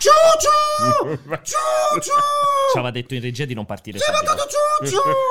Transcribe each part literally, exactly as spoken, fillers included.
Ciu ciu! Ciu ciu! Ci aveva detto in regia di non partire. Ci aveva dato ciu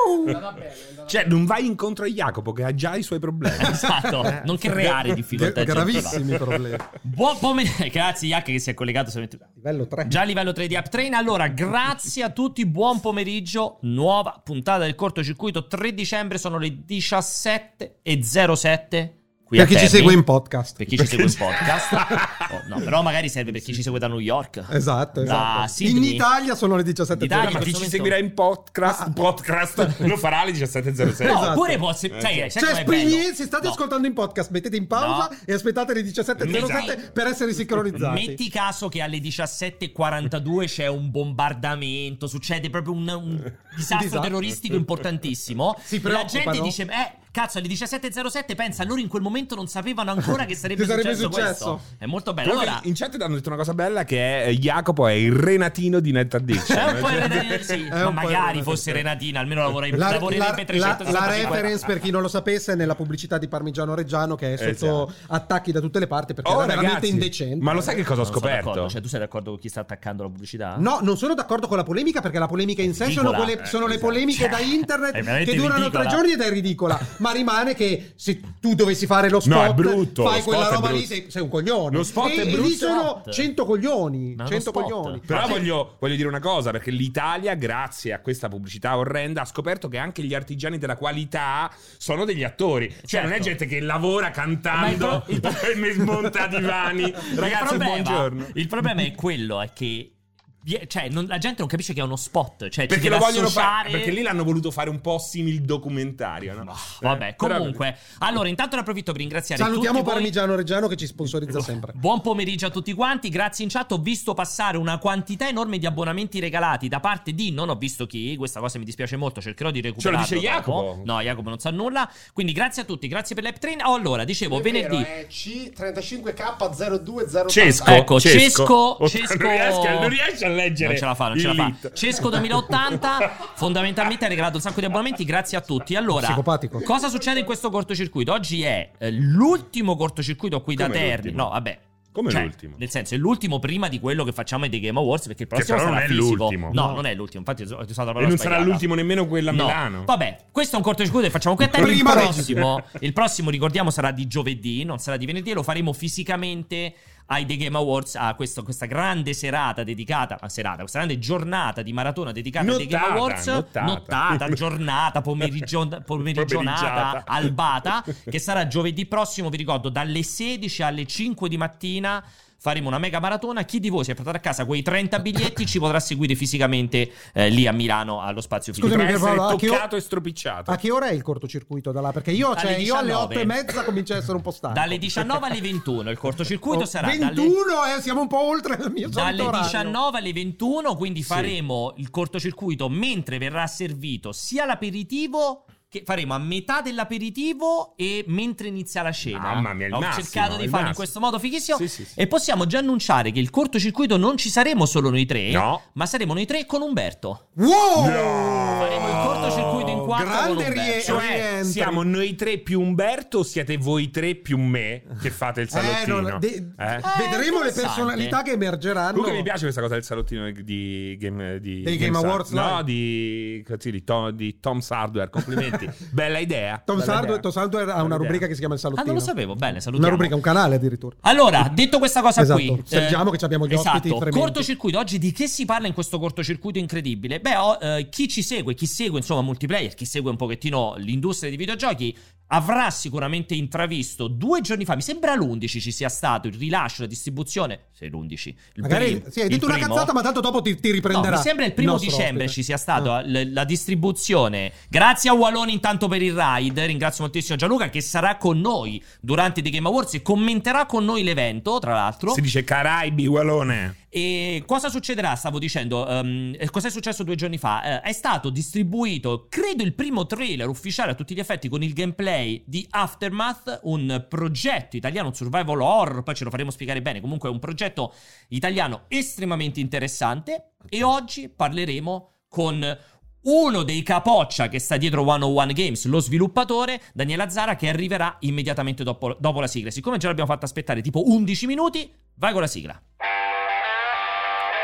ciu! Cioè, non vai incontro a Jacopo che ha già i suoi problemi. Esatto, Eh. non creare difficoltà. Gravissimi problemi. Buon pomeriggio. Grazie, Jack, che si è collegato. Livello tre. Già a livello tre di Uptrain. Allora, grazie a tutti, buon pomeriggio. Nuova puntata del cortocircuito. tre dicembre, sono le diciassette e zero sette. Qui Per chi ci segue in podcast. Per chi ci segue in podcast. Oh, no, però magari serve per chi ci segue da New York. Esatto, esatto. Da Sydney. In Italia sono le diciassette e zero Italia, Ma chi questo ci momento- seguirà in podcast, Ah. podcast lo farà alle diciassette e zero sei. No, Esatto. oppure può sai, sai Cioè, com'è bello? spegni- se state No. ascoltando in podcast, mettete in pausa No. e aspettate le diciassette e zero sette Esatto. per essere sincronizzati. Metti caso che alle diciassette e quarantadue c'è un bombardamento, succede proprio un, un disastro disastro. terroristico importantissimo. Si e la gente preoccupano. dice, eh, cazzo, alle diciassette e zero sette pensa, loro in quel momento non sapevano ancora che sarebbe, Che sarebbe successo, successo. questo. È molto bello. Comunque, Allora, in chat hanno detto una cosa bella che è Jacopo è il Renatino di Net Addiction. è un po' Renatina, sì, È ma un po' magari Renatina. fosse Renatina, almeno lavora- La, la, lavorerebbe la, trecentosessantacinque. la reference, per chi non lo sapesse, è nella pubblicità di Parmigiano Reggiano, che è sotto Esatto. attacchi da tutte le parti perché Oh, era veramente ragazzi, indecente. ma lo sai che cosa ho Non sono scoperto? d'accordo. Cioè, tu sei d'accordo con chi sta attaccando la pubblicità? No, non sono d'accordo con la polemica, perché la polemica in sé sono, ridicola. quelle, Eh, sono le esatto. polemiche Cioè, da internet è veramente che durano ridicola. tre giorni ed è ridicola. Ma rimane che se tu dovessi fare lo spot, No, è brutto, fai lo quella spot è roba lì, brutto. sei, sei un coglione. Lo spot e, è e brutto. lì sono cento coglioni. Ma è uno cento spot. coglioni. Però Sì. voglio, voglio dire una cosa, perché l'Italia, grazie a questa pubblicità orrenda, ha scoperto che anche gli artigiani della qualità sono degli attori. Cioè, Certo. non è gente che lavora cantando Ma il pro- e mi smonta divani. Ragazzi, il problema, buongiorno. Il problema è quello, è che cioè, non- la gente non capisce che è uno spot. Cioè, Perché ci lo deve vogliono associare... fare, perché lì l'hanno voluto fare un po' simil documentario, no? Vabbè, Eh, però- comunque, allora intanto ne approfitto per ringraziare Salutiamo tutti voi. Parmigiano Reggiano che ci sponsorizza sempre. Buon pomeriggio a tutti quanti, grazie in chat. Ho visto passare una quantità enorme di abbonamenti regalati da parte di non ho visto chi, questa cosa mi dispiace molto, cercherò di recuperarlo. Ce lo dice dopo. Jacopo? No, Jacopo non sa nulla. Quindi grazie a tutti, grazie per l'app train. Oh, allora, dicevo, È venerdì vero, è C trentacinque K zero due zero Cesco, Ecco, Cesco, Oh, Cesco- Non, riesci a, non riesci a leggere. Non ce la fa, non ce la il fa. lit. Cesco duemilaottanta fondamentalmente ha regalato un sacco di abbonamenti, grazie a tutti. Allora, Psicopatico. cosa succede in questo cortocircuito? Oggi è eh, l'ultimo cortocircuito qui da Come Terni. l'ultimo? No, vabbè. Come Cioè, l'ultimo? Nel senso, è l'ultimo prima di quello che facciamo ai The Game Awards, perché il prossimo però sarà non è fisico. l'ultimo. No, No. non è l'ultimo. Infatti, ho usato la parola E non sarà sbagliata. l'ultimo nemmeno quella a No. Milano. Vabbè, questo è un cortocircuito che facciamo qui a Terni. Il Prima prossimo, il prossimo, ricordiamo, sarà di giovedì, non sarà di venerdì, e lo faremo fisicamente ai The Game Awards, a questo- questa grande serata dedicata, a serata, questa grande giornata di maratona dedicata ai The Game Nottata, Awards, nottata. nottata, giornata, pomeriggio, pomerigionata, Pomeriggiata. albata, che sarà giovedì prossimo, vi ricordo, dalle sedici alle cinque di mattina. Faremo una mega maratona. Chi di voi si è portato a casa quei trenta biglietti ci potrà seguire fisicamente eh, lì a Milano allo spazio Scusami, fisico. Dovrà che essere Paolo, a che o- toccato e stropicciato. A che ora è il cortocircuito da là? Perché io, cioè, Alle io alle diciannove. otto e mezza comincio a essere un po' stanco. Dalle diciannove alle ventuno il cortocircuito Oh, sarà dalle ventuno, eh, siamo un po' oltre il mio solito Dalle orario. diciannove alle ventuno, quindi faremo il cortocircuito mentre verrà servito sia l'aperitivo, che faremo a metà dell'aperitivo e mentre inizia la cena. Mamma mia, il Ho massimo, cercato di il farlo in massimo. questo modo fighissimo. Sì, sì, sì. E possiamo già annunciare che il cortocircuito non ci saremo solo noi tre, No. ma saremo noi tre con Umberto. Wow! Faremo il cortocircuito in quattro con Grande Umberto. rie- Cioè, rientri. siamo noi tre più Umberto o siete voi tre più me che fate il Eh, salottino? non- de- Eh? vedremo le interessante. personalità che emergeranno. Comunque mi piace questa cosa del salottino di Game, di Dei Game Games Awards, No, dai. di, cazzo, di, Tom, di Tom's Hardware. Complimenti. Bella idea. Tom bella Sardo, idea. Tom Sardo ha una Bella rubrica idea. che si chiama il Ah, salottino. non lo sapevo. Bene, salutiamo. Una rubrica, un canale addirittura. Allora, detto questa cosa Esatto, qui, salutiamo che abbiamo gli ospiti esatto, tremendi. cortocircuito. Oggi di che si parla in questo cortocircuito incredibile? Beh, oh, eh, chi ci segue, chi segue insomma multiplayer, chi segue un pochettino l'industria dei videogiochi, avrà sicuramente intravisto due giorni fa, mi sembra l'undici ci sia stato il rilascio, la distribuzione, se l'undici, il Magari prim- sì, hai il detto una primo. cazzata, ma tanto dopo ti, ti riprenderà. No, mi sembra il primo nostro dicembre ospite. ci sia stato Ah. l- la distribuzione. Grazie a Walone intanto per il ride. Ringrazio moltissimo Gianluca che sarà con noi durante The Game Awards e commenterà con noi l'evento, tra l'altro. Si dice Caraibi, Walone. E cosa succederà? Stavo dicendo, um, cosa è successo due giorni fa? Eh, è stato distribuito, credo, il primo trailer ufficiale a tutti gli effetti con il gameplay di Aftermath, un progetto italiano, un survival horror, poi ce lo faremo spiegare bene, comunque è un progetto italiano estremamente interessante. E oggi parleremo con uno dei capoccia che sta dietro centouno Games, lo sviluppatore, Daniele Azzara, che arriverà immediatamente dopo, dopo la sigla. Siccome già l'abbiamo fatto aspettare tipo undici minuti, vai con la sigla.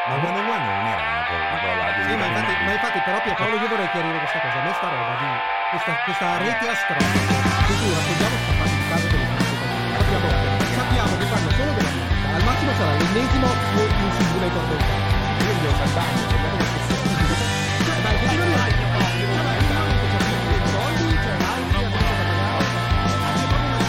Ma One on One non era una Coca-Cola di Sì, ma infatti, ma infatti però Pierpaolo io vorrei chiarire questa cosa. A me sta roba di questa, questa rete astronomica che tu raccontiamo sta fase di casa delle sappiamo, sappiamo che fanno solo della vita. Al massimo sarà l'ennesimo in simulator del campo. Io devo salvare, vediamo che sia. Dai, che non è soldi, cioè altri hanno da pagare. Anche proprio una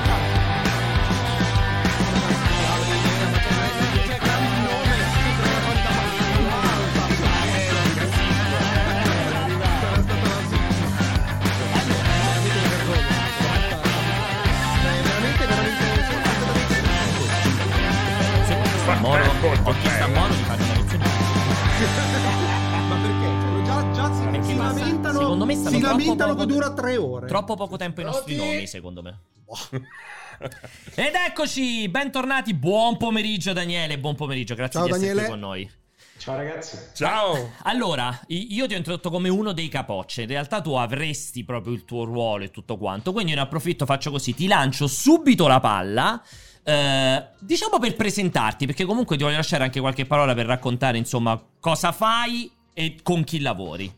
Moro, con chi sta Moro mi fanno una ma perché? Cioè, già, già si, Perché si ma- lamentano, secondo me stanno si troppo lamentano poco- che dura tre ore. Troppo poco tempo i nostri Pronti? nomi, secondo me. Ed eccoci, bentornati, buon pomeriggio Daniele, buon pomeriggio, grazie Ciao, di essere Daniele. qui con noi. Ciao ragazzi. Ciao! Allora, i- io ti ho introdotto come uno dei capocce, in realtà tu avresti proprio il tuo ruolo e tutto quanto, quindi io ne approfitto, faccio così, ti lancio subito la palla, eh, diciamo per presentarti, perché comunque ti voglio lasciare anche qualche parola per raccontare, insomma, cosa fai e con chi lavori.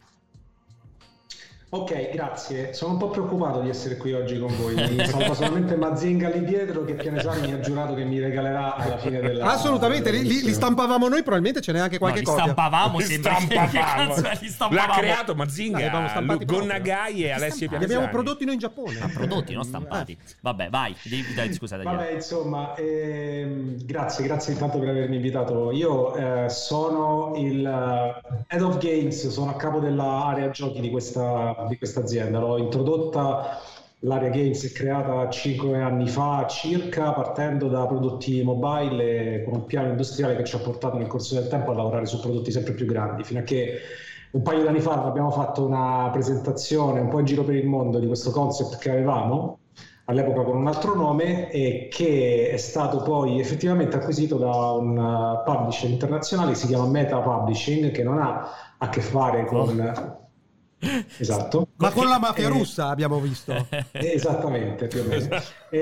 Ok, grazie. Sono un po' preoccupato di essere qui oggi con voi. Mi salva solamente Mazinga lì dietro che Pianesani mi ha giurato che mi regalerà alla fine della... Assolutamente, li, li, li stampavamo noi, probabilmente ce n'è anche qualche no, li copia. stampavamo, Li sembra che- stampavamo. che cazzo è, li stampavamo. L'ha creato Li Mazinga, abbiamo stampati Lu- proprio. Gonnagai e Alessio Li Pianesani. abbiamo prodotti noi in Giappone. Ah, prodotti, non stampati. Vabbè, vai, devi- dai, scusa Daniele. Vabbè, insomma, ehm, grazie, grazie intanto per avermi invitato. Io eh, sono il eh, Head of Games, sono a capo dell'area giochi di questa, di questa azienda. L'ho introdotta, l'area Games è creata cinque anni fa circa, partendo da prodotti mobile con un piano industriale che ci ha portato nel corso del tempo a lavorare su prodotti sempre più grandi, fino a che un paio di anni fa abbiamo fatto una presentazione un po' in giro per il mondo di questo concept che avevamo all'epoca con un altro nome e che è stato poi effettivamente acquisito da un uh, publisher internazionale che si chiama Meta Publishing, che non ha a che fare con... Esatto. Ma con la mafia Eh, russa abbiamo visto. Esattamente, più o meno.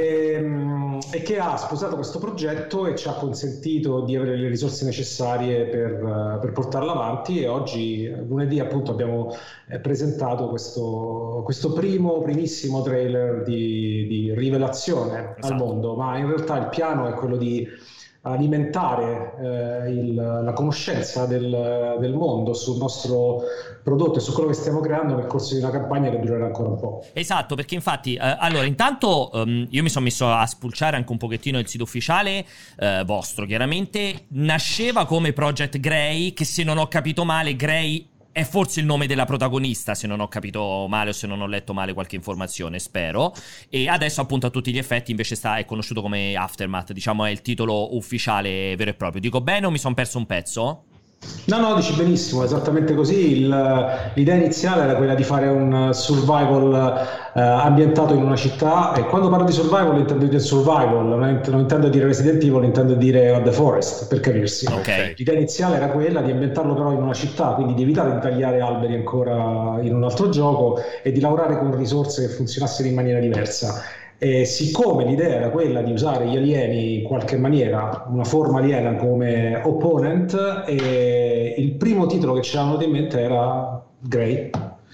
E, e che ha sposato questo progetto e ci ha consentito di avere le risorse necessarie per, per portarlo avanti, e oggi, lunedì, appunto abbiamo eh, presentato questo, questo primo, primissimo trailer di, di rivelazione Esatto. al mondo, ma in realtà il piano è quello di alimentare eh, il, la conoscenza del, del mondo sul nostro prodotto e su quello che stiamo creando nel corso di una campagna che durerà ancora un po'. Esatto, perché infatti, eh, allora, intanto ehm, io mi sono messo a spulciare anche un pochettino il sito ufficiale eh, vostro, chiaramente nasceva come Project Grey, che se non ho capito male, Grey è forse il nome della protagonista, se non ho capito male o se non ho letto male qualche informazione, spero. E adesso appunto a tutti gli effetti invece sta, è conosciuto come Aftermath, diciamo è il titolo ufficiale vero e proprio. Dico bene o mi sono perso un pezzo? No, no, dici benissimo, esattamente così. Il- l'idea iniziale era quella di fare un survival eh, ambientato in una città, e quando parlo di survival intendo dire survival, non, int- non intendo dire Resident Evil, intendo dire The Forest, per capirsi. Ok. L'idea iniziale era quella di ambientarlo però in una città, quindi di evitare di tagliare alberi ancora in un altro gioco e di lavorare con risorse che funzionassero in maniera diversa. E siccome l'idea era quella di usare gli alieni in qualche maniera, una forma aliena come opponent, e il primo titolo che ci avevano in mente era Grey.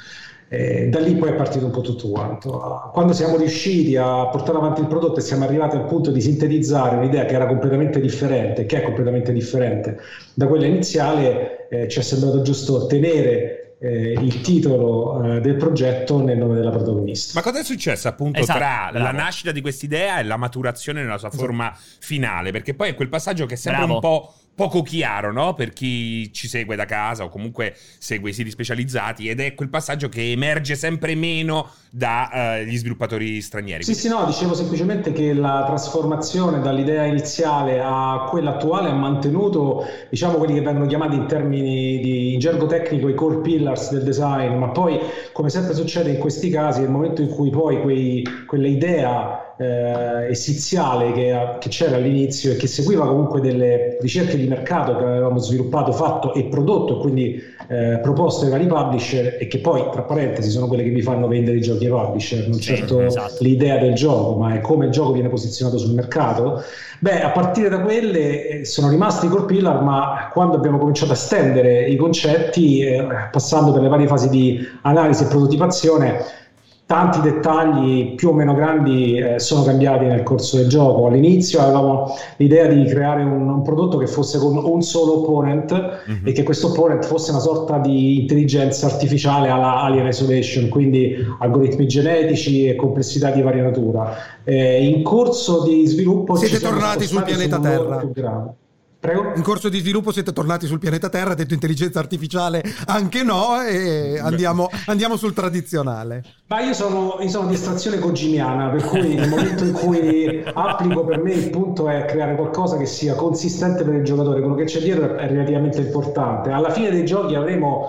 E da lì poi è partito un po' tutto quanto. Quando siamo riusciti a portare avanti il prodotto e siamo arrivati al punto di sintetizzare un'idea che era completamente differente, che è completamente differente da quella iniziale, eh, ci è sembrato giusto tenere eh, il titolo eh, del progetto nel nome della protagonista. Ma cosa è successo appunto Esatto, tra bravo. la nascita di quest'idea e la maturazione nella sua forma finale? Perché poi è quel passaggio che è sempre Bravo. un po' poco chiaro, no? Per chi ci segue da casa o comunque segue i siti specializzati, ed è quel passaggio che emerge sempre meno dagli sviluppatori stranieri. Sì, sì, no, dicevo semplicemente che la trasformazione dall'idea iniziale a quella attuale ha mantenuto, diciamo, quelli che vengono chiamati in termini di in gergo tecnico i core pillars del design, ma poi, come sempre succede in questi casi, nel momento in cui poi quei, quella idea eh, esiziale che, che c'era all'inizio e che seguiva comunque delle ricerche di mercato che avevamo sviluppato, fatto e prodotto, quindi eh, proposto ai vari publisher, e che poi, tra parentesi, sono quelle che vi fanno vendere i giochi ai publisher, non Sì, certo esatto. l'idea del gioco, ma è come il gioco viene posizionato sul mercato. Beh, a partire da quelle eh, sono rimasti i core pillar, ma quando abbiamo cominciato a stendere i concetti, eh, passando per le varie fasi di analisi e prototipazione, tanti dettagli più o meno grandi eh, sono cambiati nel corso del gioco. All'inizio avevamo l'idea di creare un, un prodotto che fosse con un solo opponent, mm-hmm. e che questo opponent fosse una sorta di intelligenza artificiale alla Alien Isolation, quindi algoritmi genetici e complessità di varia natura. Eh, in corso di sviluppo siete ci siamo tornati sul spostati pianeta su un loro Terra. più grande. Prego? In corso di sviluppo siete tornati sul pianeta Terra, ha detto intelligenza artificiale anche no, e andiamo, andiamo sul tradizionale. Ma io sono, io sono di estrazione kojimiana, per cui nel momento in cui applico, per me il punto è creare qualcosa che sia consistente per il giocatore. Quello che c'è dietro è relativamente importante. Alla fine dei giochi avremo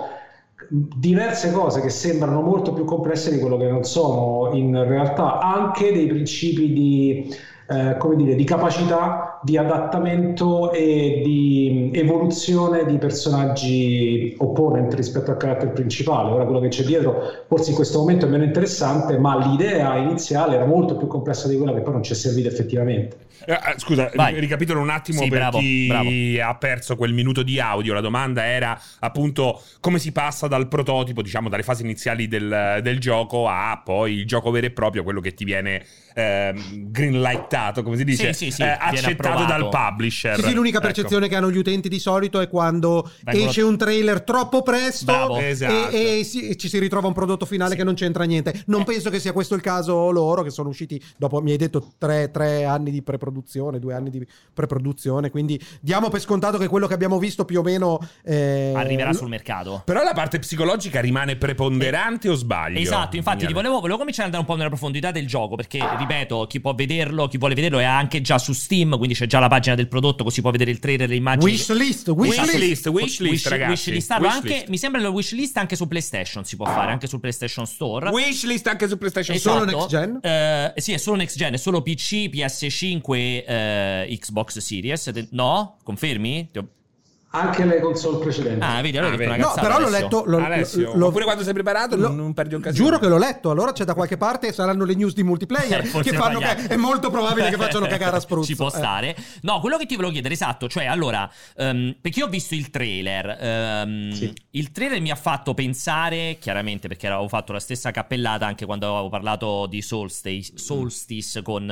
diverse cose che sembrano molto più complesse di quello che non sono in realtà, anche dei principi di Eh, come dire, di capacità di adattamento e di evoluzione di personaggi opponent rispetto al carattere principale. Ora quello che c'è dietro forse in questo momento è meno interessante, ma l'idea iniziale era molto più complessa di quella che poi non ci è servita effettivamente. Eh, scusa, Vai. ricapitolo un attimo Sì, per bravo, chi bravo. ha perso quel minuto di audio. La domanda era appunto come si passa dal prototipo, diciamo dalle fasi iniziali del, del gioco, a poi il gioco vero e proprio, quello che ti viene ehm, greenlightato, come si dice, Sì, sì, sì, eh, viene accettato approvato. dal publisher. Sì, sì, l'unica Ecco. percezione che hanno gli utenti di solito è quando Vengono- esce un trailer troppo presto Bravo. e, Esatto. e si- e ci si ritrova un prodotto finale che non c'entra niente. Non penso che sia questo il caso loro, che sono usciti dopo, mi hai detto, tre, tre anni di preproduzione, due anni di preproduzione, quindi diamo per scontato che quello che abbiamo visto più o meno eh, Arriverà sul mercato. Però la parte psicologica rimane preponderante, o sbaglio? Esatto, infatti ti Daniele? volevo, volevo cominciare ad andare un po' nella profondità del gioco, perché ripeto, chi può vederlo, chi vuole vederlo è anche già su Steam, quindi c'è già la pagina del prodotto, così può vedere il trailer, le immagini. wishlist, wishlist. Wishlist, wishlist, ragazzi. Wishlistarlo Wishlist. anche, mi sembra il wishlist anche su PlayStation si può fare, anche su PlayStation Store. Wishlist anche su PlayStation Esatto. Solo next gen? Eh, sì, è solo next gen, è solo P C, P S cinque, eh, Xbox Series. No? Confermi? Ti ho- Anche le console precedenti. Ah, vedi, allora Ah, ho detto una vedi. No, cazzata, però l'ho Alessio. letto. L'ho, Alessio, l'ho- oppure quando sei preparato l'ho- non, non perdi occasione. Giuro che l'ho letto. Allora c'è da qualche parte, saranno le news di multiplayer Eh, forse che fanno sbagliato. che è molto probabile che facciano cagare a spruzzo. Ci può Eh. stare. No, quello che ti volevo chiedere, esatto, cioè allora, ehm, perché io ho visto il trailer, ehm, Sì. il trailer mi ha fatto pensare, chiaramente perché avevo fatto la stessa cappellata anche quando avevo parlato di Solstice, Solstice con,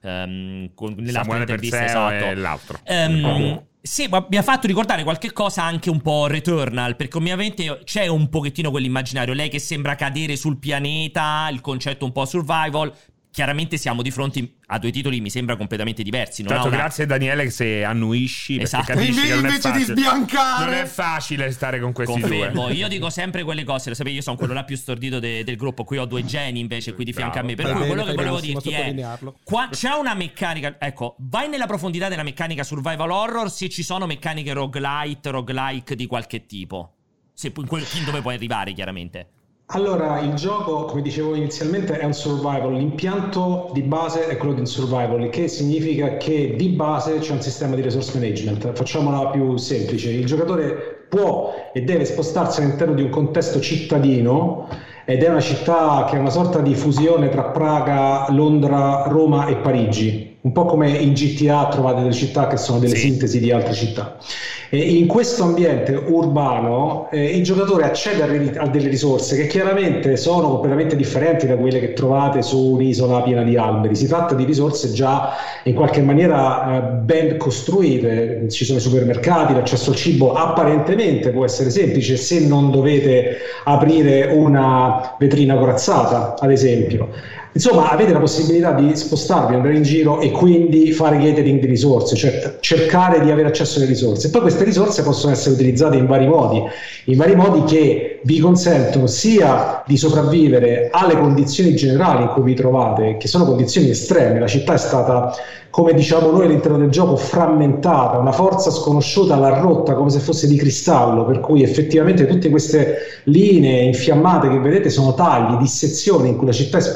ehm, con nell'altra Samuele intervista, Perseo esatto. e l'altro. Ehm, sì, ma mi ha fatto ricordare qualche cosa anche un po' Returnal, perché ovviamente c'è un pochettino quell'immaginario, lei che sembra cadere sul pianeta, il concetto un po' survival. Chiaramente siamo di fronte a due titoli, mi sembra completamente diversi. Non Tanto ha una... grazie Daniele se annuisci, perché Esatto. capisci che non è Invece di facile. sbiancare. Non è facile stare con questi Confermo, due. io dico sempre quelle cose, lo sapete, io sono quello là più stordito de- del gruppo, qui ho due geni invece qui di fianco a me, per Fai cui bene, quello che fai volevo benissimo a dirti è sottolinearlo. qua c'è una meccanica, ecco, vai nella profondità della meccanica survival horror se ci sono meccaniche roguelite, roguelike di qualche tipo, se in quel fin dove puoi arrivare chiaramente. Allora, il gioco, come dicevo inizialmente, è un survival. L'impianto di base è quello di un survival, il che significa che di base c'è un sistema di resource management. Facciamola più semplice. Il giocatore può e deve spostarsi all'interno di un contesto cittadino, ed è una città che è una sorta di fusione tra Praga, Londra, Roma e Parigi. Un po' come in G T A trovate delle città che sono delle Sì. sintesi di altre città. E in questo ambiente urbano eh, il giocatore accede a, ri- a delle risorse che chiaramente sono completamente differenti da quelle che trovate su un'isola piena di alberi. Si tratta di risorse già in qualche maniera eh, ben costruite. Ci sono i supermercati, l'accesso al cibo apparentemente può essere semplice se non dovete aprire una vetrina corazzata, ad esempio. Insomma, avete la possibilità di spostarvi, andare in giro e quindi fare gathering di risorse, cioè cercare di avere accesso alle risorse. E poi queste risorse possono essere utilizzate in vari modi, in vari modi che vi consentono sia di sopravvivere alle condizioni generali in cui vi trovate, che sono condizioni estreme. La città è stata, come diciamo noi all'interno del gioco, frammentata, una forza sconosciuta l'ha rotta come se fosse di cristallo, per cui effettivamente tutte queste linee infiammate che vedete sono tagli, dissezioni in cui la città è spostata.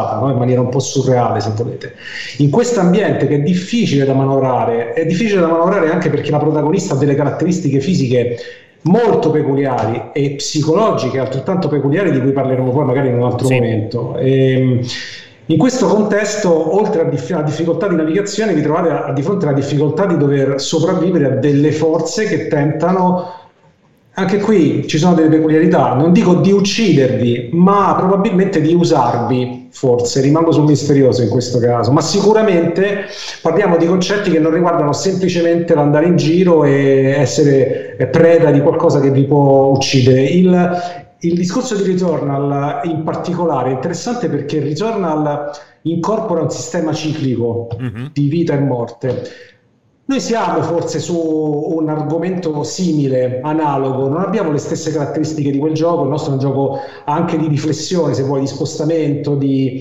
forzata, no? In maniera un po' surreale, se volete. In questo ambiente che è difficile da manovrare, è difficile da manovrare anche perché la protagonista ha delle caratteristiche fisiche molto peculiari e psicologiche altrettanto peculiari, di cui parleremo poi magari in un altro sì. momento. E, in questo contesto, oltre alla dif- difficoltà di navigazione, vi trovate a- di fronte alla difficoltà di dover sopravvivere a delle forze che tentano, anche qui ci sono delle peculiarità, non dico di uccidervi, ma probabilmente di usarvi, forse, rimango sul misterioso in questo caso, ma sicuramente parliamo di concetti che non riguardano semplicemente l'andare in giro e essere preda di qualcosa che vi può uccidere. Il, il discorso di Returnal in particolare è interessante perché Returnal incorpora un sistema ciclico mm-hmm. di vita e morte. Noi siamo forse su un argomento simile, analogo, non abbiamo le stesse caratteristiche di quel gioco, il nostro è un gioco anche di riflessione, se vuoi, di spostamento, di,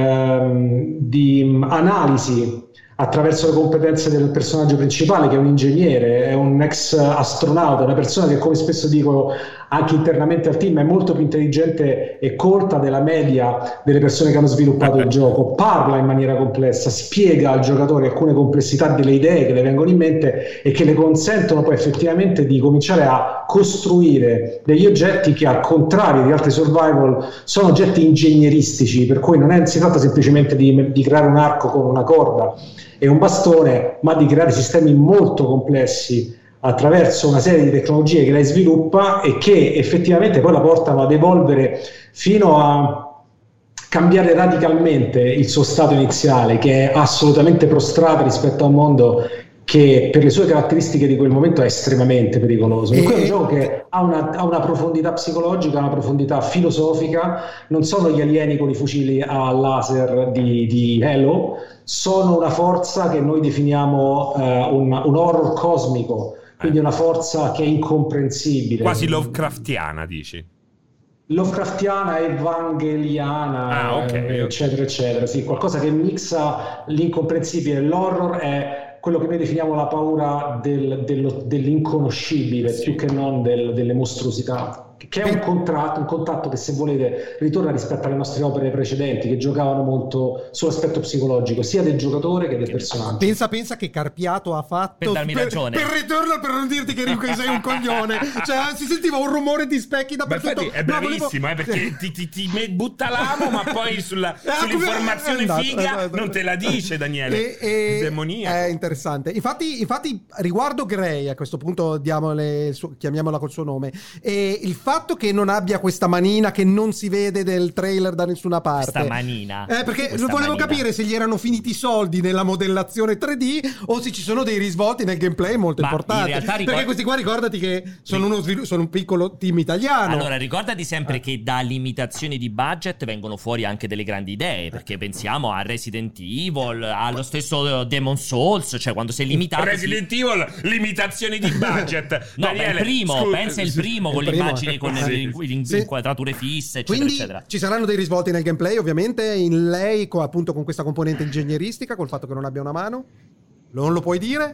ehm, di analisi attraverso le competenze del personaggio principale, che è un ingegnere, è un ex astronauta, una persona che, come spesso dico anche internamente al team, è molto più intelligente e colta della media delle persone che hanno sviluppato il gioco, parla in maniera complessa, spiega al giocatore alcune complessità delle idee che le vengono in mente e che le consentono poi effettivamente di cominciare a costruire degli oggetti che, al contrario di altri survival, sono oggetti ingegneristici, per cui non è, si tratta semplicemente di, di creare un arco con una corda e un bastone, ma di creare sistemi molto complessi attraverso una serie di tecnologie che lei sviluppa e che effettivamente poi la portano ad evolvere fino a cambiare radicalmente il suo stato iniziale, che è assolutamente prostrato rispetto a un mondo che per le sue caratteristiche di quel momento è estremamente pericoloso. E... è un gioco che ha una, ha una profondità psicologica, una profondità filosofica. Non sono gli alieni con i fucili a laser di, di Halo, sono una forza che noi definiamo uh, un, un horror cosmico, quindi una forza che è incomprensibile. Quasi Lovecraftiana, dici? Lovecraftiana, evangeliana, ah, okay, eccetera, eccetera. Sì, qualcosa che mixa l'incomprensibile. L'horror è quello che noi definiamo la paura del, dello, dell'inconoscibile, sì. più che non del, delle mostruosità. Che è un contratto, un contatto che, se volete, ritorna rispetto alle nostre opere precedenti, che giocavano molto sull'aspetto psicologico sia del giocatore che del personaggio. Pensa, pensa che Carpiato ha fatto per darmi per, ragione per Returnal, per non dirti che Rico sei un coglione. Cioè, si sentiva un rumore di specchi dappertutto. È bravissimo, no, volevo... eh, perché ti, ti, ti butta l'amo, ma poi sulla, sull'informazione esatto, figa esatto. non te la dice, Daniele. E, e demoniaco. È interessante. Infatti, infatti, riguardo Grey, a questo punto diamole, chiamiamola col suo nome, e il fatto fatto che non abbia questa manina che non si vede del trailer da nessuna parte. Questa manina. Eh, perché questa volevo manina. capire se gli erano finiti i soldi nella modellazione tre D o se ci sono dei risvolti nel gameplay molto Ma importanti. in realtà ricordi... Perché questi qua, ricordati che sono, uno svilu- sono un piccolo team italiano. Allora, ricordati sempre eh. che da limitazioni di budget vengono fuori anche delle grandi idee, perché pensiamo a Resident Evil, allo stesso Demon Souls, cioè quando sei limitato... Resident ti... Evil, limitazioni di budget. No, Daniele, beh, il primo, scusa, pensa il primo il con primo. le immagini, con sì. le Sì. inquadrature fisse, eccetera, Quindi eccetera. ci saranno dei risvolti nel gameplay, ovviamente, in lei, co- appunto con questa componente ingegneristica, col fatto che non abbia una mano. Non lo puoi dire?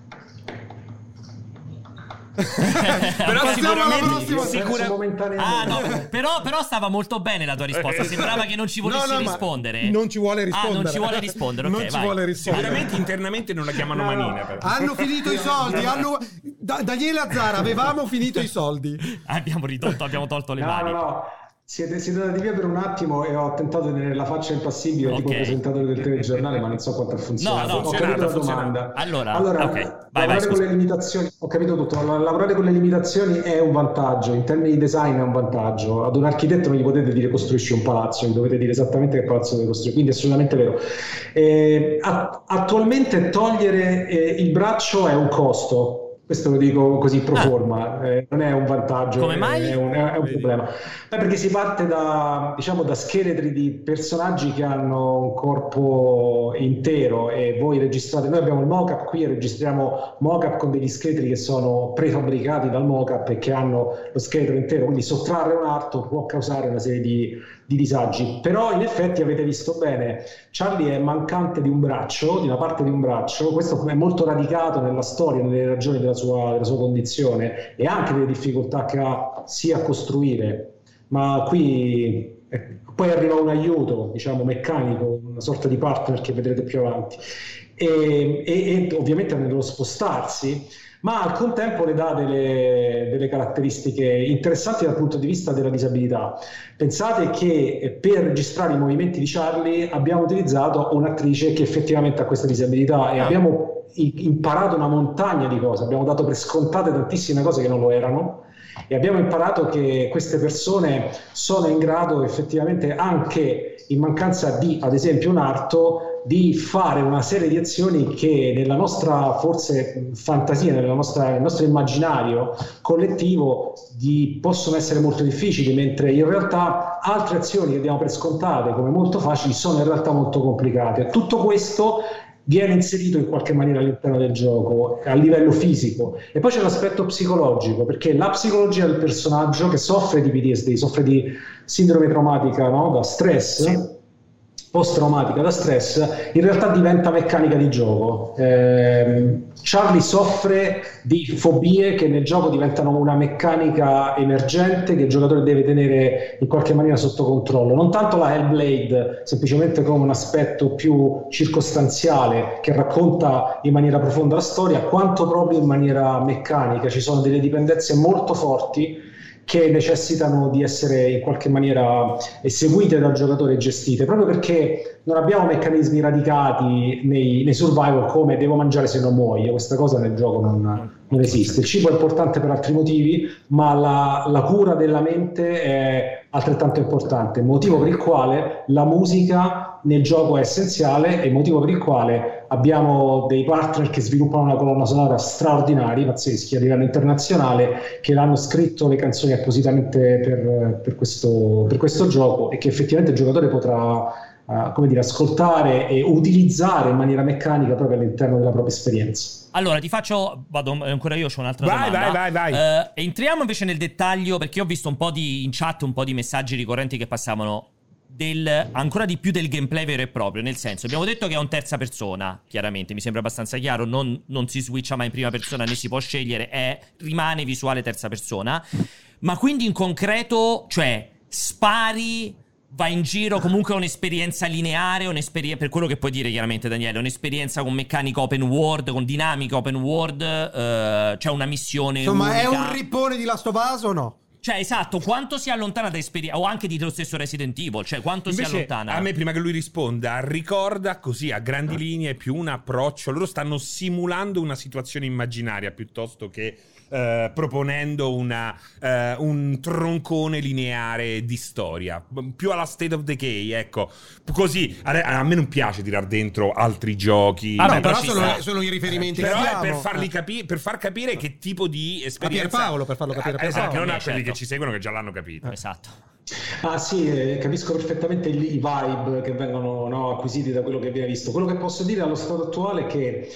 Però sicuramente, sicuramente ah, no, sicuramente. però, però stava molto bene la tua risposta. Sembrava che non ci volessi no, no, rispondere. Non ci vuole rispondere. Ah, non ci vuole rispondere. Non ok, ci vai. vuole rispondere. Sicuramente internamente non la chiamano No, no. manina. Però. Hanno finito i soldi. Hanno... Da- Daniele Azzara, avevamo finito i soldi. Abbiamo ridotto, abbiamo tolto le No, mani. no, no. Siete, siete andati via per un attimo e ho tentato di tenere la faccia impassibile Ok. tipo presentatore del telegiornale, ma non so quanto ha funzionato. No, no, ho funzionato, capito la funzionato. domanda. Allora, allora ok, vai, vai, lavorare con scusa. le limitazioni, ho capito tutto. Allora, lavorare con le limitazioni è un vantaggio, in termini di design è un vantaggio. Ad un architetto non gli potete dire costruisci un palazzo, gli dovete dire esattamente che palazzo deve costruire, quindi è assolutamente vero. Eh, a- attualmente togliere eh, il braccio è un costo. Questo lo dico così pro forma, eh, non è un vantaggio, Come è- mai? è un, è un problema. Beh, perché si parte da, diciamo, da scheletri di personaggi che hanno un corpo intero e voi registrate, noi abbiamo il mockup qui e registriamo mockup con degli scheletri che sono prefabbricati dal mockup e che hanno lo scheletro intero, quindi sottrarre un arto può causare una serie di, di disagi. Però in effetti avete visto bene, Charlie è mancante di un braccio, di una parte di un braccio, questo è molto radicato nella storia, nelle ragioni della sua, della sua condizione e anche delle difficoltà che ha sia a costruire, ma qui eh, poi arriva un aiuto, diciamo, meccanico, una sorta di partner che vedrete più avanti, e, e, e ovviamente nello spostarsi, ma al contempo le dà delle, delle caratteristiche interessanti dal punto di vista della disabilità. Pensate che per registrare i movimenti di Charlie abbiamo utilizzato un'attrice che effettivamente ha questa disabilità e abbiamo imparato una montagna di cose, abbiamo dato per scontate tantissime cose che non lo erano, e abbiamo imparato che queste persone sono in grado effettivamente, anche in mancanza di, ad esempio, un arto, di fare una serie di azioni che nella nostra forse fantasia, nella nostra, nel nostro immaginario collettivo di, possono essere molto difficili, mentre in realtà altre azioni che diamo per scontate come molto facili sono in realtà molto complicate. Tutto questo viene inserito in qualche maniera all'interno del gioco a livello fisico, e poi c'è l'aspetto psicologico, perché la psicologia del personaggio che soffre di P T S D, soffre di sindrome traumatica, no? Da stress, sì. post-traumatica da stress, in realtà diventa meccanica di gioco. Eh, Charlie soffre di fobie che nel gioco diventano una meccanica emergente che il giocatore deve tenere in qualche maniera sotto controllo. Non tanto la Hellblade semplicemente come un aspetto più circostanziale che racconta in maniera profonda la storia, quanto proprio in maniera meccanica. Ci sono delle dipendenze molto forti che necessitano di essere in qualche maniera eseguite dal giocatore e gestite, proprio perché non abbiamo meccanismi radicati nei, nei survival come devo mangiare se non muoio. Questa cosa nel gioco non, non esiste. Il cibo è importante per altri motivi, ma la, la cura della mente è altrettanto importante, motivo per il quale la musica nel gioco è essenziale e motivo per il quale abbiamo dei partner che sviluppano una colonna sonora straordinaria, pazzeschi, a livello internazionale, che l'hanno scritto le canzoni appositamente per, per, questo, per questo gioco, e che effettivamente il giocatore potrà Uh, come dire, ascoltare e utilizzare in maniera meccanica proprio all'interno della propria esperienza. Allora ti faccio, vado ancora io, c'ho un'altra vai, domanda. Vai, vai, vai. Uh, entriamo invece nel dettaglio, perché ho visto un po' di in chat un po' di messaggi ricorrenti che passavano del, ancora di più del gameplay vero e proprio, nel senso, abbiamo detto che è un terza persona, chiaramente, mi sembra abbastanza chiaro, non, non si switcha mai in prima persona né si può scegliere, è, rimane visuale terza persona, ma quindi in concreto, cioè, spari, va in giro, comunque è un'esperienza lineare, un'esperienza, per quello che puoi dire chiaramente Daniele, un'esperienza con meccanica open world, con dinamica open world, eh, c'è una missione insomma unica. È un rippone di Last of Us o no? Cioè, esatto, quanto si allontana da esperienza, o anche di lo stesso Resident Evil, cioè quanto Invece, si allontana. A me, prima che lui risponda, ricorda così a grandi linee più un approccio, loro stanno simulando una situazione immaginaria piuttosto che Uh, proponendo una, uh, un troncone lineare di storia, più alla State of Decay, ecco, così. A, a me non piace tirar dentro altri giochi. Ah, no, no, però sono, sta. sono i riferimenti però che è per, abbiamo. farli capi- per far capire che tipo di esperienza. A Pierpaolo, per farlo capire a esatto, Pierpaolo. non a Eh, quelli certo. che ci seguono che già l'hanno capito. Esatto. Ah sì, eh, capisco perfettamente i, i vibe che vengono, no, acquisiti da quello che viene visto. Quello che posso dire allo stato attuale è che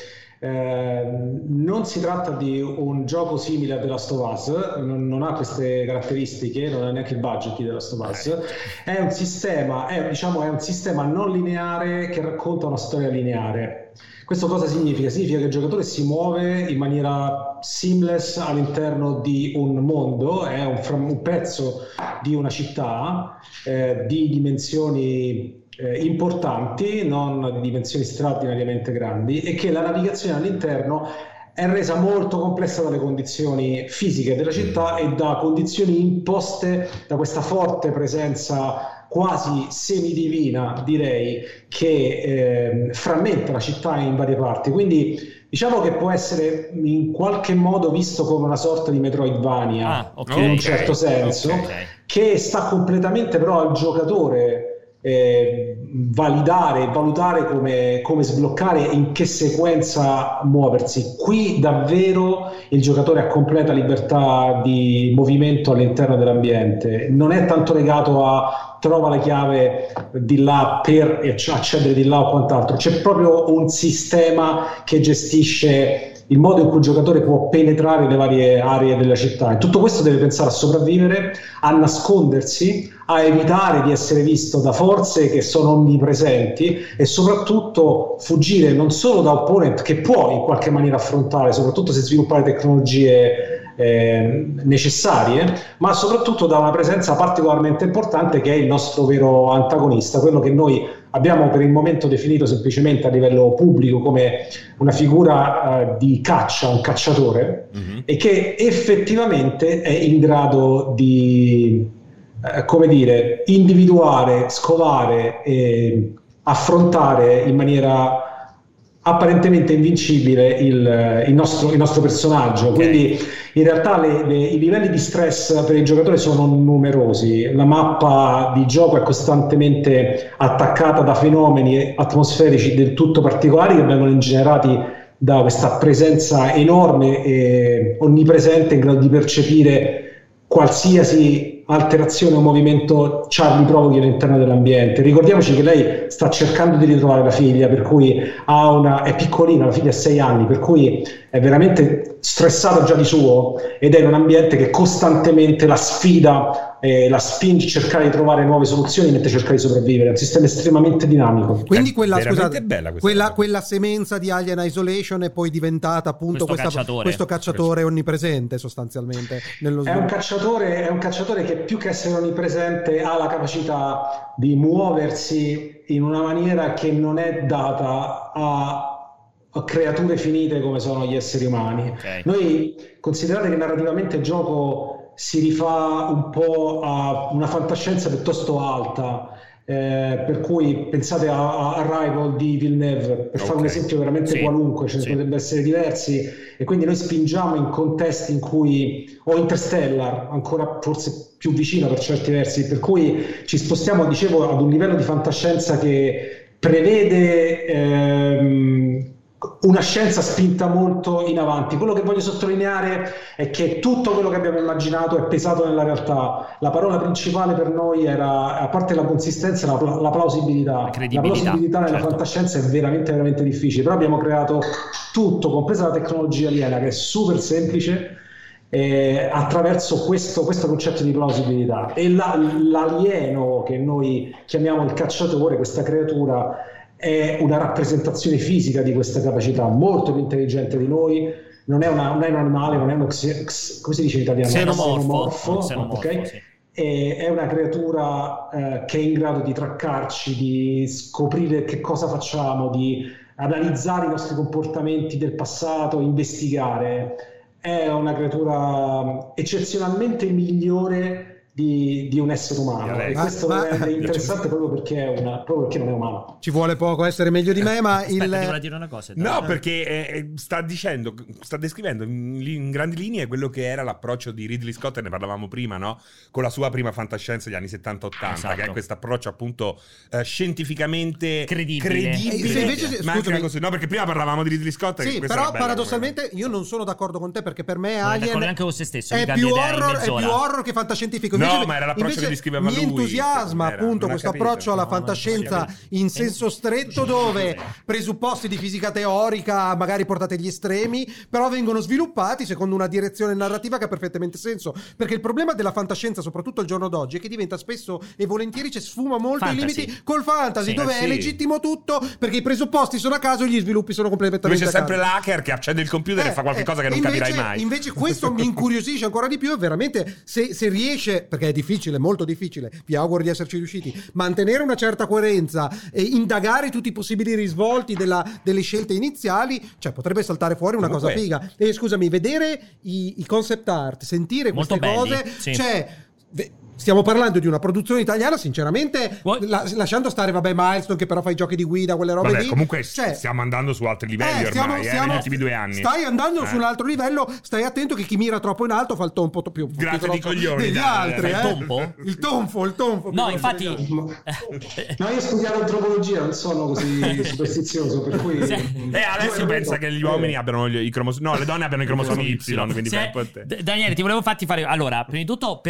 Eh, non si tratta di un gioco simile a The Last of Us, non, non ha queste caratteristiche, non ha neanche il budget di The Last of Us. È un sistema, è, diciamo, è un sistema non lineare che racconta una storia lineare. Questo cosa significa? Significa che il giocatore si muove in maniera seamless all'interno di un mondo, è un, un pezzo di una città eh, di dimensioni Eh, importanti, non di dimensioni straordinariamente grandi, e che la navigazione all'interno è resa molto complessa dalle condizioni fisiche della città e da condizioni imposte da questa forte presenza quasi semidivina, direi, che eh, frammenta la città in varie parti. Quindi diciamo che può essere in qualche modo visto come una sorta di Metroidvania, ah, okay, in un okay, certo senso, okay. che sta completamente però al giocatore Eh, validare, valutare come, come sbloccare e in che sequenza muoversi. Qui davvero il giocatore ha completa libertà di movimento all'interno dell'ambiente, non è tanto legato a trova la chiave di là per accedere di là o quant'altro, c'è proprio un sistema che gestisce il modo in cui il giocatore può penetrare le varie aree della città, e tutto questo deve pensare a sopravvivere, a nascondersi, a evitare di essere visto da forze che sono onnipresenti, e soprattutto fuggire non solo da opponent che può in qualche maniera affrontare, soprattutto se sviluppa le tecnologie eh, necessarie, ma soprattutto da una presenza particolarmente importante che è il nostro vero antagonista, quello che noi abbiamo per il momento definito semplicemente a livello pubblico come una figura eh, di caccia, un cacciatore, mm-hmm. e che effettivamente è in grado di, eh, come dire, individuare, scovare e affrontare in maniera apparentemente invincibile il, il, nostro, il nostro personaggio. Okay. Quindi in realtà le, le, i livelli di stress per il giocatore sono numerosi, la mappa di gioco è costantemente attaccata da fenomeni atmosferici del tutto particolari che vengono ingenerati da questa presenza enorme e onnipresente in grado di percepire qualsiasi alterazione o movimento Charlie provochi all'interno dell'ambiente. Ricordiamoci che lei sta cercando di ritrovare la figlia, per cui ha una, è piccolina, la figlia ha sei anni, per cui è veramente stressata già di suo ed è in un ambiente che costantemente la sfida, eh, la spinge a cercare di trovare nuove soluzioni mentre cerca di sopravvivere. È un sistema estremamente dinamico. Quindi quella, scusate, bella quella, quella semenza di Alien Isolation è poi diventata appunto questo questa, cacciatore, questo cacciatore onnipresente sostanzialmente nello è un cacciatore, è un cacciatore che più che essere onnipresente ha la capacità di muoversi in una maniera che non è data a a creature finite come sono gli esseri umani. Okay. Noi considerate che narrativamente il gioco si rifà un po' a una fantascienza piuttosto alta, eh, per cui pensate a, a Arrival di Villeneuve, per okay. fare un esempio veramente sì. qualunque, ce ne sì. potrebbe essere diversi, e quindi noi spingiamo in contesti in cui, o Interstellar, ancora forse più vicino per certi versi, per cui ci spostiamo, dicevo, ad un livello di fantascienza che prevede ehm, una scienza spinta molto in avanti. Quello che voglio sottolineare è che tutto quello che abbiamo immaginato è pesato nella realtà. La parola principale per noi era, a parte la consistenza, la, la plausibilità. La credibilità. La plausibilità nella certo. fantascienza è veramente veramente difficile, però abbiamo creato tutto, compresa la tecnologia aliena, che è super semplice, eh, attraverso questo, questo concetto di plausibilità. E la, l'alieno che noi chiamiamo il cacciatore, questa creatura, è una rappresentazione fisica di questa capacità, molto più intelligente di noi, non è, una, non è un animale, non è uno x, come si dice in italiano? Xenomorfo, xenomorfo, okay? Sì. E è una creatura eh, che è in grado di traccarci, di scoprire che cosa facciamo, di analizzare i nostri comportamenti del passato, investigare. È una creatura eccezionalmente migliore Di, di un essere umano, e questo ma, è interessante proprio perché, è una, proprio perché non è umano. Ci vuole poco essere meglio di me, ma Aspetta, il... ti volevo dire una cosa. No, perché eh, sta dicendo, sta descrivendo in, in grandi linee quello che era l'approccio di Ridley Scott, e ne parlavamo prima, no? Con la sua prima fantascienza degli anni settanta ottanta, esatto. che è questo approccio appunto eh, scientificamente credibile, credibile e invece, ma anche così. No, perché prima parlavamo di Ridley Scott, sì, che però paradossalmente come... io non sono d'accordo con te, perché per me non Alien è anche con se stesso, è più horror, è più horror che fantascientifico. Invece, no, ma era l'approccio che descriveva mi lui, entusiasma era, appunto questo capito. approccio alla no, fantascienza in senso stretto, dove presupposti di fisica teorica magari portati agli estremi però vengono sviluppati secondo una direzione narrativa che ha perfettamente senso, perché il problema della fantascienza, soprattutto al giorno d'oggi, è che diventa spesso e volentieri, ci sfuma molto fantasy. I limiti col fantasy, sì, dove eh, è sì. legittimo tutto perché i presupposti sono a caso e gli sviluppi sono completamente dove c'è a caso. sempre l'hacker che accende il computer eh, e fa qualche eh, cosa che non invece, capirai mai. Invece questo mi incuriosisce ancora di più, e veramente se, se riesce, perché è difficile, molto difficile, vi auguro di esserci riusciti, mantenere una certa coerenza e indagare tutti i possibili risvolti della, delle scelte iniziali, cioè potrebbe saltare fuori una Comunque. cosa figa. E scusami, vedere i, i concept art, sentire Molto queste belli, cose, sì. cioè stiamo parlando di una produzione italiana, sinceramente, la, lasciando stare, vabbè, Milestone, che però fa i giochi di guida, quelle robe vabbè, lì. Comunque cioè, stiamo andando su altri livelli eh, stiamo, ormai, stiamo, eh, negli ultimi due anni. Stai andando eh. su un altro livello, stai attento che chi mira troppo in alto fa il tompo più grazie di coglioni degli dai, altri. Il eh. tompo? Il tonfo, il tonfo. No, infatti... No, io ho studiato antropologia, non sono così superstizioso, per cui... Sì. E Alessio pensa che gli uomini abbiano i cromosomi... No, le donne abbiano i cromosomi Y, quindi se... per te. Daniele, ti volevo farti fare... Allora, prima di tutto, perdonami se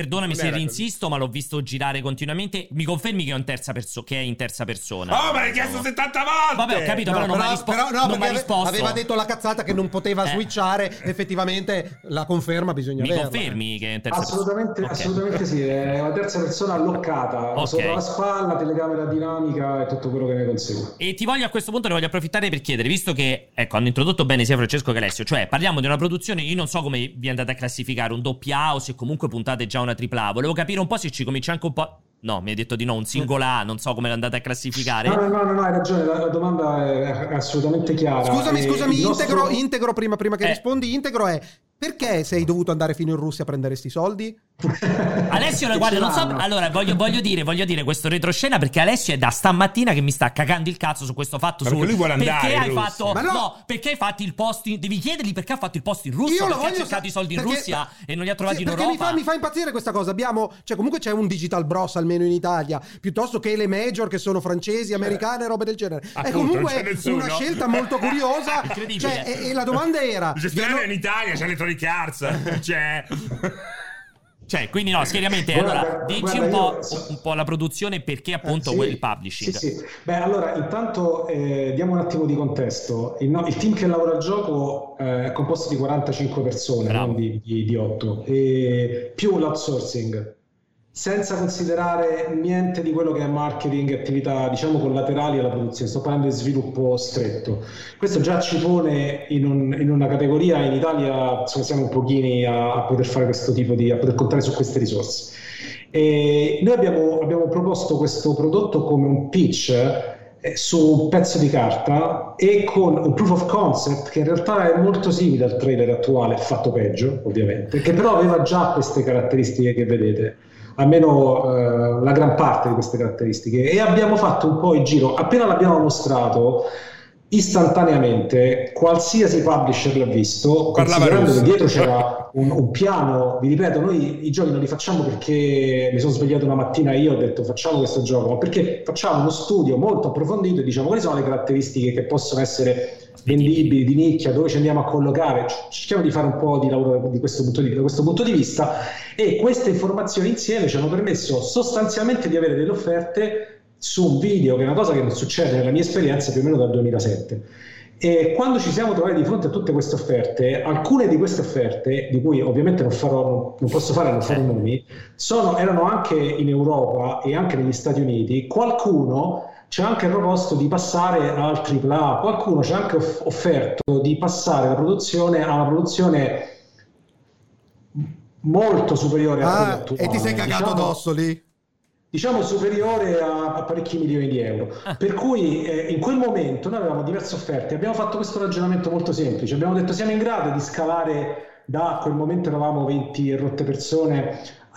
trailer, insisto, ma l'ho visto girare continuamente. Mi confermi che è in terza, perso- che è in terza persona? Oh, ma l'hai chiesto settanta volte! Vabbè, ho capito, No, però, non mi ha però, rispo- però no, non m'ha perché risposto. aveva detto la cazzata che non poteva Eh. switchare. Effettivamente la conferma bisogna Mi averla. confermi che è in terza Assolutamente, persona? Ok. assolutamente sì, è una terza persona alloccata, Ok. sopra la spalla, telecamera dinamica e tutto quello che ne consegue. E ti voglio a questo punto ne voglio approfittare per chiedere, visto che ecco hanno introdotto bene sia Francesco che Alessio, cioè parliamo di una produzione, io non so come vi andate a classificare, un doppia A o se comunque puntate già una tripla A, volevo capire un po' se ci comincia anche un po'. No, mi hai detto di no, un singola A, non so come l'andate a classificare. No, no, no, no, hai ragione, la, la domanda è, è assolutamente chiara. Scusami, E scusami, il integro, nostro- integro prima, prima che Eh. rispondi. Integro è: perché sei dovuto andare fino in Russia a prendere sti soldi? Alessio, Che guarda, ce non so. l'hanno. Allora, voglio, voglio dire, voglio dire questo retroscena perché Alessio è da stamattina che mi sta cagando il cazzo su questo fatto. Ma Su, perché lui vuole andare perché in hai Russia? fatto. Ma no. no. perché hai fatto il post in, devi chiedergli perché ha fatto il post in Russia. Io lo perché ha voglio cercato sa- i soldi in perché- Russia e non li ha trovati Sì, in perché Europa. mi fa, mi fa impazzire questa cosa. Abbiamo, cioè, comunque c'è un Digital Bros almeno in Italia, piuttosto che le major che sono francesi, americane e robe del genere. È Appunto, non c'è comunque nessuno. una scelta molto curiosa. Incredibile. Cioè, e, e la domanda era: Dice, vi hanno- strano in Italia c'è Electronic Arts. Cioè... Cioè, quindi no, seriamente, Guarda, allora, dici guarda, un, po', io so- un po' la produzione e perché appunto Eh, sì, quel publishing. Sì, sì. Beh, allora, intanto eh, diamo un attimo di contesto. Il, no- il team che lavora al gioco eh, è composto di quarantacinque persone, Bravo. non di, di, di otto, e più l'outsourcing, senza considerare niente di quello che è marketing e attività, diciamo, collaterali alla produzione. Sto parlando di sviluppo stretto. Questo già ci pone in, un- in una categoria, in Italia insomma, siamo un pochini a, a poter fare questo tipo di, a poter contare su queste risorse. E noi abbiamo, abbiamo proposto questo prodotto come un pitch eh, su un pezzo di carta e con un proof of concept che in realtà è molto simile al trailer attuale, fatto peggio ovviamente, che però aveva già queste caratteristiche che vedete, almeno eh, la gran parte di queste caratteristiche, e abbiamo fatto un po' il giro. Appena l'abbiamo mostrato, istantaneamente qualsiasi publisher l'ha visto, Parlava considerando russo. che dietro c'era un, un piano. Vi ripeto, noi i giochi non li facciamo perché mi sono svegliato una mattina e io ho detto facciamo questo gioco, ma perché facciamo uno studio molto approfondito e diciamo quali sono le caratteristiche che possono essere vendibili, di nicchia, dove ci andiamo a collocare. Cerchiamo di fare un po' di lavoro di questo punto di, da questo punto di vista, e queste informazioni insieme ci hanno permesso sostanzialmente di avere delle offerte su un video, che è una cosa che non succede nella mia esperienza più o meno dal duemilasette. E quando ci siamo trovati di fronte a tutte queste offerte, alcune di queste offerte, di cui ovviamente non, farò, non, non posso fare, non farò nomi, sono, erano anche in Europa e anche negli Stati Uniti. Qualcuno ci ha anche proposto di passare al tripla A, qualcuno ci ha anche off- offerto di passare la produzione a una produzione molto superiore a quella Ah, attuale. e ti sei cagato Diciamo- addosso lì? diciamo superiore a, a parecchi milioni di euro. Ah. Per cui eh, in quel momento noi avevamo diverse offerte, abbiamo fatto questo ragionamento molto semplice, abbiamo detto siamo in grado di scalare da quel momento eravamo venti e rotte persone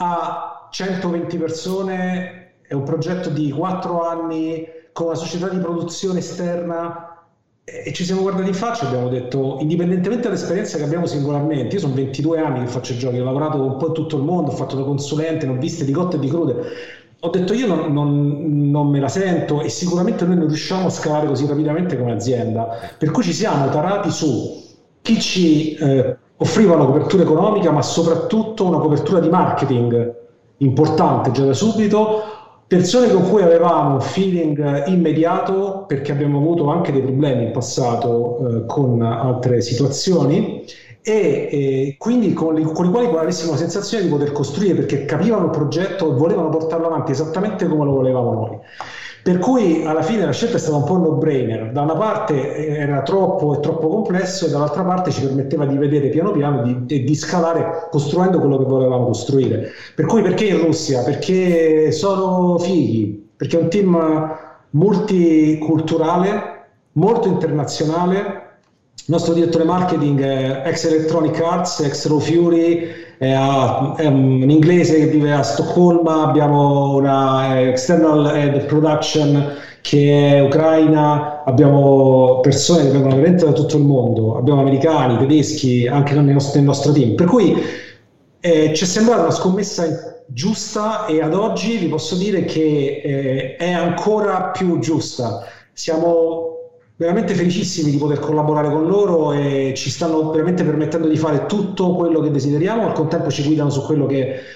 a centoventi persone, è un progetto di quattro anni con una società di produzione esterna. E ci siamo guardati in faccia e abbiamo detto, indipendentemente dall'esperienza che abbiamo singolarmente, io sono ventidue anni che faccio giochi, ho lavorato un po' in tutto il mondo, ho fatto da consulente, ne ho viste di cotte e di crude, ho detto io non, non, non me la sento e sicuramente noi non riusciamo a scalare così rapidamente come azienda, per cui ci siamo tarati su chi ci eh, offriva una copertura economica, ma soprattutto una copertura di marketing importante già da subito, persone con cui avevamo un feeling immediato, perché abbiamo avuto anche dei problemi in passato eh, con altre situazioni, e eh, quindi con, li, con i quali avessimo la sensazione di poter costruire, perché capivano il progetto e volevano portarlo avanti esattamente come lo volevamo noi. Per cui alla fine la scelta è stata un po' un no-brainer. Da una parte era troppo e troppo complesso, e dall'altra parte ci permetteva di vedere piano piano e di, di scalare costruendo quello che volevamo costruire. Per cui perché in Russia? Perché sono fighi, perché è un team multiculturale, molto internazionale. Il nostro direttore marketing è ex Electronic Arts, ex Raw Fury, è, a, è un inglese che vive a Stoccolma, abbiamo una external head production che è ucraina, abbiamo persone che vengono veramente da tutto il mondo, abbiamo americani, tedeschi, anche nel nostro, nel nostro team. Per cui eh, ci è sembrata una scommessa giusta e ad oggi vi posso dire che eh, è ancora più giusta. Siamo veramente felicissimi di poter collaborare con loro e ci stanno veramente permettendo di fare tutto quello che desideriamo, al contempo ci guidano su quello che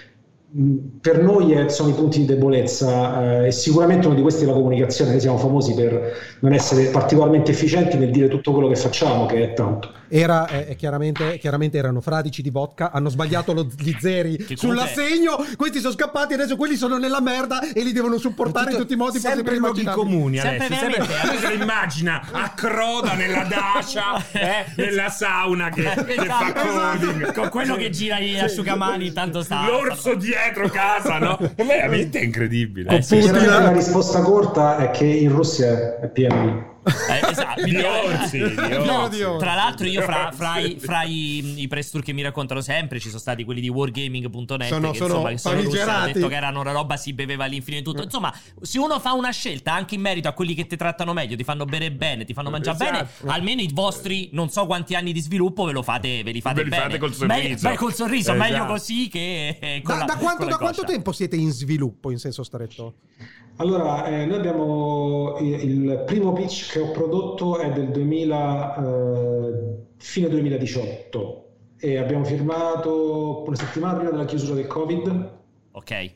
per noi è, sono i punti di debolezza, eh, e sicuramente uno di questi è la comunicazione. Noi siamo famosi per non essere particolarmente efficienti nel dire tutto quello che facciamo, che è tanto. Era eh, chiaramente, chiaramente erano fradici di vodka, hanno sbagliato lo, gli zeri Che sull'assegno, questi sono scappati, adesso quelli sono nella merda e li devono supportare in tutti i modi sempre possibili luoghi immaginabili. comuni, Sempre Alessio, sempre, veramente. adesso immagina a Croda nella dacia, eh, nella sauna che, che fa coding, con quello che gira gli asciugamani, tanto sta l'orso dietro casa, no? È veramente incredibile. Eh, sì, Chiaramente la risposta corta è che in Russia è pieno di Eh, esatto. Di orsi, di Pieno orsi. di orsi. Tra l'altro io fra, fra, i, fra i, i press tour che mi raccontano sempre ci sono stati quelli di wargaming punto net Sono- che, sono insomma, che sono russi, hanno famigerati. detto che erano una roba, si beveva all'infinito tutto. Insomma, se uno fa una scelta anche in merito a quelli che ti trattano meglio, ti fanno bere bene, ti fanno mangiare Esatto. bene, almeno i vostri non so quanti anni di sviluppo ve lo fate, ve li fate Ve li bene. fate col Meglio- sorriso. beh, col sorriso, Esatto. meglio così che eh, con Da, la- da quanto, con la da quanto coscia. tempo siete in sviluppo in senso stretto? Allora, eh, noi abbiamo il, il primo pitch che ho prodotto è del duemila, eh, fine duemiladiciotto, e abbiamo firmato una settimana prima della chiusura del Covid, Ok.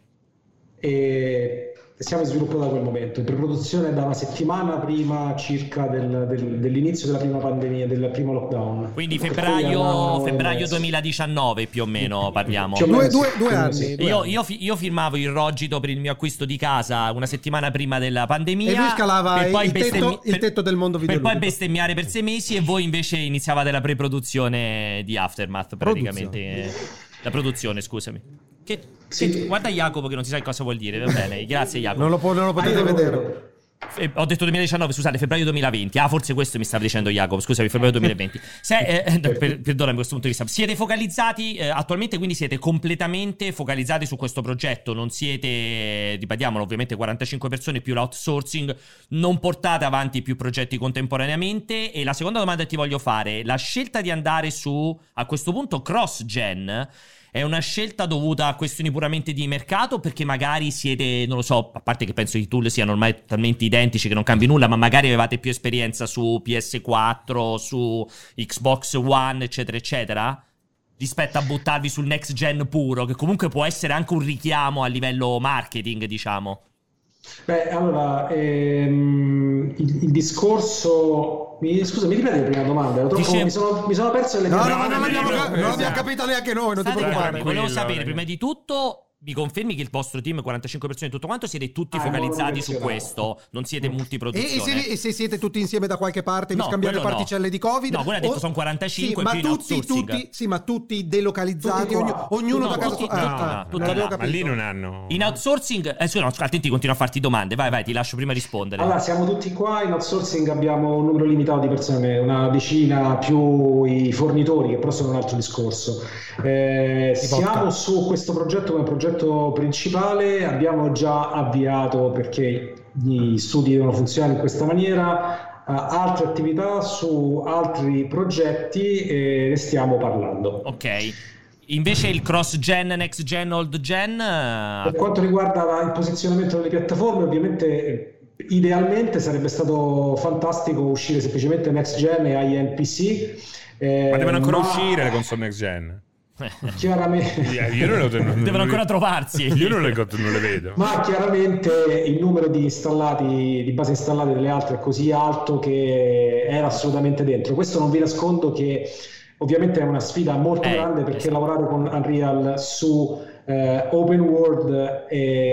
e siamo in sviluppo da quel momento, in preproduzione da una settimana prima circa del- del- dell'inizio della prima pandemia, del primo lockdown. Quindi Per cui febbraio, eravamo febbraio in mezzo. duemiladiciannove più o meno parliamo. Più o Due, meno due, sì, due più o meno anni. sì. due Io, anni. io, fi- io firmavo il rogito per il mio acquisto di casa una settimana prima della pandemia. E lui scalava per poi il tetto- bestemmi- il per- tetto del mondo Per poi videoludico. bestemmiare per sei mesi, e voi invece iniziavate la preproduzione di Aftermath, praticamente. Eh, La produzione, scusami. Che, Sì. che- guarda Jacopo che non si sa cosa vuol dire, va bene. Grazie Jacopo. Non lo, po- non lo Ah, potete io- vedere. Eh, ho detto duemiladiciannove, scusate, febbraio duemilaventi. Ah, forse questo mi stava dicendo Jacopo. Scusami, febbraio duemilaventi. Se, eh, eh, per, perdonami questo punto di vista. Siete focalizzati eh, attualmente, quindi siete completamente focalizzati su questo progetto. Non siete, ripetiamolo, ovviamente quarantacinque persone più l'outsourcing. Non portate avanti più progetti contemporaneamente. E la seconda domanda che ti voglio fare: la scelta di andare su, a questo punto, cross-gen, è una scelta dovuta a questioni puramente di mercato, perché magari siete, non lo so, a parte che penso i tool siano ormai talmente identici che non cambi nulla, ma magari avevate più esperienza su P S quattro, su Xbox One, eccetera, eccetera, rispetto a buttarvi sul next gen puro, che comunque può essere anche un richiamo a livello marketing, diciamo. Beh, allora, ehm, il, il discorso... Mi, scusa, mi ripeti la prima domanda? Ero troppo- Dice- mi, sono, mi sono perso le No, mie no, no, non nemmeno l'abbiamo, io. ca- non l'abbiamo Esatto. capito neanche noi, non ti State preoccupare. calmi, volevo Tranquillo, sapere, tranquillo. prima di tutto, mi confermi che il vostro team, quarantacinque persone e tutto quanto, siete tutti Ah, focalizzati su monodirezionale. questo, non siete E, e multiproduzione? se, e se siete tutti insieme da qualche parte, vi No, scambiate quello no. particelle di Covid? No, quello ha detto O- sono quarantacinque sì, più ma in tutti, outsourcing. tutti, sì, ma tutti delocalizzati, Tutti qua. ognu- ognuno No, da casa tutti- sua. tutti Ah, là, non tutti l'avevo là. Ma capito. lì non hanno... In outsourcing, eh, scusa, no, altrimenti continuo a farti domande. Vai, vai, ti lascio prima rispondere. Allora, siamo tutti qua, in outsourcing abbiamo un numero limitato di persone, una decina più i fornitori, che però sono un altro discorso. Eh, siamo vodka. su questo progetto come progetto principale, abbiamo già avviato, perché gli studi devono funzionare in questa maniera, eh, altre attività su altri progetti, e ne stiamo parlando. Ok. Invece il cross gen, next gen, old gen, eh, Per quanto riguarda la- il posizionamento delle piattaforme, ovviamente eh, idealmente sarebbe stato fantastico uscire semplicemente next gen e I N P C, eh, Ma devono ancora ma uscire le console next gen. chiaramente, Io non, lo- non- devono non- ancora trovarsi. Io non le, non le vedo. ma chiaramente il numero di installati, di base installate delle altre è così alto che era assolutamente dentro. Questo non vi nascondo che ovviamente è una sfida molto Eh, grande, perché esatto. lavorare con Unreal su eh, open world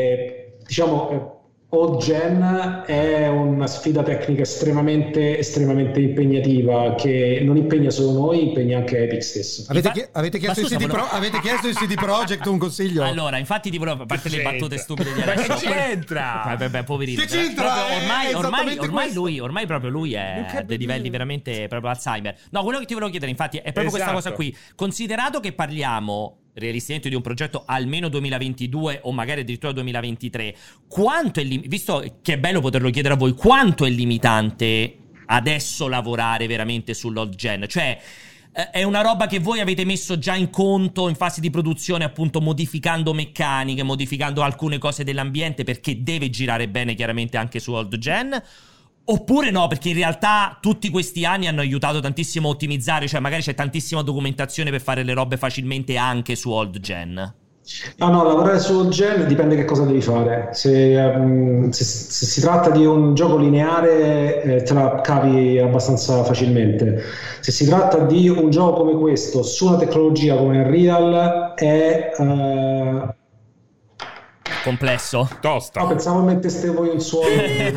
e diciamo eh, old gen è una sfida tecnica estremamente estremamente impegnativa, che non impegna solo noi, impegna anche Epic stesso. Avete, Ma- chie- avete ma chiesto, scusa, in C D volevo- Pro- avete chiesto in C D Projekt un consiglio? Allora, infatti ti volevo, a parte le c'entra? battute stupide di Ma che Alessio, c'entra? Ma vabbè, poverino. Che c'entra? Proprio È ormai, ormai, esattamente ormai questo. lui, ormai proprio lui Non è a capisco. dei livelli veramente proprio Alzheimer. No, quello che ti volevo chiedere, infatti, è proprio questa Esatto. cosa qui. Considerato che parliamo realisticamente di un progetto almeno duemilaventidue o magari addirittura duemilaventitré, quanto è lim- visto che è bello poterlo chiedere a voi, quanto è limitante adesso lavorare veramente sull'old gen? Cioè, eh, è una roba che voi avete messo già in conto in fase di produzione, appunto modificando meccaniche, modificando alcune cose dell'ambiente, perché deve girare bene chiaramente anche su old gen? Oppure no, perché in realtà tutti questi anni hanno aiutato tantissimo a ottimizzare, cioè magari c'è tantissima documentazione per fare le robe facilmente anche su old gen. No, no, lavorare sul gen dipende che cosa devi fare. Se, um, se, se si tratta di un gioco lineare, eh, te la cavi abbastanza facilmente. Se si tratta di un gioco come questo, su una tecnologia come Unreal, è... Uh, complesso. Tosta. No, pensavo metteste voi un suono.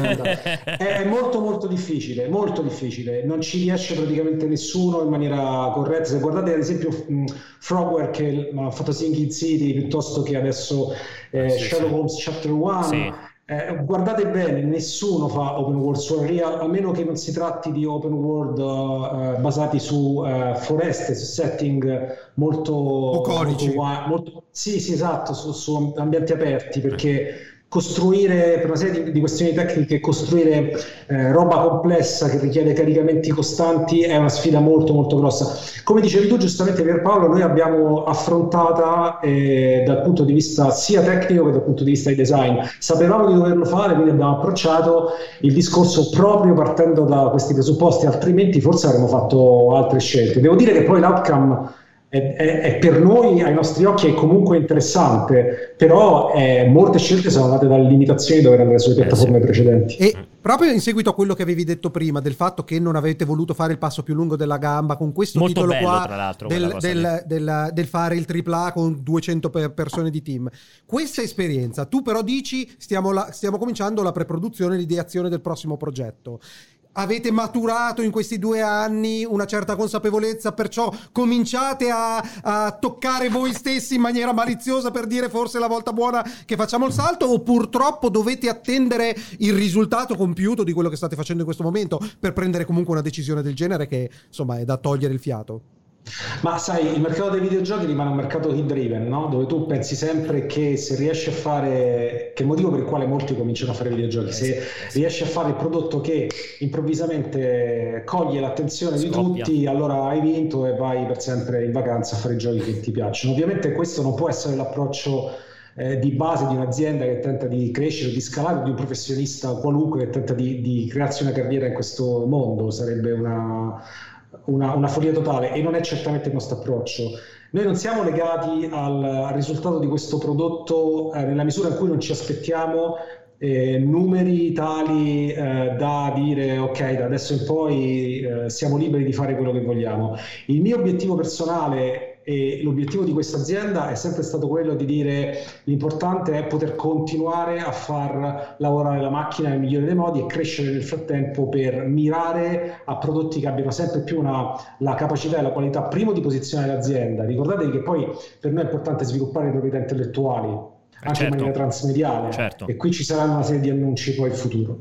È molto molto difficile, molto difficile. Non ci riesce praticamente nessuno in maniera corretta. Se guardate ad esempio mh, Frogware che ha fatto Sinking City piuttosto che adesso eh, sì, Sherlock sì. Holmes Chapter uno, sì. eh, guardate bene, nessuno fa open world su Unreal, a meno che non si tratti di open world uh, basati su uh, foreste, su setting molto bucolici. Molto, molto, sì, sì, esatto, su, su ambienti aperti, perché costruire, per una serie di, di questioni tecniche, costruire eh, roba complessa che richiede caricamenti costanti è una sfida molto molto grossa. Come dicevi tu giustamente Pierpaolo, noi abbiamo affrontata eh, dal punto di vista sia tecnico che dal punto di vista di design. Sapevamo di doverlo fare, quindi abbiamo approcciato il discorso proprio partendo da questi presupposti, altrimenti forse avremmo fatto altre scelte. Devo dire che poi l'outcome È, è, è per noi, ai nostri occhi, è comunque interessante, però eh, molte scelte sono andate dalle limitazioni dove erano sulle piattaforme eh sì. precedenti. E proprio in seguito a quello che avevi detto prima, del fatto che non avete voluto fare il passo più lungo della gamba con questo molto titolo bello, qua tra l'altro, del, del, del, del fare il tripla A con duecento persone di team, questa esperienza, tu però dici stiamo, la, stiamo cominciando la preproduzione, l'ideazione del prossimo progetto. Avete maturato in questi due anni una certa consapevolezza, perciò cominciate a, a toccare voi stessi in maniera maliziosa per dire forse è la volta buona che facciamo il salto, o purtroppo dovete attendere il risultato compiuto di quello che state facendo in questo momento per prendere comunque una decisione del genere che insomma è da togliere il fiato? Ma sai, il mercato dei videogiochi rimane un mercato hit driven, no? Dove tu pensi sempre che se riesci a fare, che è il motivo per il quale molti cominciano a fare videogiochi, se riesci a fare il prodotto che improvvisamente coglie l'attenzione di Scoppia. tutti, allora hai vinto e vai per sempre in vacanza a fare i giochi che ti piacciono. Ovviamente questo non può essere l'approccio eh, di base di un'azienda che tenta di crescere, di scalare, di un professionista qualunque che tenta di, di crearsi una carriera in questo mondo. Sarebbe una Una, una follia totale, e non è certamente il nostro approccio. Noi non siamo legati al, al risultato di questo prodotto eh, nella misura in cui non ci aspettiamo eh, numeri tali eh, da dire ok, da adesso in poi eh, siamo liberi di fare quello che vogliamo. Il mio obiettivo personale e l'obiettivo di questa azienda è sempre stato quello di dire l'importante è poter continuare a far lavorare la macchina nel migliore dei modi e crescere nel frattempo per mirare a prodotti che abbiano sempre più una, la capacità e la qualità primo di posizionare l'azienda. Ricordatevi che poi per noi è importante sviluppare le proprietà intellettuali anche certo. in maniera transmediale certo. e qui ci saranno una serie di annunci poi in futuro,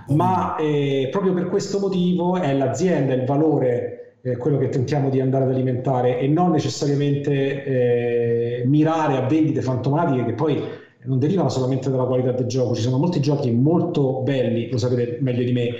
ma eh, proprio per questo motivo è l'azienda, il valore, quello che tentiamo di andare ad alimentare, e non necessariamente eh, mirare a vendite fantomatiche che poi non derivano solamente dalla qualità del gioco. Ci sono molti giochi molto belli, lo sapete meglio di me,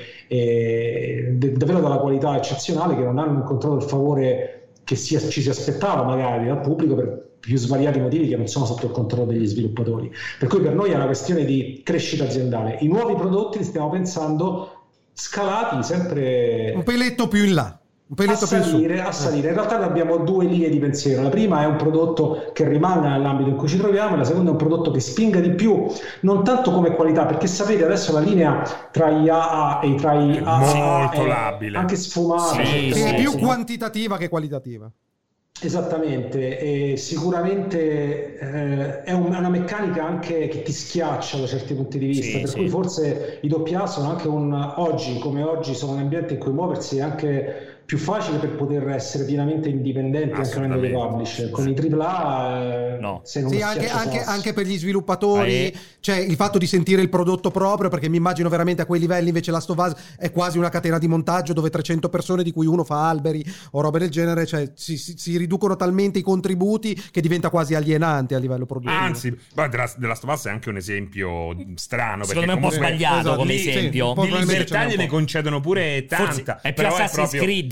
eh, davvero dalla qualità eccezionale, che non hanno incontrato il favore che si, ci si aspettava magari dal pubblico per più svariati motivi che non sono sotto il controllo degli sviluppatori. Per cui per noi è una questione di crescita aziendale. I nuovi prodotti li stiamo pensando scalati sempre un peletto più in là. A salire, a salire. In realtà noi abbiamo due linee di pensiero. La prima è un prodotto che rimanga nell'ambito in cui ci troviamo, e la seconda è un prodotto che spinga di più, non tanto come qualità, perché sapete adesso la linea tra i A A e tra i A A molto è labile, anche sfumata, sì, sì, è più sì. quantitativa che qualitativa. Esattamente, e sicuramente eh, è, un, è una meccanica anche che ti schiaccia da certi punti di vista, sì, per sì. cui forse i doppia A sono anche un, oggi come oggi sono un ambiente in cui muoversi è anche più facile per poter essere pienamente indipendenti anche nel publisher. Con i tripla A eh, no. se non sì, anche, anche, anche per gli sviluppatori eh. cioè il fatto di sentire il prodotto proprio, perché mi immagino veramente a quei livelli invece Last of Us è quasi una catena di montaggio dove trecento persone di cui uno fa alberi o robe del genere, cioè si, si, si riducono talmente i contributi che diventa quasi alienante a livello produttivo. Anzi, The Last of Us è anche un esempio strano, secondo perché me è un po' sbagliato esatto, come sì, esempio sì, di libertà gliene concedono pure tanta. Forse è più però Assassin's è proprio... Creed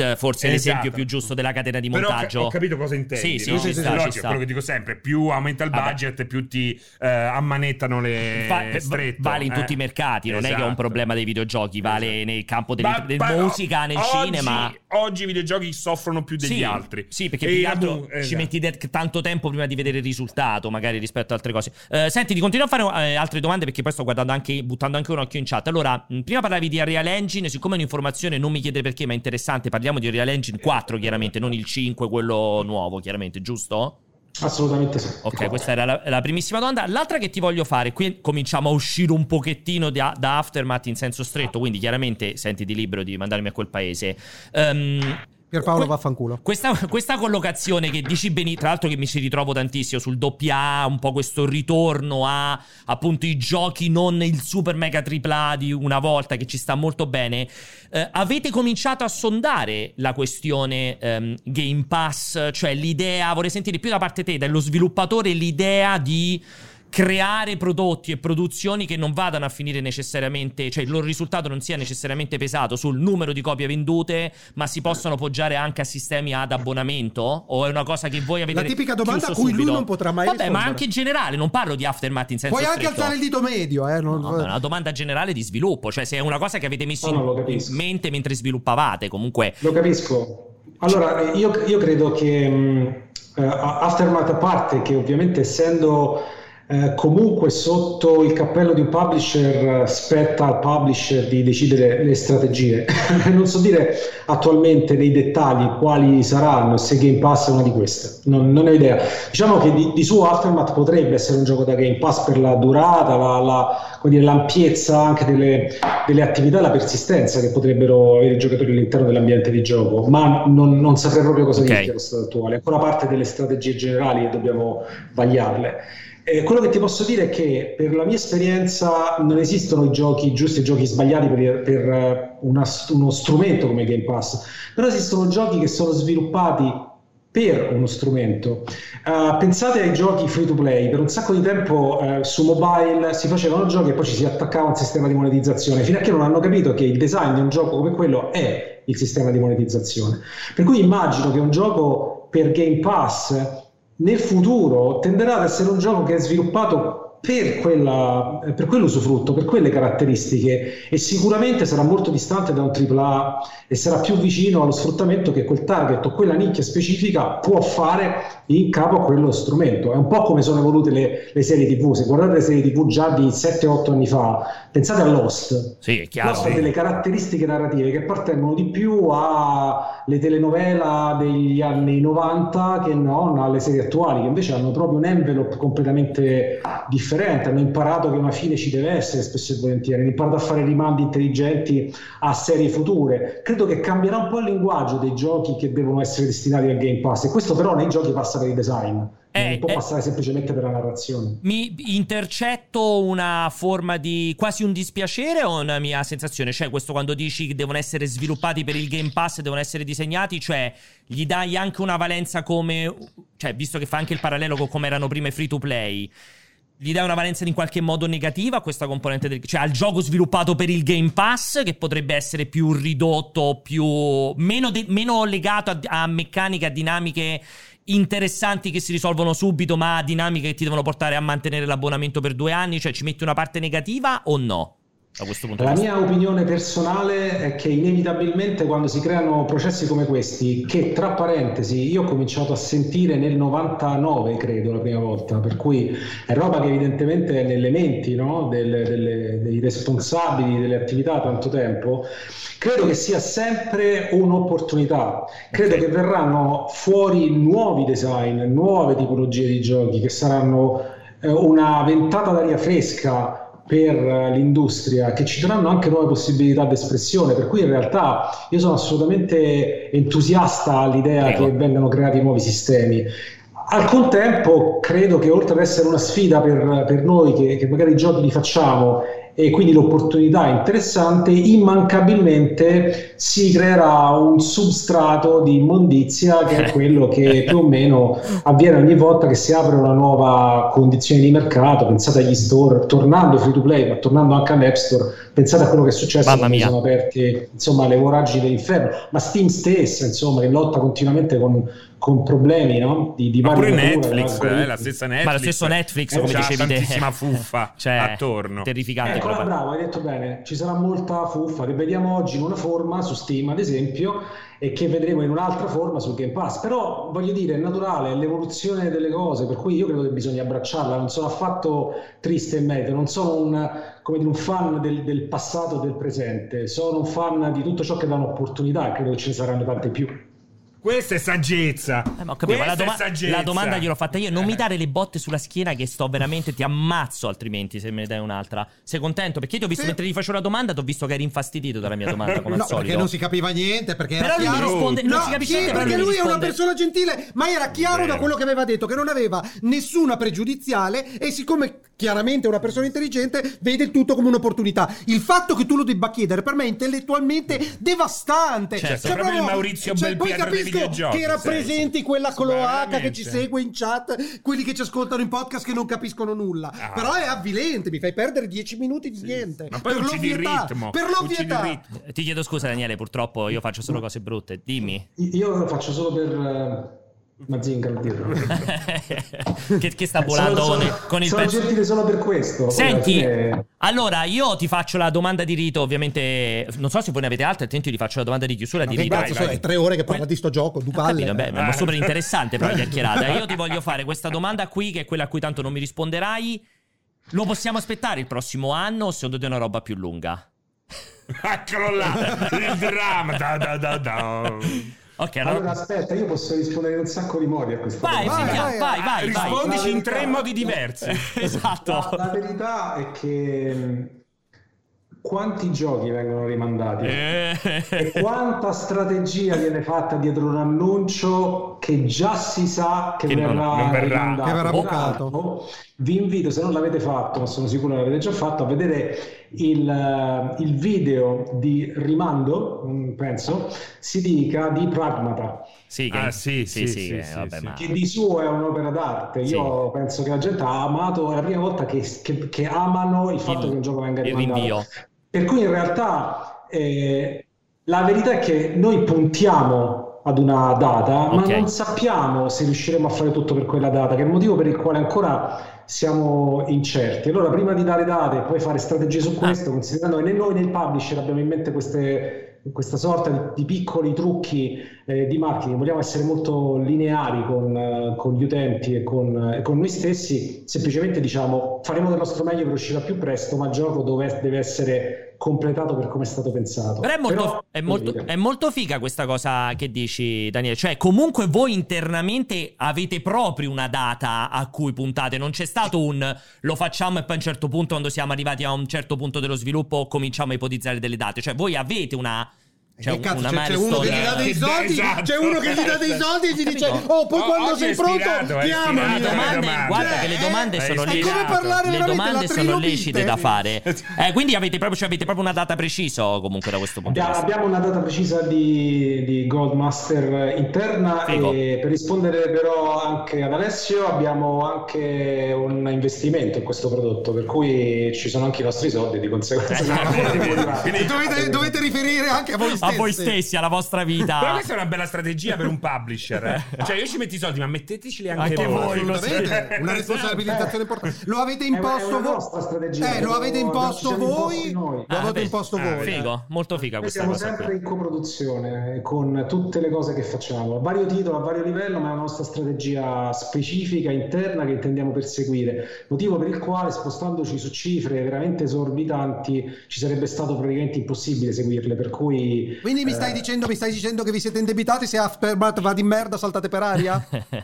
Battlefield forse è Esatto. l'esempio più giusto della catena di Però montaggio. ho capito cosa intendi. Sì, sì, no? ci sta, Però ci è sta. quello che dico sempre, più aumenta il Vabbè. budget, più ti eh, ammanettano le Va- stretto. vale in eh. tutti i mercati, non è che è un Esatto. problema dei videogiochi, vale Esatto. nel campo delle, Ma- del ma- musica, nel oggi, cinema. Oggi i videogiochi soffrono più degli Sì, altri. sì, perché E più che a altro mu- ci esatto. metti de- tanto tempo prima di vedere il risultato, magari rispetto ad altre cose. Eh, senti, ti continuo a fare eh, altre domande perché poi sto guardando anche, buttando anche un occhio in chat. Allora, mh, prima parlavi di Unreal Engine, siccome è un'informazione non mi chiedere perché, ma è interessante, parliamo di Unreal Engine quattro chiaramente, non il cinque, quello nuovo chiaramente, giusto? Assolutamente sì. Ok, questa era la, la primissima domanda. L'altra che ti voglio fare, qui cominciamo a uscire un pochettino da, da Aftermath in senso stretto, quindi chiaramente sentiti libero di mandarmi a quel paese. Um, Pierpaolo vaffanculo. Questa, questa collocazione che dici bene, tra l'altro che mi ci ritrovo tantissimo sul doppia A, un po' questo ritorno a appunto i giochi non il super mega tripla di una volta, che ci sta molto bene. Eh, avete cominciato a sondare la questione ehm, Game Pass, cioè l'idea, vorrei sentire più da parte te, dello sviluppatore, l'idea di creare prodotti e produzioni che non vadano a finire necessariamente, cioè il loro risultato non sia necessariamente pesato sul numero di copie vendute, ma si possono poggiare anche a sistemi ad abbonamento? O è una cosa che voi avete La tipica domanda a chiuso cui subito? lui non potrà mai Vabbè, rispondere. ma anche in generale, non parlo di Aftermath in senso Puoi anche stretto. alzare il dito medio, eh? Non... No, no, è una domanda generale di sviluppo, cioè se è una cosa che avete messo No, no, lo in, in capisco. mente mentre sviluppavate, comunque. Lo capisco. Allora, io, io credo che mh, uh, Aftermath a parte, che ovviamente essendo uh, comunque sotto il cappello di un publisher, uh, spetta al publisher di decidere le strategie. Non so dire attualmente nei dettagli quali saranno, se Game Pass è una di queste, non, non ho idea. Diciamo che di, di suo Aftermath potrebbe essere un gioco da Game Pass per la durata, la, la, come dire, l'ampiezza anche delle, delle attività e la persistenza che potrebbero avere i giocatori all'interno dell'ambiente di gioco, ma non, non saprei proprio cosa Ok. dire allo stato attuale. È ancora parte delle strategie generali che dobbiamo vagliarle. Eh, quello che ti posso dire è che per la mia esperienza non esistono i giochi giusti e i giochi sbagliati per, per eh, una- uno strumento come Game Pass, però esistono giochi che sono sviluppati per uno strumento. Uh, pensate ai giochi free to play. Per un sacco di tempo uh, su mobile si facevano giochi e poi ci si attaccava a un sistema di monetizzazione, fino a che non hanno capito che il design di un gioco come quello è il sistema di monetizzazione. Per cui immagino che un gioco per Game Pass nel futuro tenderà ad essere un gioco che è sviluppato per, quella, per quell'usufrutto, per quelle caratteristiche, e sicuramente sarà molto distante da un tripla A e sarà più vicino allo sfruttamento che quel target o quella nicchia specifica può fare in capo a quello strumento. È un po' come sono evolute le, le serie tivù. Se guardate le serie tivù già di sette otto anni fa, pensate a Lost. Sì, è chiaro. Lost ha delle caratteristiche narrative che appartengono di più alle telenovela degli anni novanta che non alle serie attuali, che invece hanno proprio un envelope completamente differente. Hanno imparato che una fine ci deve essere, spesso e volentieri, hanno imparato a fare rimandi intelligenti a serie future. Credo che cambierà un po' il linguaggio dei giochi che devono essere destinati al Game Pass, e questo però nei giochi passa per il design, Eh, non può eh. passare semplicemente per la narrazione. Mi intercetto una forma di quasi un dispiacere o una mia sensazione? Cioè, questo quando dici che devono essere sviluppati per il Game Pass, devono essere disegnati, cioè gli dai anche una valenza come, cioè visto che fa anche il parallelo con come erano prima i free to play, gli dai una valenza in qualche modo negativa a questa componente del, cioè al gioco sviluppato per il Game Pass, che potrebbe essere più ridotto, più meno, de, meno legato a, a meccaniche, a dinamiche interessanti che si risolvono subito, ma dinamiche che ti devono portare a mantenere l'abbonamento per due anni? Cioè ci metti una parte negativa o no? Da questo punto La di vista, mia opinione personale è che inevitabilmente quando si creano processi come questi, che tra parentesi io ho cominciato a sentire nel novantanove, credo, la prima volta, per cui è roba che evidentemente è nelle menti, no? Delle- delle- dei responsabili delle attività da tanto tempo, credo che sia sempre un'opportunità. Credo Ok. che verranno fuori nuovi design, nuove tipologie di giochi che saranno eh, una ventata d'aria fresca per eh, l'industria, che ci daranno anche nuove possibilità di espressione, per cui in realtà io sono assolutamente entusiasta all'idea Prego. che vengano creati nuovi sistemi. Al contempo credo che oltre ad essere una sfida per, per noi che, che magari i giochi li facciamo e quindi l'opportunità è interessante, immancabilmente si creerà un substrato di immondizia che è quello che più o meno avviene ogni volta che si apre una nuova condizione di mercato. Pensate agli store, tornando free to play, ma tornando anche all'App Store, pensate a quello che è successo Mamma quando mia. sono aperti, insomma, le voragini dell'inferno, ma Steam stessa, insomma, che lotta continuamente con, con problemi, no? di, di Ma varie pure nature, Netflix, no? eh, la stessa Netflix. Ma lo stesso Netflix, Eh, come c'ha dicevi te. tantissima fuffa cioè, attorno. terrificante. Ecco, proprio. bravo, hai detto bene, ci sarà molta fuffa che vediamo oggi in una forma su Steam ad esempio e che vedremo in un'altra forma sul Game Pass, però voglio dire è naturale, è l'evoluzione delle cose, per cui io credo che bisogna abbracciarla, non sono affatto triste e merito, non sono un, come dire, un fan del, del passato e del presente, sono un fan di tutto ciò che dà un'opportunità e credo che ce ne saranno tante più. Questa è saggezza. Eh, ma ho capito, ma la, Questa doma- è saggezza. la domanda gliel'ho fatta io. Non mi dare le botte sulla schiena che sto veramente, ti ammazzo altrimenti se me ne dai un'altra. Sei contento? Perché io ti ho visto Sì. mentre ti facevo la domanda, ti ho visto che eri infastidito dalla mia domanda come No, al solito. perché non si capiva niente, perché era Però lui mi chiaro. risponde, non No, si capisce sì, niente, però perché lui lui è una risponde. persona gentile, ma era chiaro Vero. da quello che aveva detto che non aveva nessuna pregiudiziale e siccome chiaramente è una persona intelligente vede il tutto come un'opportunità. Il fatto che tu lo debba chiedere per me è intellettualmente devastante. Certo. Sei proprio il Maurizio cioè, poi Belpietro dei ccapisco videogiochi, che rappresenti sei. quella cloaca che ci Veramente. segue in chat, quelli che ci ascoltano in podcast che non capiscono nulla. Ah. Però è avvilente, mi fai perdere dieci minuti di niente. Ma poi per uccidi il l'ovvietà, ritmo. per uccidi l'ovvietà. il ritmo. Eh, Ti chiedo scusa Daniele, purtroppo io faccio solo cose brutte. Dimmi. Io lo faccio solo per uh, Mazinga dietro. che, che sta volando sono, con, sono, con il sono pezzo. gentile solo per questo. Senti, Alla fine- allora io ti faccio la domanda di rito, ovviamente. Non so se voi ne avete altre, altrimenti io ti faccio la domanda di chiusura di Che rito. cazzo, sono è tre ore che parla di sto gioco, due Ho palle. capito, beh, ma Ah. super interessante però la chiacchierata. Io ti voglio fare questa domanda qui, che è quella a cui tanto non mi risponderai. Lo possiamo aspettare il prossimo anno o secondo te è una roba più lunga? Eccolo là, il dramma. Da, da, da, da. Ok, allora, Allora aspetta, io posso rispondere in un sacco di modi a questa vai, domanda. vai, vai, vai, vai, vai. Rispondici in La tre verità- modi diversi. Esatto. La, la verità è che mh, quanti giochi vengono rimandati Eh. e quanta strategia viene fatta dietro un annuncio che già si sa che, Che non- verrà, non verrà. rimandato. Che verrà Peraltro, bucato. Vi invito, se non l'avete fatto, ma sono sicuro che l'avete già fatto, a vedere il, eh, il video di rimando, mh, penso, si dica, di Pragmata. Sì, che, Ah, sì, sì, sì, che- sì, vabbè, sì. ma... Che di suo è un'opera d'arte. Sì. Io penso che la gente ha amato, è la prima volta che, che- che amano il fatto Il- che un gioco venga il rimandato. rinvio. Per cui in realtà eh, la verità è che noi puntiamo ad una data, Ok. ma non sappiamo se riusciremo a fare tutto per quella data, che è il motivo per il quale ancora siamo incerti. Allora, prima di dare date e poi fare strategie su questo, considerando che né noi né il publisher abbiamo in mente queste, questa sorta di, di piccoli trucchi eh, di marketing, vogliamo essere molto lineari con, eh, con gli utenti e con, e con noi stessi, semplicemente diciamo faremo del nostro meglio per uscire al più presto, ma il gioco dove deve essere completato per come è stato pensato. Però è molto, Però- è, molto, è molto figa questa cosa che dici, Daniele. Cioè, comunque voi internamente avete proprio una data a cui puntate. Non c'è stato un lo facciamo e poi a un certo punto, quando siamo arrivati a un certo punto dello sviluppo, cominciamo a ipotizzare delle date. Cioè, voi avete una... Cioè, che cazzo, una c'è, c'è uno che gli dà dei milestone. soldi, Esatto. c'è uno che gli dà dei soldi e gli dice Capito? oh poi Oh, quando oggi sei è pronto ispirato, è chiamami. ispirato Le domande, domande. guarda che le domande Eh, sono è È lecite. come parlare Le veramente domande la sono trilobite. lecite da fare. Eh, quindi avete proprio, cioè, avete proprio una data precisa comunque da questo punto di Abbiamo, vista. abbiamo una data precisa di, di Goldmaster interna Figo. e per rispondere però anche ad Alessio abbiamo anche un investimento in questo prodotto, per cui ci sono anche i nostri soldi di conseguenza. Quindi- Dovete, dovete riferire anche a voi A stessi. voi stessi, alla vostra vita. Però questa è una bella strategia per un publisher. eh. Cioè, io ci metti i soldi, ma metteteceli anche, Anche voi, voi. lo Assolutamente, una responsabilizzazione importante. Lo avete imposto È una voi. nostra strategia. Eh, lo avete Lo- imposto ci siamo voi. imposti noi. Lo Ah, avete vedi. imposto Ah, voi. Figo, molto figa Noi questa siamo cosa sempre qui. in coproduzione con tutte le cose che facciamo, a vario titolo, a vario livello, ma è una nostra strategia specifica, interna, che intendiamo perseguire, motivo per il quale spostandoci su cifre veramente esorbitanti ci sarebbe stato praticamente impossibile seguirle, per cui Quindi mi stai eh, dicendo, mi stai dicendo che vi siete indebitati, se Aftermath va di merda saltate per aria?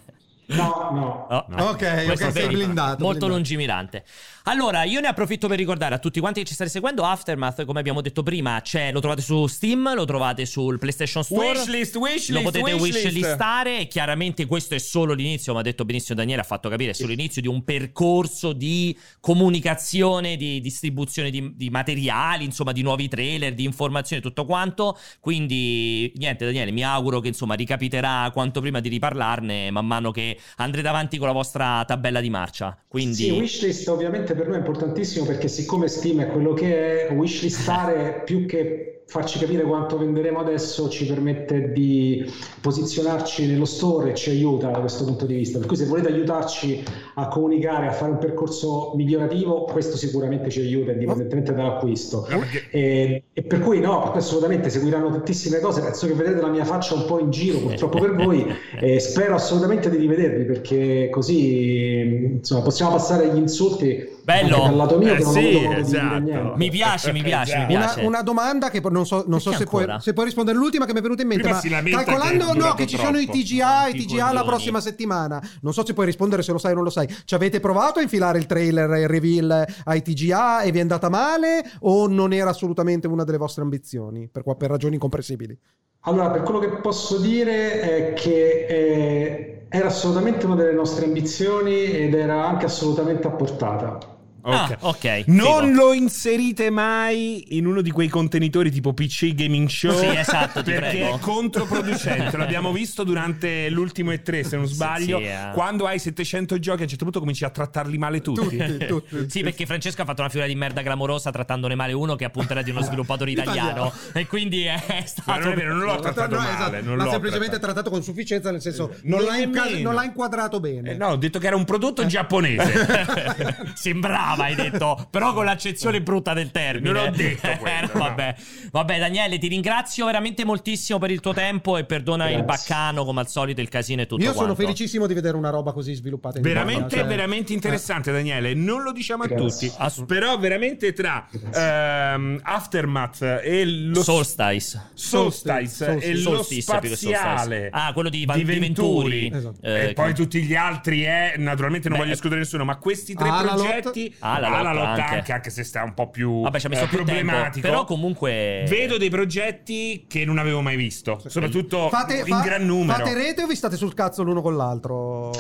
No, no. Oh, No. Ok, Questo ok, è sei vero. blindato. Molto blindato. lungimirante. Allora, io ne approfitto per ricordare a tutti quanti che ci state seguendo Aftermath, come abbiamo detto prima, c'è, lo trovate su Steam, lo trovate sul PlayStation Store. Wishlist, wishlist, lo potete wishlist. wishlistare e chiaramente questo è solo l'inizio, come ha detto benissimo Daniele, ha fatto capire, è solo l'inizio di un percorso di comunicazione, di distribuzione di, di materiali, insomma di nuovi trailer, di informazioni, tutto quanto. Quindi niente Daniele, mi auguro che insomma ricapiterà quanto prima di riparlarne man mano che andrete avanti con la vostra tabella di marcia. Quindi Sì, wishlist ovviamente per noi è importantissimo perché siccome Steam è quello che è, wishlistare più che farci capire quanto venderemo adesso ci permette di posizionarci nello store e ci aiuta da questo punto di vista. Per cui se volete aiutarci a comunicare, a fare un percorso migliorativo, questo sicuramente ci aiuta indipendentemente dall'acquisto. No, perché- E, e per cui no, assolutamente seguiranno tantissime cose. Penso che vedrete la mia faccia un po' in giro purtroppo per voi e spero assolutamente di rivedervi perché così insomma possiamo passare agli insulti. Bello. Anche dal lato mio Eh che non sì, ho avuto modo di esatto. dire niente. mi piace, mi piace, mi Esatto. Una, piace. una domanda che poi non so, non so Perché se, puoi, ancora? se puoi rispondere, l'ultima che mi è venuta in mente, Prima ma si lamenta calcolando che è no, durato che ci sono i troppo. T G A e i I T G A la coglioni. prossima settimana, non so se puoi rispondere se lo sai o non lo sai, ci avete provato a infilare il trailer e il reveal ai T G A e vi è andata male o non era assolutamente una delle vostre ambizioni per, qua- per ragioni incomprensibili? Allora, per quello che posso dire è che eh, era assolutamente una delle nostre ambizioni ed era anche assolutamente a portata. Ah, ok. Non figo. lo inserite mai in uno di quei contenitori tipo P C Gaming Show. Sì, esatto, ti perché prego. è controproducente. L'abbiamo visto durante l'ultimo E tre, se non sbaglio. sì, eh. Quando hai settecento giochi, a un certo punto cominci a trattarli male tutti. Tutti, tutti. Sì, perché Francesco ha fatto una figura di merda clamorosa trattandone male uno che appunto era di uno sviluppatore italiano e quindi è Ma stato non è vero, non l'ho trattato No, male. esatto, non l'ha l'ho semplicemente trattato. trattato con sufficienza, nel senso non, Non l'ha, inca- nemmeno. non l'ha inquadrato bene. Eh, no, ho detto che era un prodotto giapponese. sembrava, hai detto, però con l'accezione brutta del termine. Non ho detto Eh, quello, no, no. vabbè. Vabbè Daniele, ti ringrazio veramente moltissimo per il tuo tempo e perdona Grazie. il baccano come al solito, il casino e tutto Io sono quanto. felicissimo di vedere una roba così sviluppata in Veramente, Italia, cioè- veramente interessante, Daniele. Non lo diciamo a Grazie. tutti. Ass- però, veramente tra ehm, Aftermath e lo Solstice. Solstice e lo Solstice, più che spaziale Solstice. Ah, quello di Van- di Venturi, Venturi. Esatto. Eh, e poi che- tutti gli altri è naturalmente non Beh, voglio escludere nessuno, ma questi tre Alalot. progetti Alalot Alalot anche. anche, anche se sta un po' più Vabbè, ci ha messo eh, più tempo, problematico, però comunque vedo dei progetti che non avevo mai visto, soprattutto Fate, in fa- gran numero. fate rete o vi state sul cazzo l'uno con l'altro?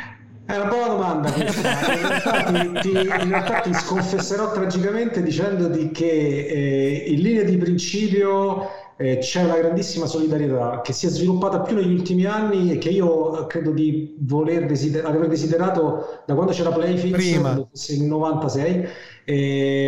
È una buona domanda questa. In realtà ti, ti- in realtà ti sconfesserò tragicamente dicendoti che eh, in linea di principio eh, c'è una grandissima solidarietà che si è sviluppata più negli ultimi anni e che io credo di voler desider- aver desiderato da quando c'era Playfix, Prima. credo fosse nel novantasei, e,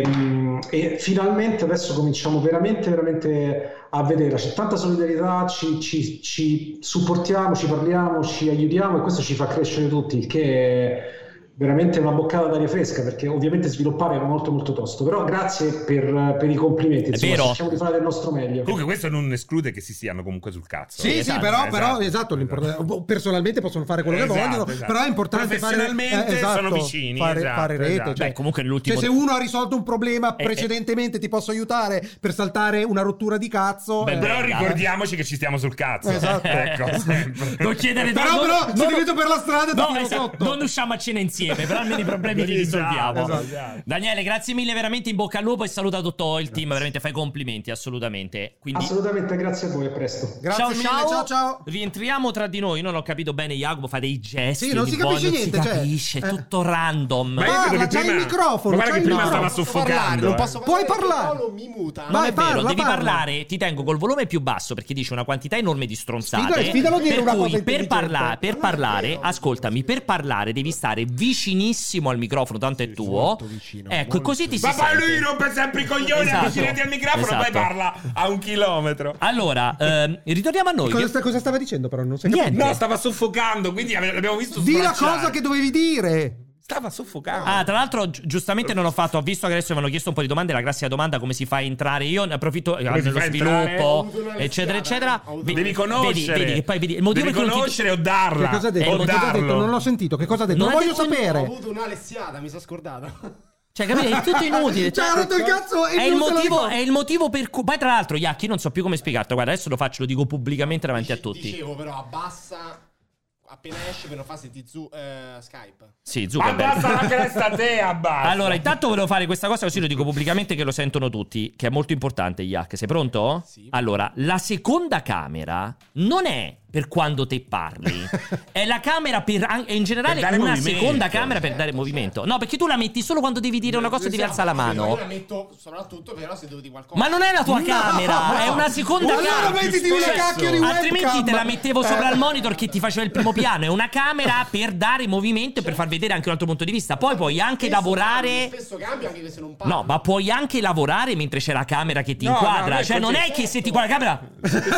e finalmente adesso cominciamo veramente veramente a vedere, c'è tanta solidarietà, ci, ci, ci supportiamo, ci parliamo, ci aiutiamo e questo ci fa crescere tutti, il che è veramente una boccata d'aria fresca, perché ovviamente sviluppare è molto molto tosto, però grazie per, per i complimenti, insomma, vero. cerchiamo di fare del nostro meglio. Comunque questo non esclude che si stiano comunque sul cazzo. Sì, sì, esatto, però, esatto, però esatto, l'importante- personalmente possono fare quello Esatto, che vogliono, esatto. però è importante fare, Professionalmente eh, esatto, sono vicini, fare, esatto, fare rete. esatto. Cioè, Beh, comunque nell'ultimo cioè, se uno ha risolto un problema Eh, precedentemente ti posso aiutare per saltare una rottura di cazzo. Beh, eh, Però Venga. ricordiamoci che ci stiamo sul cazzo. Esatto. Ecco, sempre. non chiedere Però, non- però, non- se ti vedo per la strada ti no, tiro esatto, sotto. non usciamo a cena insieme, però almeno i problemi li Esatto, risolviamo. esatto, esatto. Daniele, grazie mille, veramente in bocca al lupo e saluta tutto il team, veramente fai complimenti, assolutamente. Quindi Assolutamente, grazie a voi, a presto. Grazie ciao, mille, ciao ciao ciao. Rientriamo tra di noi. Io non ho capito bene, Jacopo fa dei gesti. Sì, non ogni si capisce volta, niente, Non si cioè, capisce, eh. tutto random. Ma io Parla, credo che c'hai prima- il microfono, ma guarda c'hai che il prima stava microfono. soffocando. Non eh. posso Puoi parlare, parlare. Paolo mi muta. Non Vai, è vero, parla, devi parla. parlare, ti tengo col volume più basso perché dice una quantità enorme di stronzate. Sfida- sfidalo a dire per una cui cosa per, intelligente. parla- per Non è parlare, vero. ascoltami, per parlare devi stare vicinissimo al microfono, tanto è tuo. molto vicino, Ecco, molto così ti si Ma poi sente. lui rompe sempre i coglioni, Esatto. avvicinati al microfono, Esatto. poi parla a un chilometro. Allora, ehm, ritorniamo a noi. Cosa, Io- sta- cosa stava dicendo però? Non sei Niente. capito. No, stava soffocando, quindi ave- l'abbiamo visto Di la sbracciare. cosa che dovevi dire. Stava soffocando. Ah, tra l'altro, gi- giustamente non ho fatto. Ho visto che adesso mi hanno chiesto un po' di domande. La classica domanda: come si fa a entrare? Io ne approfitto eh, si nello fa a entrare? sviluppo, Ho avuto una eccetera, rischiata, eccetera. ho avuto Vedi- Devi conoscere. Vedi, vedi che poi vedi il motivo Devi per cui non ti- conoscere o darla. Che cosa ha detto? Eh, o Che cosa ha detto? darlo. Non l'ho sentito. Che cosa ha detto? Non Non ha voglio detto- Ho sapere. avuto una lessiata, mi sono scordato. Cioè, capito? È tutto inutile. Cioè, ha rotto il cazzo e È il, non se lo motivo, ricorda. è il motivo per cui. Poi, tra l'altro, Iacchi, non so più come spiegarti. Guarda, adesso lo faccio, lo dico pubblicamente davanti a tutti. Dicevo però, abbassa appena esce per non fare sentire zu- uh, Skype. Sì, Zuckerberg. Abbassa la cresta a te, abbassa. Allora, intanto volevo fare questa cosa così lo dico pubblicamente che lo sentono tutti, che è molto importante, Yak. Sei pronto? Sì. Allora, la seconda camera non è per quando te parli, è la camera per in generale Per dare una movimento. seconda camera per dare movimento. No, perché tu la metti solo quando devi dire una cosa e devi alzare la Io mano. la metto soprattutto però se devo dire qualcosa. Ma non è la tua No, camera, no. è una seconda Allora camera. mettiti una Cioè, cacchio di webcam. altrimenti te la mettevo sopra Eh. il monitor che ti faceva il primo piano. È una camera per dare movimento e per far vedere anche un altro punto di vista. Poi puoi anche Spesso lavorare. cambia, spesso cambia anche se non parlo. No, ma puoi anche lavorare mentre c'è la camera che ti No, inquadra. no, no, cioè, è non così. è che se ti guarda la camera.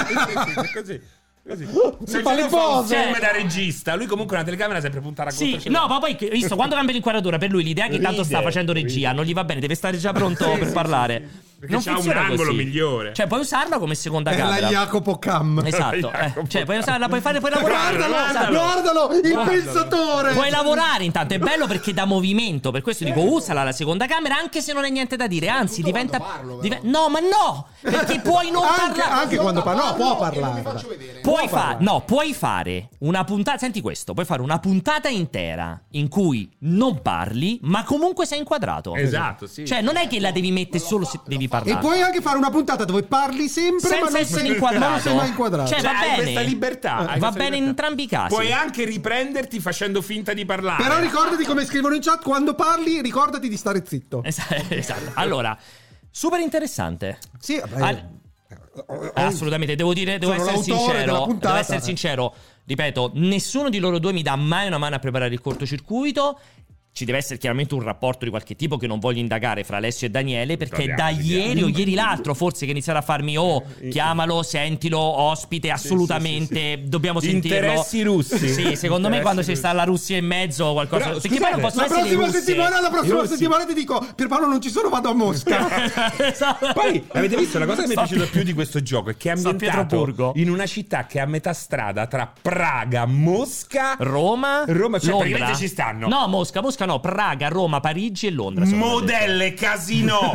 Così. Così. Si Se fa le Gino fa un pose. film da regista, lui comunque una telecamera sempre puntata a Sì, conto no, ma poi che- visto quando cambia l'inquadratura per lui l'idea è che tanto sta Ride, facendo regia, ride. non gli va bene, deve stare già pronto Sì, per sì, parlare. sì, perché Non c'ha un funziona angolo così. migliore. Cioè, puoi usarla come seconda È la camera. Jacopo Cam. Esatto, eh, Jacopo cioè puoi usarla, puoi fare, puoi lavorare. Guardalo, esatto. guardalo, il Guardalo. pensatore. Puoi lavorare intanto, è bello perché dà movimento, per questo dico usala la seconda camera anche se non hai niente da dire, anzi Tutto diventa quando parlo, però. dive- no, ma no, perché puoi non Anche, parlare. anche quando parla, no, può e non parlare. mi faccio vedere. Puoi Può fare, parlare. no, puoi fare una puntata, senti questo, puoi fare una puntata intera in cui non parli, ma comunque sei inquadrato. Esatto, sì. Cioè, non è che la devi mettere solo se devi E parlare. puoi anche fare una puntata dove parli sempre, ma Senza non essere sei, inquadrato. ma non sei mai inquadrato. Cioè, Cioè, va hai bene. questa libertà, hai Va questa bene in libertà. entrambi i casi. Puoi anche riprenderti facendo finta di parlare. Però ricordati come scrivono in chat, quando parli ricordati di stare zitto. Esatto, esatto. Allora, super interessante. Sì, vabbè. Al- Assolutamente, devo dire, devo Sono essere l'autore sincero. della puntata. Devo essere sincero. Ripeto, nessuno di loro due mi dà mai una mano a preparare il cortocircuito. Ci deve essere chiaramente un rapporto di qualche tipo che non voglio indagare fra Alessio e Daniele, perché Vediamo, da vediamo. ieri o ieri l'altro forse che iniziare a farmi oh, chiamalo, sentilo, ospite, assolutamente, dobbiamo sentirlo. Interessi russi. Sì, secondo me Interessi quando ci russi. sta la Russia in mezzo qualcosa. Però, perché poi non scusate, possono La essere prossima russi. settimana, la prossima Russi. settimana ti dico, Pierpaolo non ci sono, vado a Mosca. Esatto. Poi avete visto la cosa che mi è Sta- piaciuta più di questo gioco è che è San ambientato Pietroburgo. in una città che è a metà strada tra Praga, Mosca, Roma, Roma, cioè, Londra. praticamente ci stanno. No, Mosca, Mosca no, Praga, Roma, Parigi e Londra. sono modelle, casino,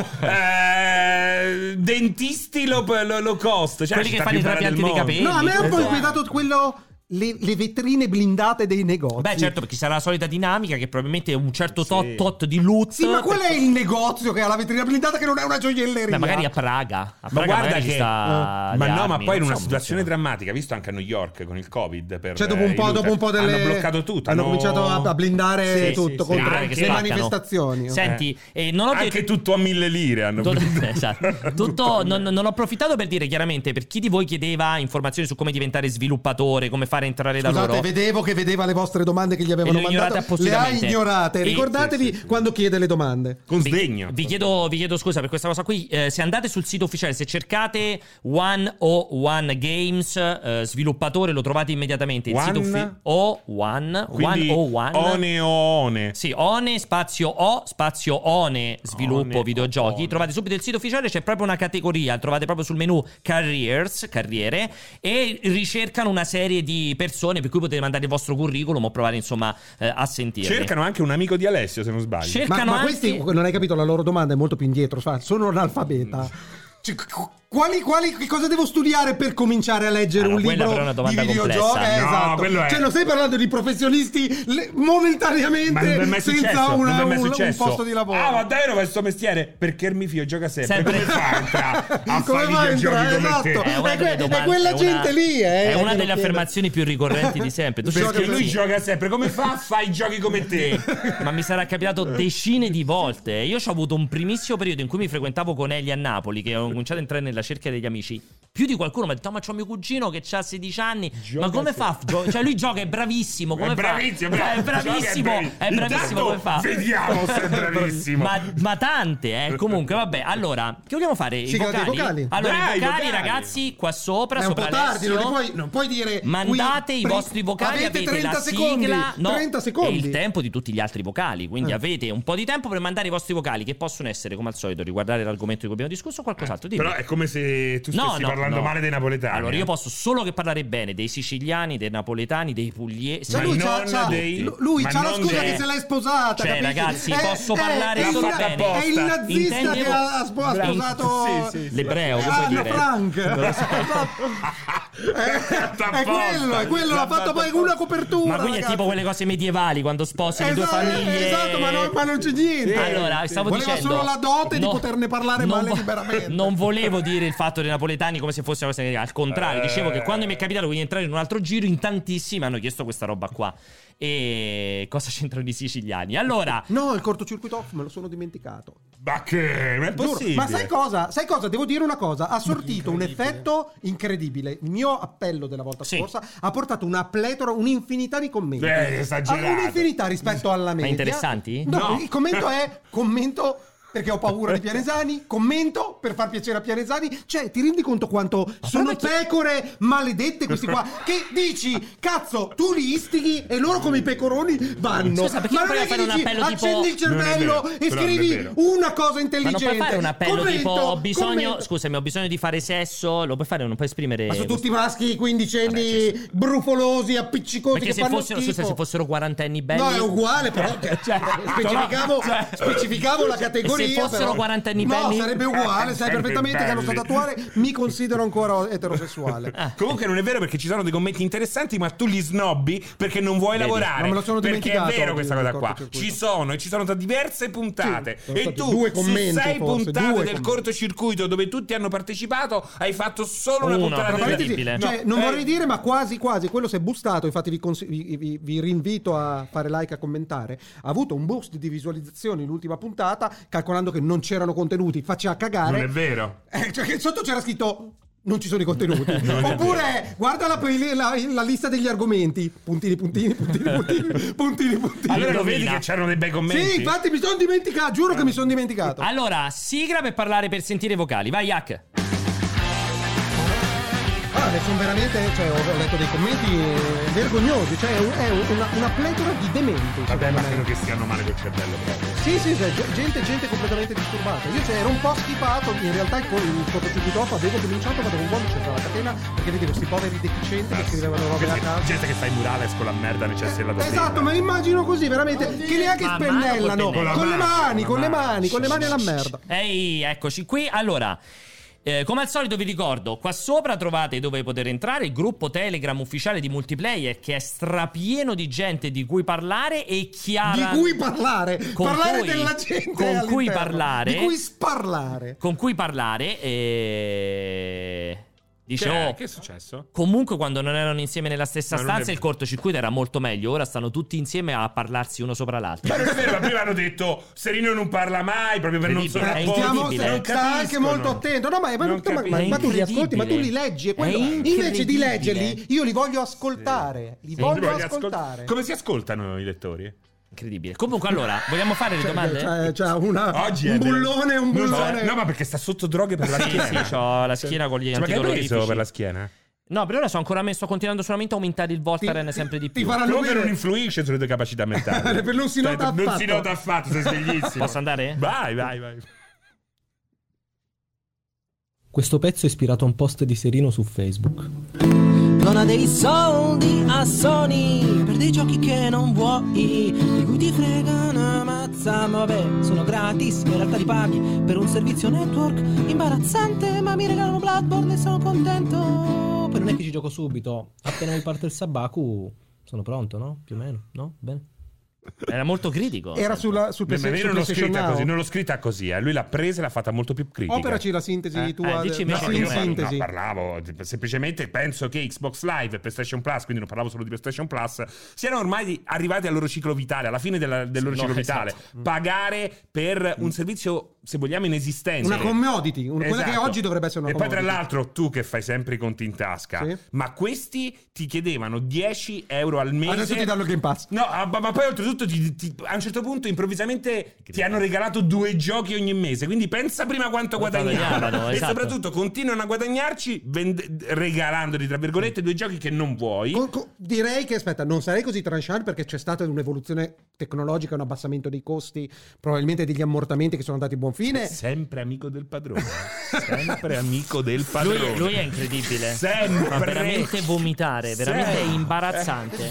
eh, dentisti low, low, low cost, cioè Quelli che la città fanno i più bella trapianti del dei mondo. capelli. No, a me ha un po' Esatto. inquietato quello. Le, le vetrine blindate dei negozi. Beh, certo, perché sarà la solita dinamica che probabilmente è un certo tot Sì. tot di loot. Sì, ma qual è il negozio che ha la vetrina blindata che non è una gioielleria? Beh, magari a Praga. A Ma Praga guarda magari che ci sta ma le no, ma armi, poi in non una so, situazione funziona. drammatica, visto anche a New York con il Covid, per Cioè, dopo un eh, po', i dopo un po' looter, delle. hanno bloccato tutto, Hanno hanno- cominciato a, a blindare Sì, tutto sì, sì. contro Aree che le spaccano. manifestazioni. Senti, eh, non ho anche detto- tutto a mille lire hanno Tutto, blindato. esatto. Tutto- non, non ho approfittato per dire chiaramente per chi di voi chiedeva informazioni su come diventare sviluppatore, come fare entrare da Scusate, loro. vedevo che vedeva le vostre domande che gli avevano E le ho ignorate mandato. Le ha appositamente. ignorate. E- Ricordatevi sì, sì, sì. quando chiede le domande. Con Vi- sdegno. Vi chiedo, vi chiedo scusa per questa cosa qui. Eh, se andate sul sito ufficiale, se cercate centouno Games, eh, sviluppatore, lo trovate immediatamente. Il One? sito uffi- O uno Quindi centouno one o one. Sì, One spazio O spazio One sviluppo One, videogiochi. One. Trovate subito il sito ufficiale, c'è proprio una categoria, trovate proprio sul menu Careers, carriere, e ricercano una serie di persone per cui potete mandare il vostro curriculum o provare insomma eh, a sentire. Cercano anche un amico di Alessio, se non sbaglio. Cer- Ma, Cercano ma anche- questi, non hai capito, la loro domanda è molto più indietro. fa, Sono analfabeta. Cioè, qu- quali, quali, che cosa devo studiare per cominciare a leggere Ah, no, un quella libro però è una di domanda videogiochi? complessa. Eh, No, esatto. quello è- Cioè, non stai parlando di professionisti le- Ma non vi è momentaneamente mai senza successo, una- non vi è mai un, un successo. posto di lavoro. Ah, ma davvero questo mestiere? Perché il mio gioca sempre. Sempre. Come fa a entrare a Come fare fa a videogiochi entrare? come Esatto. te? È una È delle que- è domande- quella è una- gente lì, eh, È che una lo delle chiede. affermazioni più ricorrenti di sempre. Tu Perché sei- lui gioca sempre. Come fa a fare i giochi come te? Ma mi sarà capitato decine di volte. Io ho avuto un primissimo periodo in cui mi frequentavo con Eli a Napoli, che ho cominciato a entrare nella cerchia degli amici. Più di qualcuno mi ha detto: "Oh, ma c'ho mio cugino che ha sedici anni. Gioca ma come se- fa? a gio- Cioè, lui gioca, è bravissimo. Come È fa? bravissimo, È bravissimo. È bravissimo. Intanto Come fa? vediamo se è bravissimo. Ma, ma tante, eh. Comunque, vabbè. Allora, che vogliamo fare? Sì, I vocali? i vocali. Allora, Dai, i vocali, vocali. ragazzi, qua sopra. È un po' sopra tardi, non, li Alessio. puoi, non puoi dire. Mandate qui, i pre- vostri vocali, avete avete trenta la secondi, sigla, no, trenta secondi. e il tempo di tutti gli altri vocali. Quindi Eh. avete un po' di tempo per mandare i vostri vocali, che possono essere, come al solito, riguardare l'argomento di cui abbiamo discusso o qualcos'altro. Dimmi. Però è come se tu No, stessi no, parlando parlando no. male dei napoletani. Allora, eh. io posso solo che parlare bene dei siciliani, dei napoletani, dei pugliesi. Ma lui c'ha, non c'ha, dei- lui ma c'ha la non scusa dei- che se l'è sposata. Cioè, capisci? ragazzi, È- posso è- parlare è solo il, bene. È il nazista Intendevo- che ha, ha spo- ha In- sposato sì, sì, sì. l'ebreo, che Ah, vuoi Anna dire? Frank. è, è quello, è quello, l'ha fatto poi con una copertura. Ma quindi è ragazzi. tipo quelle cose medievali quando sposi le due Esatto, famiglie. esatto, ma, non, ma non c'è niente. Allora, stavo Voleva dicendo solo la dote no, di poterne parlare non male vo- liberamente. Non volevo dire il fatto dei napoletani come se fosse una cosa negativa. Al contrario, Eh. dicevo che quando mi è capitato di entrare in un altro giro, in tantissimi hanno chiesto questa roba qua. E cosa c'entrano i siciliani? Allora, No, il cortocircuito off me lo sono dimenticato. Ma che? Ma è Giuro. possibile? Ma sai cosa? Sai cosa? Devo dire una cosa. Ha sortito un effetto incredibile. Il mio appello della volta Sì. scorsa ha portato una pletora, un'infinità di commenti. Beh, esagerato. Ah, Un'infinità rispetto alla media. interessanti? No, No. il commento è commento perché ho paura di Pianesani, commento per far piacere a Pianesani. Cioè, ti rendi conto quanto sono perché- pecore maledette questi qua? Che dici, cazzo, tu li istighi e loro come i pecoroni vanno. Scusa, perché Ma non non puoi è che fare un dici, appello tipo- accendi il cervello Non è vero, e però non è scrivi vero. una cosa ma intelligente. non puoi fare un appello Commento, tipo ho bisogno, commento. scusami, ho bisogno di fare sesso, lo puoi fare, non puoi esprimere. Ma sono tutti maschi quindicenni Vabbè, brufolosi, appiccicosi Perché che se fanno fossero, schifo. scusa, se fossero quarantenni belli. No, è uguale, però Cioè, specificavo, cioè- specificavo la categoria. E se fossero però- quarantenni no, belli? sarebbe uguale, sai Sarebbe perfettamente che allo belli. stato attuale mi considero ancora eterosessuale. Comunque non è vero perché ci sono dei commenti interessanti, ma tu li snobbi perché non vuoi Vedi, lavorare. non me lo sono perché dimenticato è vero oggi questa del cosa qua. cortocircuito. Ci sono e ci sono da diverse puntate. Sì, sono e stati tu due su commenti, sei forse, puntate due del commenti. cortocircuito dove tutti hanno partecipato, hai fatto solo una Una, puntata proprio del- incredibile. Cioè, No, non eh, vorrei dire, ma quasi quasi quello si è boostato. Infatti, vi, consi- vi, vi- vi rinvito a fare like e a commentare. Ha avuto un boost di visualizzazioni l'ultima puntata, calcolando che non c'erano contenuti. Faccia cagare. Non è vero. Eh, cioè che sotto c'era scritto non ci sono i contenuti. Oppure guarda la, la- la lista degli argomenti. Puntini, puntini, puntini, puntini, puntini, puntini. Allora lo Indovina. vedi che c'erano dei bei commenti? Sì, infatti mi sono dimenticato, giuro che mi sono dimenticato. Allora, sigla per parlare, per sentire i vocali. Vai, Yak. Ah, ne sono veramente, cioè ho, ho letto dei commenti eh, vergognosi, cioè è, un- è una, una pletora di dementi. Vabbè, secondo ma me. credo che stiano male col cervello proprio. Sì, sì, sì, ge- gente, gente completamente disturbata. Io cioè, ero un po' schifato, in realtà il, co- il cortocircuito off avevo cominciato, ma dopo un po' mi c'era la catena, perché vedevo questi poveri deficienti che scrivevano robe a Gente- caso. gente che fa i murales con la merda nei cessi della dottrina. Esatto, me lo immagino così, veramente, che neanche Ma a mano spennellano, col pennello? con le mani, Con con la le mano. mani, con le mani alla merda. Ehi, eccoci qui. Allora, eh, come al solito vi ricordo, qua sopra trovate dove poter entrare il gruppo Telegram ufficiale di Multiplayer, che è strapieno di gente di cui parlare e chiara... Di cui parlare, Con parlare cui- della gente con cui all'interno. parlare. Di cui sparlare. con cui parlare e... Dice, Che, oh, che è successo? comunque quando non erano insieme nella stessa Ma non stanza è- il cortocircuito era molto meglio. Ora stanno tutti insieme a parlarsi uno sopra l'altro. Ma non è vero, ma prima hanno detto Serino non parla mai proprio per non Incredibile, è sovrapporsi. Stiamo, incredibile. Non sta anche capiscono. molto attento. No, ma, ma, Non ma- ma- capisco. ma tu li È ascolti, ma tu li incredibile. leggi. E È quello, invece di incredibile. leggerli, io li voglio ascoltare. Li Li voglio voglio ascol- ascoltare. Come si ascoltano i lettori? Incredibile. Comunque, allora, vogliamo fare le Cioè, domande? C'è, c'è una, Oggi un è del- bullone, un Non so- bullone. No, ma perché sta sotto droghe per la Sì, schiena. sì, c'ho la schiena con gli Cioè, ma che hai antidolorifici. preso per la schiena? No, per ora sto ancora messo continuando solamente a aumentare il Voltaren Ti- sempre di ti più. faranno Comunque non bere- influisce sulle tue capacità mentali. Per non si Cioè, nota Non affatto. si nota affatto, sei sveglissimo. Posso andare? Vai, vai, vai. Questo pezzo è ispirato a un post di Serino su Facebook. Dona dei soldi a Sony per dei giochi che non vuoi, di cui ti frega una mazza, ma vabbè, sono gratis, in realtà li paghi per un servizio network imbarazzante, ma mi regalano Bloodborne e sono contento. Poi non è che ci gioco subito, appena mi parte il Sabaku sono pronto, no? Più o meno, no? Bene. Era molto critico. Era sulla, sul Ma PS- io su non l'ho PlayStation scritta Now. così, non l'ho scritta così, eh. Lui l'ha presa e l'ha fatta molto più critica. Operaci la sintesi Eh? tua. Eh, dici de- invece No, che in io com'è? sintesi. no, parlavo semplicemente, penso che Xbox Live e PlayStation Plus, quindi non parlavo solo di PlayStation Plus, siano ormai arrivati al loro ciclo vitale, alla fine della- del loro Sì, ciclo no, vitale. esatto. Pagare per un servizio, se vogliamo, inesistente. Una commodity, un- quella che Esatto. oggi dovrebbe essere una E poi tra commodity. l'altro tu che fai sempre i conti in tasca, Sì. ma questi ti chiedevano dieci euro al mese. Adesso ti danno il Game Pass. No, ah, ma ma poi oltretutto ti- ti- a un certo punto improvvisamente ti hanno regalato due giochi ogni mese, quindi pensa prima quanto Quanto guadagnavano guadagnavano, e esatto. soprattutto continuano a guadagnarci vend- regalandoli tra virgolette due giochi che non vuoi. Co- co- direi che aspetta, non sarei così tranchant perché c'è stata un'evoluzione tecnologica, un abbassamento dei costi, probabilmente degli ammortamenti che sono andati a buon confine. Sempre amico del padrone. Sempre amico del padrone. Lui, lui è incredibile. Sempre. Fa veramente vomitare, veramente Sempre. imbarazzante.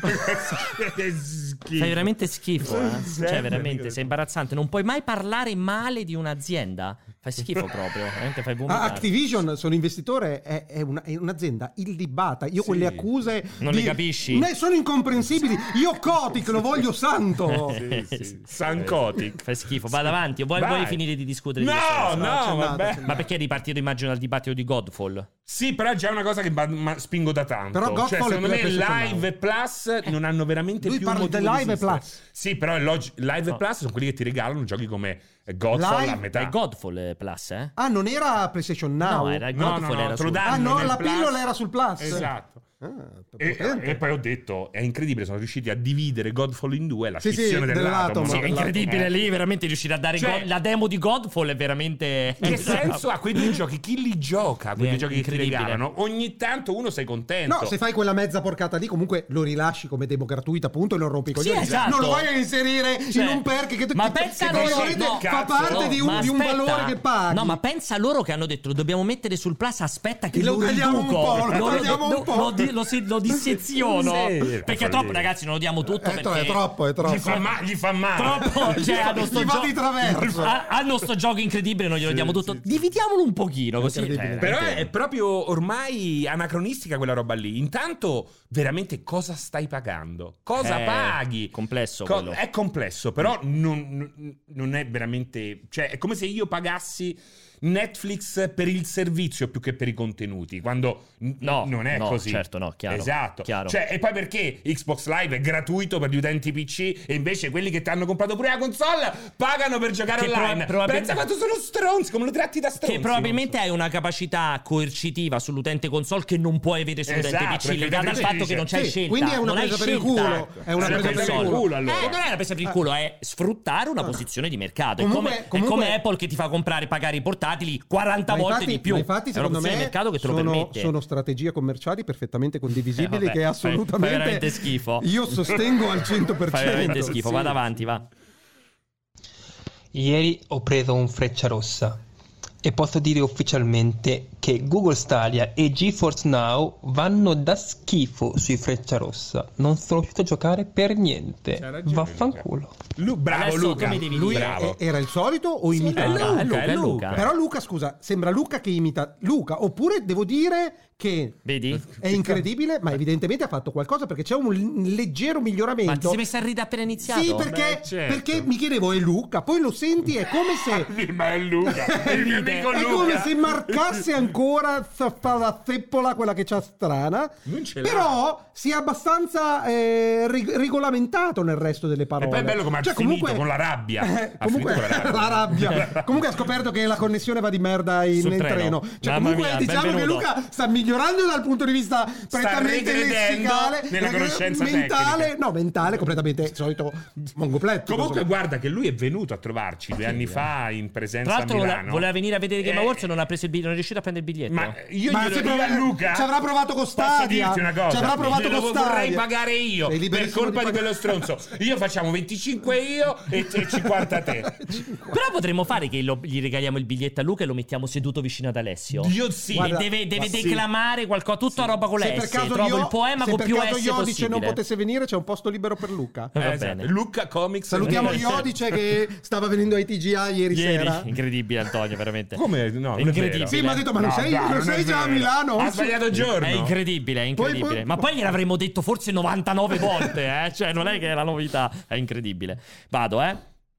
Fai veramente schifo, eh? Cioè, veramente, sei imbarazzante. Non puoi mai parlare male di un'azienda. Fai schifo proprio, veramente fai vomitare. Ah, Activision, sono investitore, è, è, una, è un'azienda illibata. Io Sì. quelle accuse Non di, le capisci? Ne sono incomprensibili. Io Kotick lo voglio santo. Sì, sì. San Kotick. Fai schifo, vado avanti. O vuoi, Vai. vuoi finire di discutere No, di questo? no, c'è nada, vabbè. c'è Ma perché è ripartito, immagino, dal dibattito di Godfall? Sì, però è già una cosa che ba- ma- spingo da tanto. Però Godfall cioè, secondo è me PlayStation Live e Plus non hanno veramente Lui più parla motivo di Live di e esistere. Plus. Sì, però è log- Live No. e Plus sono quelli che ti regalano giochi come Godfall Live a metà. È Godfall eh, Plus, eh? Ah, non era PlayStation Now? No, era No, Godfall, no, no, era te lo su- danno Ah, no, nel la Plus. pillola era sul Plus. Esatto. Ah, E, potente. e poi ho detto, è incredibile, sono riusciti a dividere Godfall in due, la Sì, sì, scissione dell'atomo. dell'atomo. Sì, È incredibile Eh. lì, veramente riuscire a dare Cioè- God- la demo di Godfall è veramente. Che senso ha quei due giochi? Chi li gioca? Quei Eh, due giochi che ti incredibile. regalano? Ogni tanto uno sei contento. No, se fai quella mezza porcata lì, comunque lo rilasci come demo gratuita, appunto, e non rompi i Sì, coglioni. esatto. Non lo vai a inserire Cioè, in un perk che, ma che, pensa che loro- teoricamente no, fa cazzo, parte No, di un, ma di un aspetta. valore che paghi. No, ma pensa loro che hanno detto lo dobbiamo mettere sul Plus, aspetta che Lo lo, tagliamo un riduco, po', lo lo, tagliamo un lo- po'. lo di- lo si- lo disseziono. Sì, perché è troppo, ragazzi, non lo diamo tutto È, tro- perché è troppo, è troppo. Gli fa, ma- gli fa male. troppo, cioè hanno sto Gli va gioco di traverso. ha- hanno sto gioco incredibile, non glielo Sì, diamo tutto. sì, sì. Dividiamolo un pochino così. Incredibile. Eh, Però veramente. è proprio ormai anacronistica quella roba lì. Intanto, veramente cosa stai pagando? Cosa È paghi? complesso Co- quello. è complesso, però non, non è veramente. Cioè, è come se io pagassi Netflix per il servizio più che per i contenuti, quando n- No, non è no, così. certo, no, chiaro, Esatto. chiaro. Cioè, e poi perché Xbox Live è gratuito per gli utenti P C e invece quelli che ti hanno comprato pure la console pagano per giocare Che proba- online? probabilmente- Pensa quanto sono stronzi, come lo tratti da stronzi. Che probabilmente hai una capacità coercitiva sull'utente console che non puoi avere sull'utente Esatto, P C, perché legata al l'utente fatto dice- che non c'hai Sì, scelta. quindi è una non hai presa per il scelta. culo. È una È presa per il culo. culo, allora. Eh, non è una presa per il culo, è sfruttare una posizione di mercato. È Comunque- come, è comunque- come Apple che ti fa comprare e pagare i portatili quaranta Ma volte infatti- di più. ma infatti, è una secondo posizione me, di mercato che te lo sono, permette. sono strategie commerciali perfettamente condivisibili Eh, vabbè, che fai- assolutamente fai veramente schifo. io sostengo al cento per cento. Fai veramente schifo, Sì. vada avanti, va. Ieri ho preso un Frecciarossa e posso dire ufficialmente che Google Stadia e GeForce Now vanno da schifo sui Frecciarossa. Non sono riuscito a giocare per niente. C'ha ragione, Vaffanculo. Lu- bravo Adesso Luca. come devi Lui dire? Bravo. è- era il solito o imitava? è Luca, Luca, è è Luca. Però Luca, scusa, sembra Luca che imita Luca, oppure devo dire che Vedi? è incredibile, ma evidentemente ha fatto qualcosa perché c'è un l- leggero miglioramento. Ma ti sei messo a ridere appena iniziato? Sì, perché, Beh, certo. perché mi chiedevo è Luca, poi lo senti, è come se Ma è Luca, è il mio amico è Luca. come se marcasse ancora sta fa la zeppola, quella che c'ha strana. Non ce l'ha. Però si è abbastanza eh, rig- regolamentato nel resto delle parole. E poi è bello come ha Cioè, finito comunque- con la rabbia. Eh, Ha comunque finito con la rabbia. la rabbia. Comunque ha scoperto che la connessione va di merda in, Sul in treno. treno. Cioè, Mamma comunque mia, diciamo benvenuto. che Luca sta migliorando dal punto di vista prettamente regredendo lessicale, nella conoscenza mentale, tecnica. no, mentale, completamente il solito mongopletto. Comunque guarda che lui è venuto a trovarci due anni fa in presenza Tra l'altro a voleva, Milano. voleva venire a vedere Game Eh, Awards e non ha preso il biglietto, non è riuscito a prendere il biglietto. Ma io Ma glielo se dico a prova- Luca. ci avrà provato con Posso Stadia. dirti una cosa? Ci avrà provato Glielo con vorrei Stadia. pagare io Sei per liberissimo colpa di di, pagare. quello stronzo. Io facciamo venticinque io e e cinquanta te. Però potremmo fare che lo- gli regaliamo il biglietto a Luca e lo mettiamo seduto vicino ad Alessio. Io sì. Guarda, e deve, deve ma sì. declamare qualcosa, tutta roba con Se l'S. per caso Trovo io- il poema se con per più caso S Iodice possibile. non potesse venire, c'è un posto libero per Luca. Eh, va Eh, esatto. bene. Luca Comics. Salutiamo Iodice che stava venendo ai T G A ieri, Ieri, sera. incredibile Antonio, veramente. Come? No, non è Incredibile. vero. Sì, ma ha detto, ma non No, sei, dai, non non è sei già a vero. Milano? Ha sbagliato giorno. È incredibile, è incredibile. Poi- poi- Ma poi gliel'avremmo detto forse novantanove volte, eh? Cioè, non è che è la novità, è incredibile. Vado, eh?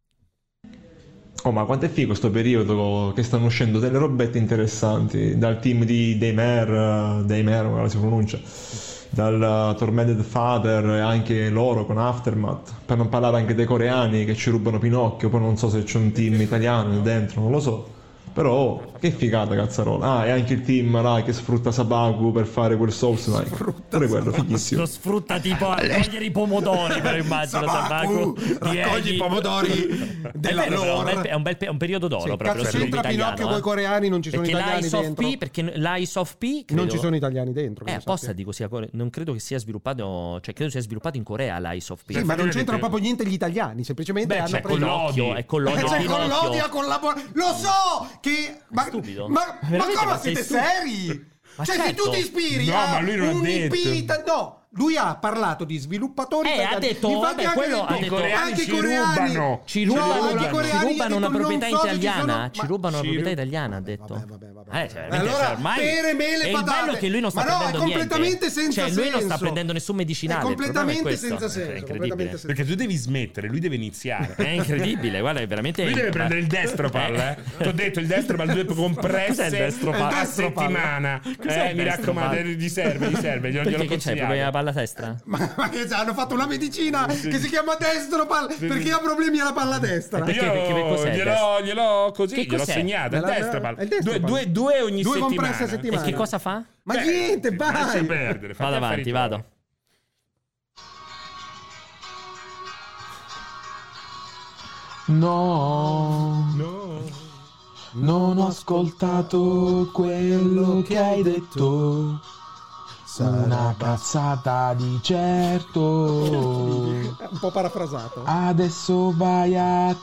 Oh, ma quanto è figo sto periodo che stanno uscendo delle robette interessanti dal team di Daymare, Daymare, come si pronuncia, dal uh, Tormented Father e anche loro con Aftermath, per non parlare anche dei coreani che ci rubano Pinocchio, poi non so se c'è un team italiano dentro, non lo so. Però che figata cazzarola. Ah, e anche il team là che sfrutta Sabaku per fare quel Souls like. Pure quello fighissimo. Lo sfrutta tipo a togliere i pomodori, però immagino Sabaku. Raccogli i pomodori della è vero, lore. È un bel, è un bel, è un periodo d'oro Sì, proprio. cazzo c'entra Pinocchio con i coreani, non ci sono perché italiani l'Ice of dentro. P, perché l'Ice of P credo, Non ci sono italiani dentro. Eh, apposta dico sia core- non credo che sia sviluppato, cioè credo sia sviluppato in Corea l'Ice of P. Sì, ma non c'entrano proprio niente gli italiani, semplicemente Beh, hanno c'è preso Collodi, è Collodi, Eh, c'è Pinocchio. Collodi a collaborare. Lo so che ma, Stupido. ma, ma Veramente, come ma sei siete stupido. seri? Ma cioè certo. se tu ti ispiri No, a ma lui non ha un detto. I P ita- no, lui ha parlato di sviluppatori Eh, ha italiani. detto, Infatti vabbè, anche quello detto, ha detto- coreani anche i ci coreani rubano. Ci No, rubano, anche i ci coreani rubano ha una detto, proprietà non so se ci italiana. sono- Ci ma- rubano una ci proprietà ru- italiana, ha detto. Vabbè, vabbè, vabbè. Eh, cioè, veramente, Allora, cioè, ormai pere mele e il patate. bello è che lui non sta Ma no, è prendendo niente. completamente senza cioè, lui non sta senso. prendendo nessun medicinale. È il problema completamente questo. senza È senso, incredibile. completamente senza Perché tu devi smettere, lui deve iniziare. È incredibile, guarda, è veramente. Lui deve prendere il destropal, eh. Ti ho detto il destropal, due compresse Cos'è il destropal? a Il destropal. settimana. Cos'è Eh, il mi destropal? raccomando, gli serve, gli serve. Glielo, Perché glielo che c'è? consigliate. Problemi alla palla destra? Ma, ma che hanno fatto una medicina che si chiama destropal perché ha problemi alla palla destra. Perché- Io perché cos'è il gliel'ho, gliel'ho così, Che gliel'ho cos'è? segnato. Il Me la- destropal. è il destropal. Due, due, due ogni Due settimana. compresse a settimana. E che cosa fa? Ma Beh, niente, sì, lascia vai. perdere, fatti Vado affari avanti, tuoi. vado. No, No. non ho ascoltato quello che hai detto. Una cazzata di certo. È un po' parafrasato. Adesso vai a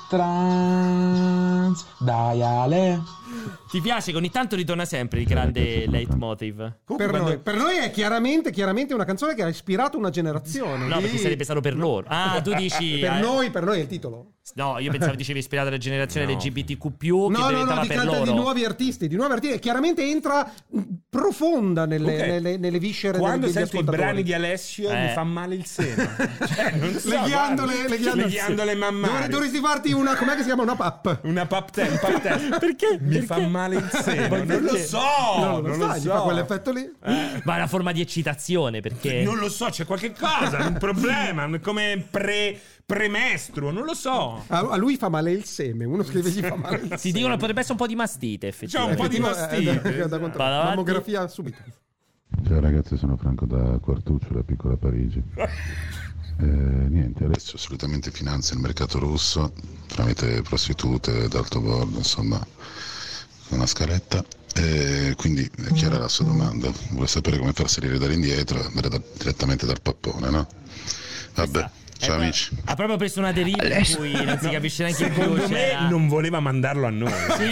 trans. Dai Ale. Ti piace che ogni tanto ritorna sempre il grande leitmotiv? Per noi, per noi è chiaramente, chiaramente una canzone che ha ispirato una generazione. No, perché Sì. sarebbe stato per loro. Ah, tu dici. Per eh, noi, per noi è il titolo. No, io pensavo dicevi ispirato alla generazione No. L G B T Q più, che No, no, diventava no, di, per canta- loro. di nuovi artisti, di nuovi artisti. Chiaramente entra profonda nelle, Ok. nelle, nelle viscere Quando degli sento i ascoltatori. brani di Alessio Eh. mi fa male il seno. Cioè, non so, Le ghiandole, guarda. le ghiandole, Le ghiandole mammari. Dovre- Dovresti farti una, com'è che si chiama? Una pap. Una pap test, pap test. Perché? Mi Perché? fa male il seno. Ma Non lo perché? so. No, non sai, lo gli so. fa quell'effetto lì. Ma è una forma di eccitazione, perché. Non lo so, c'è qualche cosa, un problema, come pre, premestro, non lo so. A, a lui fa male il seme. Uno scrive gli fa male il seme. Ti dicono che potrebbe essere un po' di mastite, C'è un effettivamente. po' di Effettivo- eh, mastite. da- da controllare. Vado avanti. Mammografia subito. Ciao ragazzi, sono Franco da Quartuccio, la piccola Parigi. Eh, niente, adesso assolutamente finanzia il mercato russo tramite prostitute d'alto bordo, insomma, una scaletta. E quindi è chiara la sua domanda. Vuole sapere come far salire dall'indietro e andare da- direttamente dal pappone, no? Vabbè, ciao Eh, amici. Ha proprio preso una deriva in cui non si capisce neanche più. Secondo me c'era- non voleva mandarlo a noi.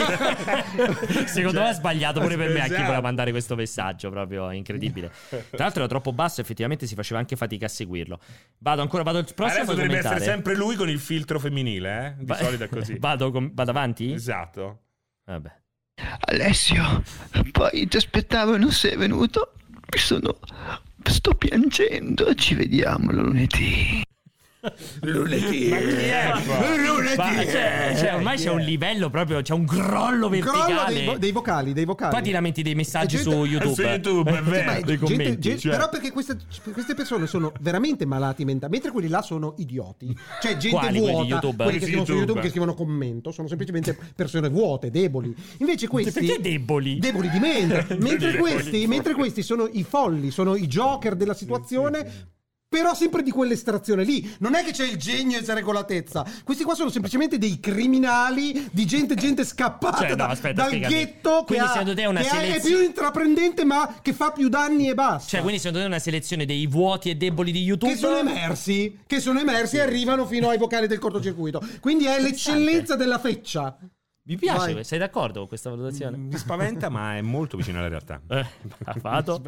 Sì. Secondo me ha sbagliato pure per me a chi Esatto. voleva mandare questo messaggio, proprio incredibile. Tra l'altro era troppo basso, effettivamente si faceva anche fatica a seguirlo. Vado ancora, vado al prossimo. Adesso puoi dovrebbe commentare. essere sempre lui con il filtro femminile, eh? Di Va- solito è così. Vado, com- vado avanti? Esatto. Vabbè. Alessio, poi ti aspettavo e non sei venuto. Mi sono... sto piangendo. Ci vediamo lunedì. Lunedì. Ma chi è? Lunedì. Ma, cioè, cioè, ormai c'è un livello proprio, c'è un crollo verticale. Crollo dei, vo- dei vocali, dei vocali. Qua ti lamenti dei messaggi E gente- su YouTube. Su YouTube, è Sì, vero. ma dei gente- commenti, gente- cioè. Però perché queste, queste persone sono veramente malati mentali, mentre quelli là sono idioti. Cioè gente Quali, quelli vuota, di YouTube? quelli che Quelli scrivono su su YouTube YouTube. che scrivono commento, sono semplicemente persone vuote, deboli. Invece questi Perché deboli? Deboli di mente. mentre, Deboli. questi, mentre questi sono i folli, sono i joker della situazione. Però sempre di quell'estrazione lì. Non è che c'è il genio e la regolatezza. Questi qua sono semplicemente dei criminali, di gente, gente scappata Cioè, no, da- aspetta, dal spiegami. ghetto. Che, Quindi ha- secondo te è una che ha- è selezione- più intraprendente, ma che fa più danni e basta. Cioè, quindi secondo te è una selezione dei vuoti e deboli di YouTube? che sono emersi, che sono emersi e arrivano fino ai vocali del cortocircuito. Quindi è l'eccellenza della feccia. Mi piace, Vai. sei d'accordo con questa valutazione? Mi spaventa, ma è molto vicino alla realtà. Eh, vado.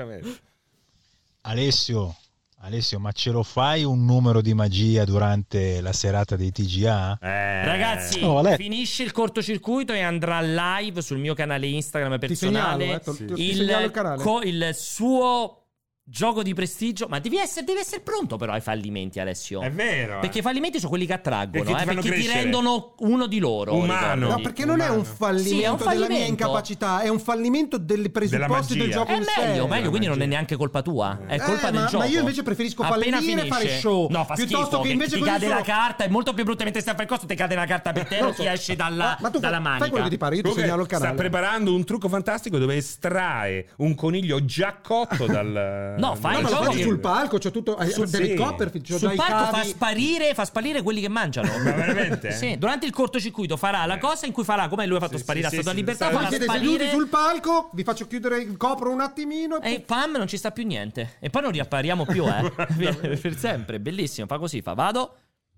Alessio, Alessio, ma ce lo fai un numero di magia durante la serata dei T G A? Eh, Ragazzi, Oh, Ale- finisce il cortocircuito e andrà live sul mio canale Instagram personale. segnalo, eh, ti- ti segnalo il, il canale. co- il suo Gioco di prestigio, ma devi essere, devi essere pronto però ai fallimenti, Alessio. È vero. Perché eh. i fallimenti sono quelli che attraggono, Perché ti eh, fanno perché ti crescere. rendono uno di loro. Umano. ricordati. No, perché non è un fallimento, Sì, è un della mia fallimento. incapacità, è un fallimento dei presupposti del magia. gioco È in sé. meglio, meglio, quindi non è magia. neanche colpa tua, è Eh, colpa del ma, gioco. ma io invece preferisco Appena fallire e fare finisce- show. No, fa piuttosto schifo, che invece ti quelli cade sono- la carta, è molto più brutto mentre stai a fare il costo, ti cade la carta per terra Non o lo so. ti esce dalla, Ma tu dalla fai manica. quello che ti pare, io ti Comunque, segnalo il canale. sta preparando un trucco fantastico dove estrae un coniglio già cotto dal... No, fai No, il ma lo gioco faccio che- sul palco, c'è tutto Su- David sì. Copperfield, c'ho già Sul i palco fa cavi. sparire, fa sparire quelli che mangiano. Ma veramente? Sì, durante il cortocircuito farà la cosa in cui farà, come lui ha fatto Sì, sparire sì, a Stato sì, della Libertà, sì, Voi farà siete seduti sparire sul palco, vi faccio chiudere, copro un attimino e e pam, non ci sta più niente. E poi non riappariamo più, eh. Per sempre, bellissimo, fa così, fa vado.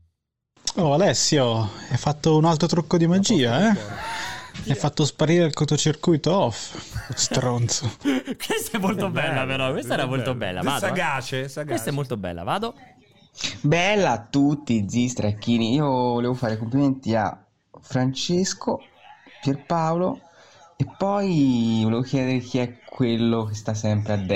Oh Alessio, hai fatto un altro trucco di magia, eh? Hai fatto sparire il cortocircuito off, stronzo. Questa è molto bella, però, questa era molto bella, vado. eh. Sagace, sagace. Questa è molto bella, vado. Bella a tutti, zi stracchini. Io volevo fare complimenti a Francesco, Pierpaolo e poi volevo chiedere chi è quello che sta sempre a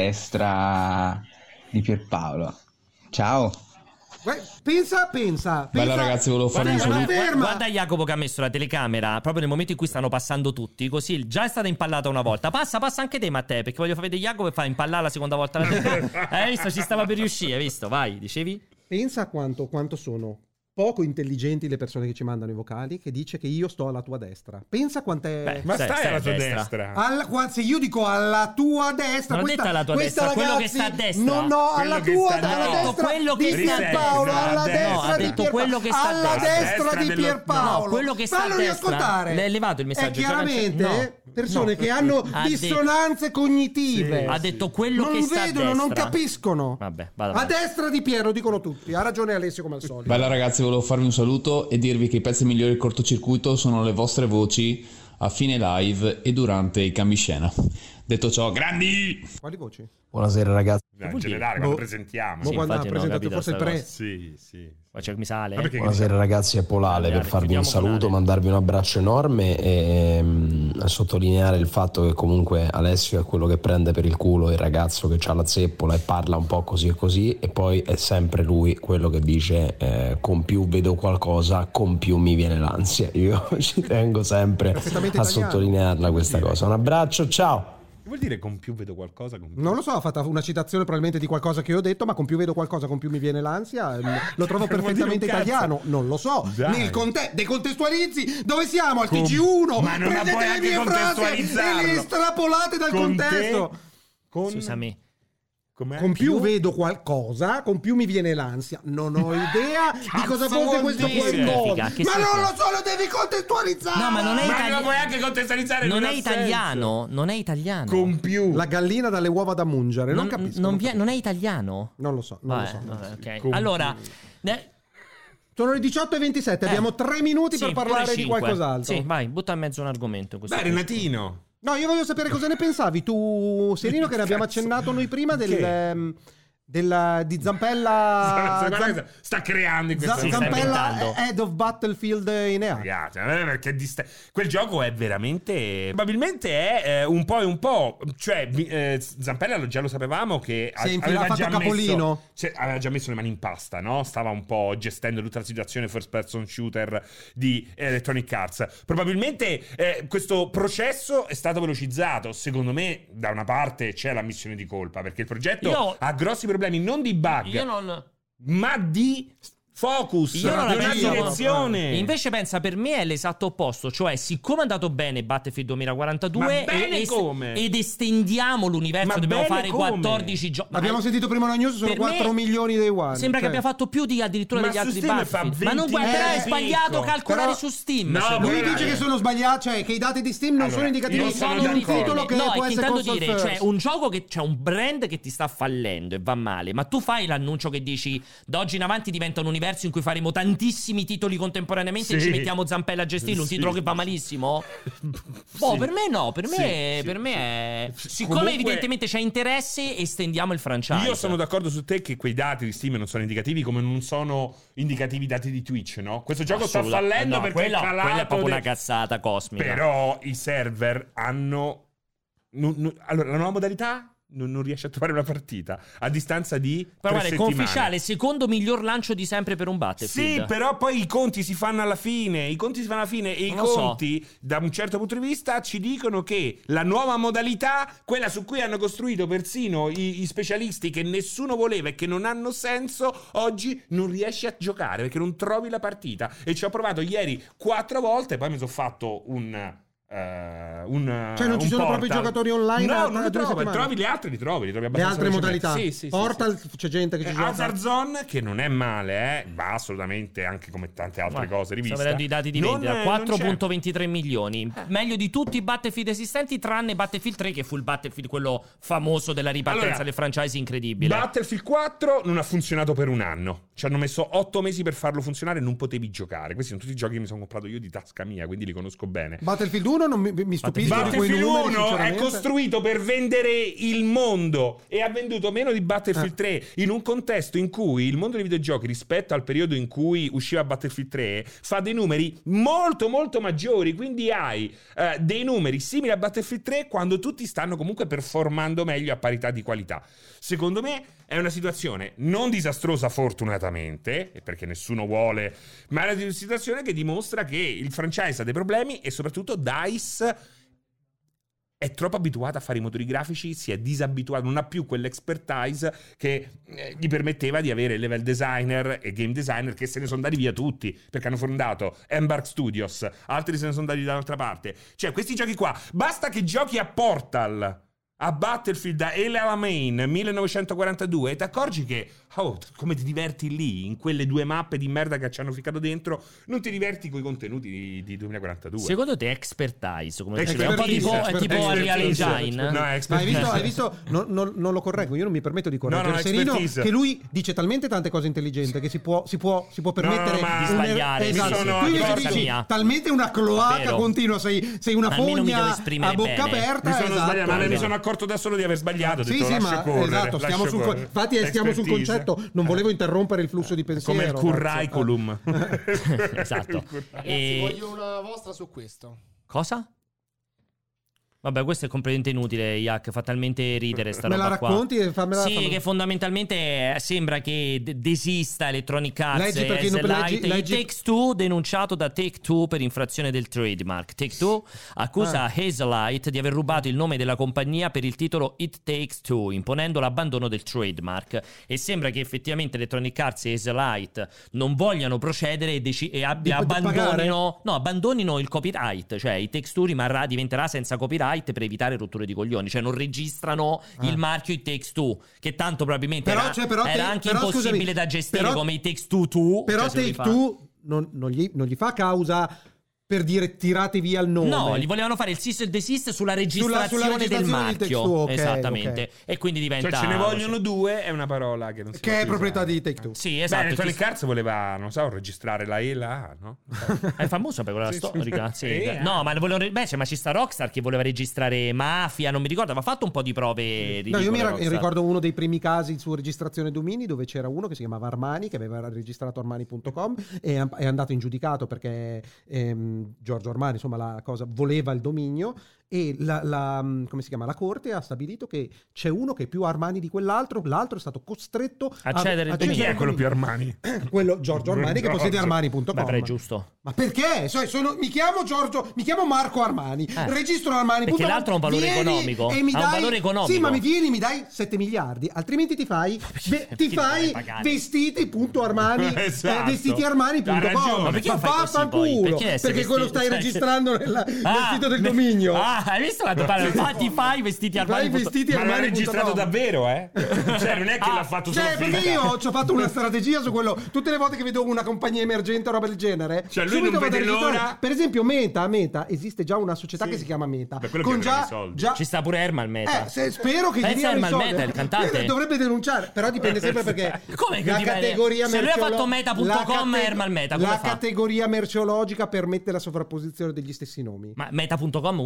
destra di Pierpaolo. Ciao. Guarda, pensa, pensa, Bella pensa. ragazzi, volevo fare un Guarda, saluto. ferma. Guarda Jacopo che ha messo la telecamera proprio nel momento in cui stanno passando tutti, così già è stata impallata una volta. Passa, passa anche te, Matteo, perché voglio far vedere Jacopo e fa impallare la seconda volta la telecamera. Hai visto? Ci stava per riuscire, hai visto? Vai, dicevi? Pensa a quanto, quanto sono poco intelligenti le persone che ci mandano i vocali, che dice che io sto alla tua destra. Pensa quant'è... Beh, Ma Stai- stai stai alla a tua destra. destra. Alla, qua- se io dico alla tua destra, Non ho questa, detto alla tua questa destra, quello che ragazzi, sta a destra. No, no, Quello alla che tua, sta- alla no. destra Ha detto quello che di sta a Pierpaolo, destra. alla No, destra ha di detto Pierpaolo, quello che sta a alla destra. destra di dello- Pierpaolo. No, quello che sta a Fallo destra. riascoltare. L'hai levato il messaggio, È già chiaramente cance- no. persone No. che hanno Ha detto- dissonanze cognitive. Ha detto quello non che sta a vedono, non destra. capiscono. Vabbè, vado A avanti. destra di Piero dicono tutti. Ha ragione Alessio come al solito. Bella ragazzi, volevo farvi un saluto e dirvi che i pezzi migliori del cortocircuito sono le vostre voci a fine live e durante i cambiescena. Detto ciò, grandi! Quali voci? Buonasera ragazzi. No, in generale, quando Boh. presentiamo. Boh, Sì, quando ha infatti non ho presentato capito forse il sta pre. Sì, sì. Poi c'è mi sale. Ma perché Buonasera ragazzi, è Polale per farvi un Chiudiamo saluto, Polale. mandarvi un abbraccio enorme e mm, sottolineare il fatto che comunque Alessio è quello che prende per il culo il ragazzo che ha la zeppola e parla un po' così e così, e poi è sempre lui quello che dice eh, con più vedo qualcosa, con più mi viene l'ansia. Io ci tengo sempre Perfettamente a italiano. sottolinearla questa cosa. Un abbraccio, ciao! Che vuol dire con più vedo qualcosa? Con più? Non lo so, ha fatto una citazione probabilmente di qualcosa che io ho detto, ma con più vedo qualcosa, con più mi viene l'ansia. ehm, Lo trovo Non vuol dire perfettamente un cazzo. italiano, non lo so. Dai. Nel conte- decontestualizzi, dove siamo? Al T G uno? Ma non la Prendete puoi le anche mie frasi e contestualizzarlo. le estrapolate dal Con contesto. te? Con... Scusami. Com'è? Con più vedo qualcosa, con più mi viene l'ansia. Non ho idea di cosa Cazzo fosse vuol questo dire? qualcosa. Che Ma non significa? lo so, lo devi contestualizzare. No, ma non è Ma italiano. lo puoi anche contestualizzare. Non è ha italiano, non è italiano. senso. Con più. La gallina dalle uova da mungere, non, non, capisco. non non, vie- non è italiano. non lo so, non Vabbè, lo so. vabbè, ok. Con Allora, ne- Sono le diciotto e ventisette, Eh. abbiamo tre minuti sì, per parlare pure di cinque. qualcos'altro. Sì, vai, butta in mezzo un argomento. in questo Beh, caso. Renatino. No, io voglio sapere cosa ne pensavi tu, Serino, che ne abbiamo Cazzo. accennato noi prima del, Che? ehm, della- di Zampella. Guarda Zam- cosa sta creando in Za- questo Sì, sta momento. Zampella inventando. Head of Battlefield in E A. Ragazzi, eh, perché dist- quel gioco è veramente. Probabilmente è eh, un po' e un po'. Cioè, vi- eh, Zampella lo- già lo sapevamo che Si è a- infilato, aveva ha fatto già capolino. messo, cioè, aveva già messo le mani in pasta, no? Stava un po' gestendo tutta la situazione first person shooter di Electronic Arts. Probabilmente eh, questo processo è stato velocizzato. Secondo me, da una parte c'è la missione di colpa, perché il progetto Io- ha grossi problemi, non di bug, Io non. ma di focus, Io non di la una penso- direzione. Invece pensa, per me è l'esatto opposto, cioè siccome è andato bene Battlefield duemilaquarantadue Ma bene e- come? ed estendiamo l'universo, Ma dobbiamo bene fare come? quattordici giochi. Abbiamo sentito prima una news, sono Per me quattro milioni dei one. Sembra Cioè, che abbia fatto più di addirittura Ma degli su altri Steam fa Battlefield. Ma non venti guarda, però è e sbagliato picco. calcolare Però- su Steam. No, secondo Lui me. dice che sono sbagliati, cioè che i dati di Steam non Allora, sono indicativi io di sono un d'accordo. titolo che no, può è che essere intendo console dire, first. cioè un gioco che c'è un brand che ti sta fallendo e va male, ma tu fai l'annuncio che dici da oggi in avanti diventa un universo in cui faremo tantissimi titoli contemporaneamente e Sì. ci mettiamo Zampella a gestirlo, un Sì. titolo che va malissimo. Boh, Sì. per me no, per me, Sì, sì. per me è siccome Comunque- evidentemente c'è interesse, estendiamo il franchise. Io sono d'accordo su te che quei dati di Steam non sono indicativi, come non sono indicativi i dati di Twitch, no? Questo gioco sta Assoluta- fallendo no, perché quella, è calato quella è proprio de- una cazzata cosmica. Però i server hanno... nu- nu- Allora, la nuova modalità non, non riesce a trovare una partita a distanza di però tre guarda, settimane. Confisciale, secondo miglior lancio di sempre per un Battlefield. Sì, però poi i conti si fanno alla fine. I conti si fanno alla fine. E i Non lo conti, so. da un certo punto di vista, ci dicono che la nuova modalità, quella su cui hanno costruito persino i, i specialisti che nessuno voleva e che non hanno senso, oggi non riesci a giocare perché non trovi la partita. E ci ho provato ieri quattro volte. Poi mi sono fatto un. Uh, un, Cioè non ci un sono portal. proprio i giocatori online no, a- non a li due trovi, settimane? trovi gli altri, li trovi, li trovi Le abbastanza altre velocemente. modalità. Sì, sì, sì, Portal, sì. c'è gente che ci Eh, gioca. Hazard Zone, che non è male, eh, va assolutamente anche come tante altre Guarda, cose riviste. sto vedendo i dati di Non- vendita, non quattro c'è. virgola ventitré milioni, meglio di tutti i Battlefield esistenti tranne Battlefield tre, che fu il Battlefield quello famoso della ripartenza Allora, del franchise incredibile. Battlefield quattro non ha funzionato per un anno. Ci hanno messo otto mesi per farlo funzionare e non potevi giocare. Questi sono tutti i giochi che mi sono comprato io di tasca mia, quindi li conosco bene. Battlefield uno non mi, mi stupisco di quei Battlefield numeri, uno è sinceramente. costruito per vendere il mondo e ha venduto meno di Battlefield Eh. tre in un contesto in cui il mondo dei videogiochi, rispetto al periodo in cui usciva Battlefield tre, fa dei numeri molto molto maggiori, quindi hai eh, dei numeri simili a Battlefield tre quando tutti stanno comunque performando meglio a parità di qualità. Secondo me è una situazione non disastrosa fortunatamente, perché nessuno vuole, ma è una situazione che dimostra che il franchise ha dei problemi e soprattutto DICE è troppo abituata a fare i motori grafici, si è disabituato, non ha più quell'expertise che eh, gli permetteva di avere level designer e game designer che se ne sono andati via tutti, perché hanno fondato Embark Studios, altri se ne sono andati da un'altra parte. Cioè questi giochi qua, basta che giochi a Portal, a Battlefield e alla Main millenovecentoquarantadue e ti accorgi che oh, come ti diverti lì in quelle due mappe di merda che ci hanno ficcato dentro, non ti diverti con i contenuti di, di duemilaquarantadue. Secondo te expertise, come Expertise, è un po' tipo, è tipo expertise. Unreal Engine? No, Ma hai visto, hai visto no, no, non lo correggo, io non mi permetto di correggere No, no, Serino, expertise. che lui dice talmente tante cose intelligenti che si può, si può, si può permettere No, ma- un- Di sbagliare, esatto. mi sono Tu invece accorto- dici mia. talmente una cloaca Vero. continua, sei, sei una Almeno mi devo fogna esprimere a bocca bene. aperta. Mi sono esatto. sbagliato, ma mi sono accorto da solo di aver sbagliato. Ho Sì, detto, sì, lascio ma correre, esatto, stiamo lascio sul, correre. infatti eh, stiamo sul Expertise. concetto, non volevo interrompere il flusso di pensiero. Come il cazzo. curriculum. Esatto. Ragazzi, E- voglio una vostra su questo. Cosa? Vabbè, questo è completamente inutile, Yak, fa talmente ridere sta Me roba la qua. racconti e fammela- Sì, fammela- che fondamentalmente eh, sembra che de- desista Electronic Arts Leggi e perché non- Light. leggi- leggi- Il Take-Two denunciato da Take-Two per infrazione del trademark. Take-Two accusa Ah. Hazelight di aver rubato il nome della compagnia per il titolo It Takes Two, imponendo l'abbandono del trademark. E sembra che effettivamente Electronic Arts e Hazelight non vogliano procedere e, deci- e abbia- Di- di abbandonino, no, abbandonino il copyright. Cioè il Take Two rimarrà, diventerà senza copyright per evitare rotture di coglioni. Cioè non registrano il marchio It Takes Two, che tanto probabilmente Però, era, cioè, però era te- anche però, impossibile scusami, da gestire però- come i Takes Two Two. Però cioè, se lo Take fa- Two non, non gli, non gli fa causa per dire tirate via il nome. No, gli volevano fare il cease and desist sulla registrazione, sulla registrazione del del marchio. Take Two, ok, Esattamente. ok. E quindi diventa. Cioè ce ne vogliono due, è una parola che non si può Che è più proprietà usare. di Take Two. Sì, Beh, esatto. Electronic chi- Arts voleva, non so, registrare la E e la A, no? È famosa per quella Sì, sì. storica. Sì. Eh, eh. No, ma le volevano- beh, cioè, ma ci sta Rockstar che voleva registrare Mafia. Non mi ricordo, aveva fatto un po' di prove. No, ridicole, io mi ra- Rockstar. ricordo uno dei primi casi su registrazione domini dove c'era uno che si chiamava Armani, che aveva registrato Armani punto com e è andato in giudicato perché ehm, Giorgio Armani, insomma, la cosa voleva il dominio e la, la, come si chiama, la corte ha stabilito che c'è uno che è più Armani di quell'altro, l'altro è stato costretto A cedere il E chi dominio. è quello più Armani? quello Giorgio Armani che Giorgio. possiede Armani punto com. Beh, però è giusto. Ma perché? Cioè, sono- mi chiamo Giorgio, mi chiamo Marco Armani, Eh. registro Armani punto com, Perché l'altro ha un valore vieni economico. e mi Ha un dai- valore economico. Sì, ma mi vieni, mi dai sette miliardi, altrimenti ti fai ve- ti perché fai devi pagare? vestiti punto Armani, Esatto. eh, vestiti Armani punto Ha ragione. com. Ma perché lo fai così, vaffanculo, poi? Perché perché, essere quello vestiti- stai cioè- registrando nella- nel Ah, sito del ne- dominio. Ah, hai visto quando parla? Fa- Ti fai vestiti Ti fai Armani. vestiti Ma l'ha Armani punto com. registrato davvero, eh? Cioè non è che Ah, l'ha fatto solo Cioè, perché finta. io ci ho fatto una strategia su quello. Tutte le volte che vedo una compagnia emergente o roba del genere, Cioè, lui subito non vado a vede registrare. l'ora. Per esempio, Meta, Meta esiste già una società Sì. che si chiama Meta. Beh, quello con che avrà già, i soldi. già Ci sta pure Herman Meta. eh, se- spero che gli Pensa diano i Herman soldi. Meta, il cantante. Eh, dovrebbe denunciare, però dipende sempre perché Come che la dipende? categoria Se lui ha merceolo- fatto meta punto com la e Herman Meta, come la fa? categoria merceologica permette la sovrapposizione degli stessi nomi. Ma meta punto com uno solo ce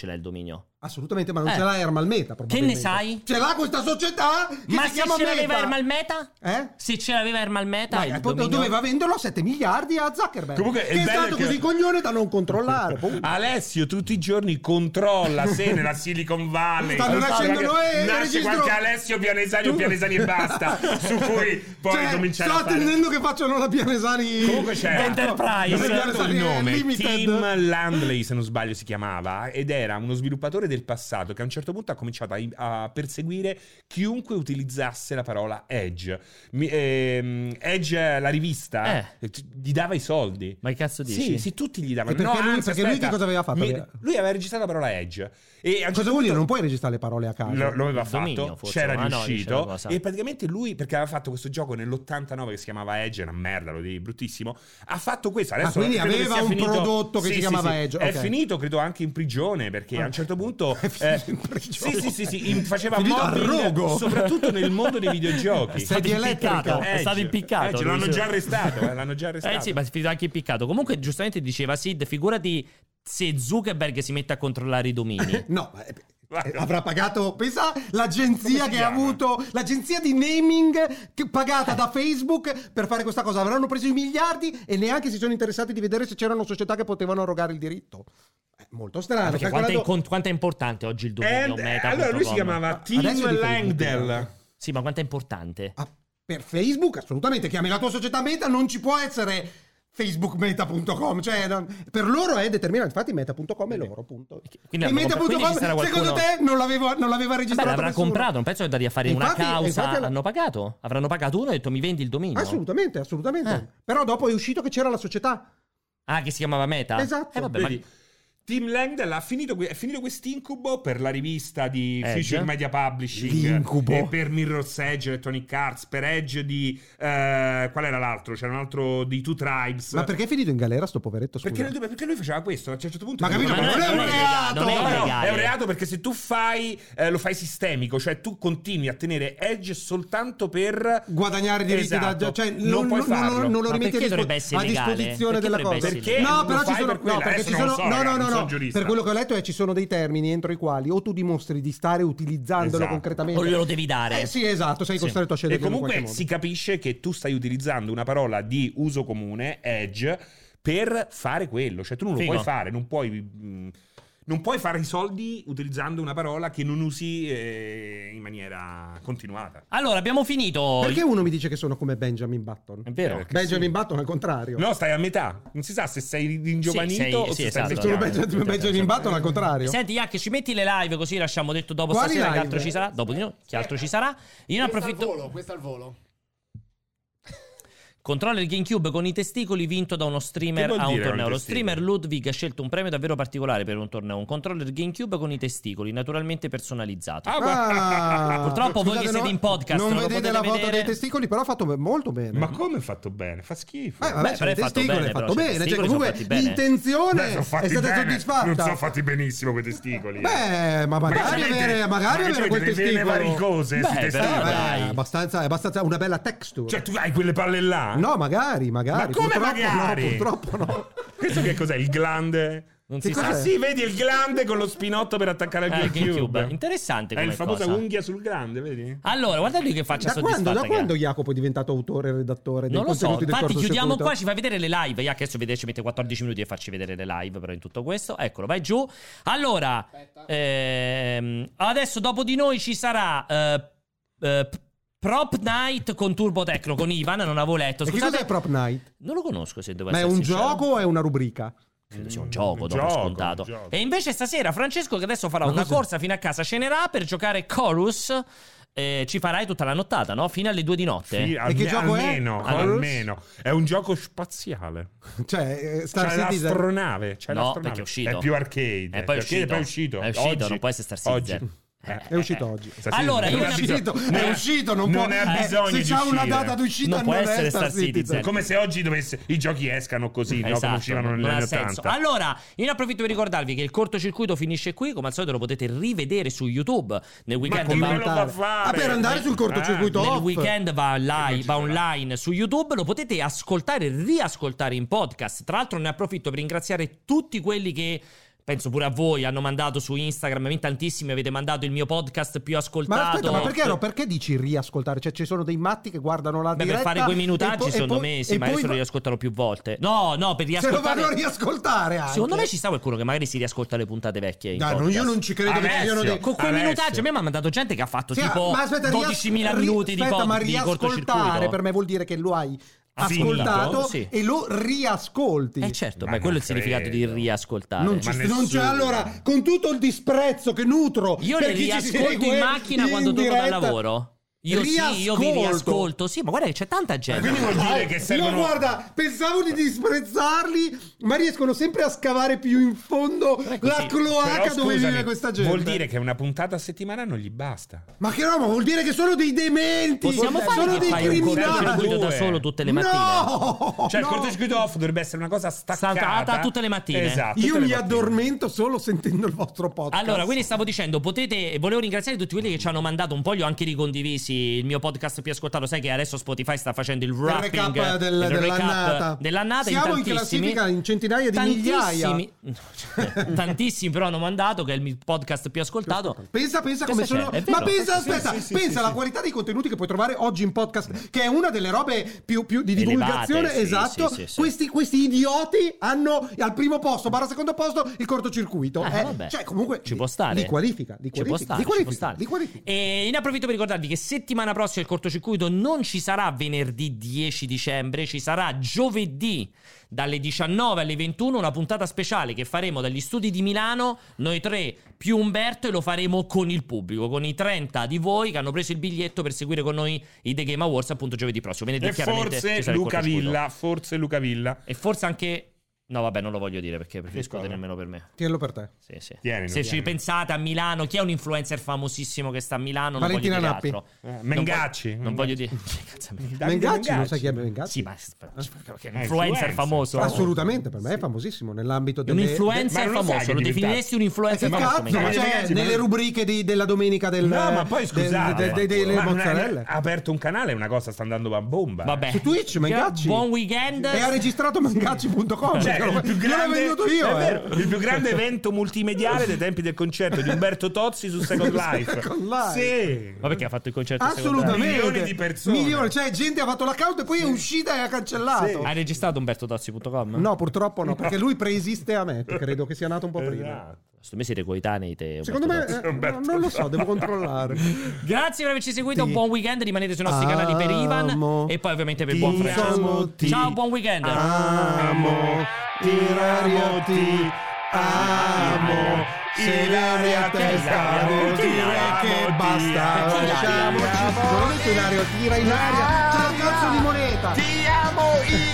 ce l'ha il dominio. Assolutamente, ma non Eh. ce l'ha Ermal Meta, Che probabilmente. ne sai? Ce l'ha questa società che Ma si se chiama ce l'aveva Meta. Ermal Meta? Eh? Se ce l'aveva Ermal Meta, Ma il eh, poi dominio... doveva venderlo a sette miliardi a Zuckerberg. Comunque, che il è bello stato è che- così coglione da non controllare. punto. Alessio tutti i giorni controlla se nella Silicon Valley Stanno nascendo che noi, nasce registro- qualche Alessio Pianesani o Tu- Pianesani e basta, su cui poi Cioè, cominciare sto a fare. attendendo che facciano la Pianesani. Comunque c'è Enterprise. non mi ricordo il Pianesani nome, Limited. Tim Landley se non sbaglio si chiamava, ed era uno sviluppatore del passato che a un certo punto ha cominciato a, a perseguire chiunque utilizzasse la parola Edge. Mi- ehm, Edge, la rivista, Eh. gli dava i soldi. Ma che cazzo dici? Sì, sì, tutti gli davano. E perché No, lui- anzi, perché lui aspetta, che cosa aveva fatto? mi- Aveva- lui aveva registrato la parola Edge. E a un Cosa certo vuol dire? punto- Non puoi registrare le parole a caso. lo, lo aveva Il dominio, fatto, forse. c'era Ah, no, dice riuscito una cosa. e praticamente lui, perché aveva fatto questo gioco nell'ottantanove che si chiamava Edge, una merda, lo dico bruttissimo, ha fatto questo. Adesso Ah, quindi credo che aveva sia un finito- prodotto che Sì, si sì, chiamava sì. Edge, È ok. finito, credo, anche in prigione perché a un certo punto eh, sì, sì, sì, sì, in- faceva Finito a mobbing rogo. soprattutto nel mondo dei videogiochi. È stato Sedia impiccato, elettrica. è stato Edge. impiccato. Edge, l'hanno lui. già arrestato, eh, l'hanno già arrestato. Eh sì, ma si è finito anche impiccato. Comunque, giustamente diceva Sid, figurati se Zuckerberg si mette a controllare i domini. No, ma, eh, eh, avrà pagato, pensa, l'agenzia Come si che ha chiama? avuto, l'agenzia di naming che- pagata da Facebook per fare questa cosa. Avranno preso i miliardi e neanche si sono interessati di vedere se c'erano società che potevano erogare il diritto. È molto strano. Perché quanto è, calcolato- con- quanto è importante oggi il dominio And- Meta? allora lui si punto com? chiamava Adesso Tim è di Facebook, Langdell. Sì, ma quanto è importante? Ah, per Facebook, assolutamente. Chiami la tua società Meta, non ci può essere facebook meta punto com. Cioè, non- per loro è determinante. Infatti, meta punto com è loro, punto. Quindi E hanno meta compra- punto quindi ci sarà com, secondo qualcuno- te, non l'aveva, non l'aveva Vabbè, registrato l'avrà nessuno? comprato, non penso che da fare Infatti- una causa. infatti alla- Hanno pagato? Avranno pagato uno e ha detto mi vendi il dominio? Assolutamente, assolutamente. Eh. Però dopo è uscito che c'era la società. Ah, che si chiamava Meta? Esatto. Eh, vabbè, ma- Vedi, Tim Langdell ha finito, que- è finito quest'incubo per la rivista di Edge? Future Media Publishing, L'incubo. e per Mirror's Edge, Electronic Arts, per Edge di eh, qual era l'altro? C'era un altro di Two Tribes. Ma perché è finito in galera sto poveretto? Scusa. Perché, perché lui faceva questo a un certo punto. Ma capito, Ma ma non è un reato! non è No, no, illegale. è un reato perché se tu fai eh, lo fai sistemico, cioè tu continui a tenere Edge soltanto per Guadagnare diritti Esatto. da cioè non, non, puoi non, farlo. non, non lo Ma rimetti a, perché dispo- dovrebbe essere a legale? disposizione Perché della dovrebbe cosa. essere Perché No, lo però ci fai sono per quello? no, perché Adesso ci non sono so, no, raga, no, non no, sono no. giurista. Per quello che ho letto è ci sono dei termini entro i quali o tu dimostri di stare utilizzandolo Esatto. concretamente O glielo devi dare. Eh sì, esatto, sei costretto a E scegliere in comunque qualche modo. si capisce che tu stai utilizzando una parola di uso comune, Edge, per fare quello. Cioè tu non lo Figo. puoi fare, non puoi... mh, non puoi fare i soldi utilizzando una parola che non usi eh, in maniera continuata. Allora, abbiamo finito. Perché uno mi dice che sono come Benjamin Button? È vero. Perché Benjamin Button al contrario. No, stai a metà. Non si sa se sei ringiovanito Sì, sei- o sì, se stai esatto. Sono invecchiando. Benjamin, Benjamin Button al contrario. Senti, Iac, ci metti le live così lasciamo detto dopo Quali stasera che live? altro ci sarà? Dopo di noi, che altro ci sarà? Io ne Questo al approfitto. volo, questo al volo. Controller GameCube con i testicoli vinto da uno streamer Che vuol a un dire con torneo. i Lo testicoli? streamer Ludwig ha scelto un premio davvero particolare per un torneo. Un controller GameCube con i testicoli, naturalmente personalizzato. Ah, guarda. Ah, Purtroppo voi che scusate, siete no- in podcast non non lo vedete potete la foto vedere. dei testicoli, però ha fatto molto bene. Ma come è fatto bene? Fa schifo. Eh, vabbè, Beh, sono però i è fatto testicoli, bene, è fatto però, cioè, bene. i Cioè, testicoli comunque sono fatti bene. l'intenzione Beh, sono è fatti stata bene. soddisfatta. Non sono fatti benissimo quei testicoli. eh. Beh, ma magari ci avere, avete- magari ma ci avere quel avete delle vene testicolo. varicose Beh, sui però, testicoli. dai. È abbastanza, è abbastanza una bella texture. Cioè tu hai quelle palle là? No, magari, magari. Ma come Purtroppo magari? No, purtroppo no. Questo che cos'è? Il glande? Non Che si cos'è? sa. Ah sì, vedi il glande con lo spinotto per attaccare al Ah, il GameCube. GameCube. Interessante È come il famosa cosa. unghia sul glande, vedi? Allora, guarda lui che faccia Da quando, soddisfatta. da che quando è. Jacopo è diventato autore e redattore dei Non lo so, contenuti del infatti chiudiamo cortocircuito? qua, ci fai vedere le live. Iac, adesso vedete, ci mette quattordici minuti a farci vedere le live, però in tutto questo. Eccolo, vai giù. Allora, ehm, adesso dopo di noi ci sarà eh, eh, Prop Night con Turbo Tecno, con Ivan, non avevo letto. E che Scusate, cos'è Prop Night? non lo conosco se devo Ma è essere un sincero. gioco o è una rubrica? Credo sia un gioco, Un dopo gioco, scontato. un gioco. E invece stasera Francesco, che adesso farà Ma una cos'è? corsa fino a casa, cenerà per giocare Chorus. Eh, ci farai tutta la nottata, no? Fino alle due di notte. Sì, E che alme- gioco è? almeno, Chorus? almeno. È un gioco spaziale. Cioè, eh, Star C'è Citizen. l'astronave. C'è No, l'astronave. perché è uscito. È più arcade. E poi è Perché uscito. poi è uscito. È uscito, Oggi. non può essere Star Citizen. Oggi. È uscito oggi. Star Allora, Citizen. io È ne uscito, Ne- è uscito, non, non può. ne ha eh, bisogno se di c'ha una uscire. data d'uscita Non non, può è essere Star Star Citizen. Citizen. Come se oggi dovesse, i giochi escano così, no? Come uscivano negli non anni ha senso. ottanta. Allora, io ne approfitto per ricordarvi che il cortocircuito finisce qui. Come al solito lo potete rivedere su YouTube. Nel weekend chi va, me lo fa fare? Ah, per andare sul cortocircuito nel off. weekend va, online, va ci online su YouTube. Lo potete ascoltare e riascoltare in podcast. Tra l'altro ne approfitto per ringraziare tutti quelli che penso pure a voi, hanno mandato su Instagram, in tantissimi avete mandato il mio podcast più ascoltato. Ma aspetta, ma perché no? Perché dici riascoltare? Cioè ci sono dei matti che guardano la Beh, diretta per fare quei minutaggi po- secondo poi, me sì, magari se lo riascoltano più volte. No, no, per riascoltare. Se lo vanno a riascoltare anche. Secondo me ci sta qualcuno che magari si riascolta le puntate vecchie in Dai, podcast. io non ci credo Alessio, che siano dei... con quei Alessio. minutaggi a me mi ha mandato gente che ha fatto Sì, tipo ma aspetta, dodicimila ri- minuti aspetta, di, pod- ma di riascoltare cortocircuito. per me vuol dire che lo hai Ha ascoltato finito, sì. e lo riascolti. Eh certo, Ma ma quello è non il significato di credo. riascoltare. Non, ci, Ma non c'è, nessuno. allora, con tutto il disprezzo che nutro Io per le chi ci riascolto in segue macchina quando torno dal diretta, lavoro. Io sì, io vi riascolto. riascolto. Sì, ma guarda che c'è tanta gente. Quindi vuol dire che servono... Io guarda, pensavo di disprezzarli, ma riescono sempre a scavare più in fondo la Però, cloaca dove scusami, vive questa gente. Vuol dire che una puntata a settimana non gli basta. Ma che roba, vuol dire che sono dei dementi. Possiamo fare sono che dei fai un cortocircuito criminali. da solo tutte le mattine? No! Cioè no. il cortocircuito off dovrebbe essere una cosa staccata Saltata tutte le mattine. Esatto. Io tutte le mi mattine. addormento solo sentendo il vostro podcast. Allora, quindi stavo dicendo, potete, volevo ringraziare tutti quelli che ci hanno mandato un po', li ho anche ricondivisi, il mio podcast più ascoltato. Sai che adesso Spotify sta facendo il il wrapping recap del- il recap dell'annata. dell'annata. Siamo in, in tantissimi, classifica in centinaia di migliaia. tantissimi, tantissimi però hanno mandato che è il mio podcast più ascoltato. Pensa, pensa come Pensa sono. c'è, è vero. Ma pensa, Sì, aspetta, sì, sì, pensa sì, alla sì. qualità dei contenuti che puoi trovare oggi in podcast, che è una delle robe più, più di Elevate, divulgazione. sì, esatto. sì, sì, sì. Questi, questi idioti hanno al primo posto, barra secondo posto, il cortocircuito. Eh, Eh, vabbè. cioè, comunque Ci può stare. Li qualifica, li Ci può qualifica, stare, li ci può qualifica, stare. li qualifica. E ne approfitto per ricordarvi che settimana prossima il cortocircuito non ci sarà venerdì dieci dicembre, ci sarà giovedì dalle diciannove alle ventuno una puntata speciale che faremo dagli studi di Milano, noi tre più Umberto, e lo faremo con il pubblico, con i trenta di voi che hanno preso il biglietto per seguire con noi i The Game Awards appunto giovedì prossimo. Venerdì E chiaramente ci forse sarà il Luca cortocircuito. Villa, forse Luca Villa. E forse anche... No, vabbè, non lo voglio dire perché preferisco cosa? tenermelo per me. Tienilo per te. Sì, sì. Tienilo, Se ci tienilo. pensate a Milano, chi è un influencer famosissimo che sta a Milano? Non Valentina voglio dire Nappi. altro. Eh, Non Mengacci. voglio- Non voglio dire. Cazzo, Davide Mengacci, non Mengacci. sai chi è Mengacci? Sì, ma perché è un Eh, influencer influencer. famoso. Assolutamente, per me è famosissimo nell'ambito È delle... un influencer Ma non lo sai famoso. che è Lo diventato? definiresti un Eh, influencer che famoso? cazzo, ma Mengacci? c'è Ragazzi, ma- nelle rubriche di- della domenica del... No, ma poi del- scusate, de- de- delle ma non è- mozzarelle. ha aperto un canale, una cosa sta andando a bomba. Vabbè. Su Twitch, Mengacci. Buon weekend. E ha registrato mengacci punto com. Cioè, il più grande, venuto io, è eh. vero, il più grande evento multimediale dei tempi del concerto di Umberto Tozzi su Second Life. Second Life. Sì. Ma perché ha fatto il concerto? Assolutamente. Milioni di persone. Milioni, cioè gente ha fatto l'account e poi è uscita e ha cancellato. Hai registrato umberto tozzi punto com? No, purtroppo no, perché lui preesiste a me. Credo che sia nato un po' prima. Esatto. Secondo me siete coetanei te. Secondo me, Umberto eh, no, non lo so, devo controllare. Tozzi. Grazie per averci seguito. Ti Buon weekend. Rimanete sui nostri canali per Ivan. amo, E poi, ovviamente, per ti buon amo, Francesco. ti Ciao, buon weekend. Amo, Ilaria ti amo. Se vieni a testa devo dire che basta. Lasciamoci. Non ho detto Ilaria, tira in aria. C'è la cazzo di moneta. Ti amo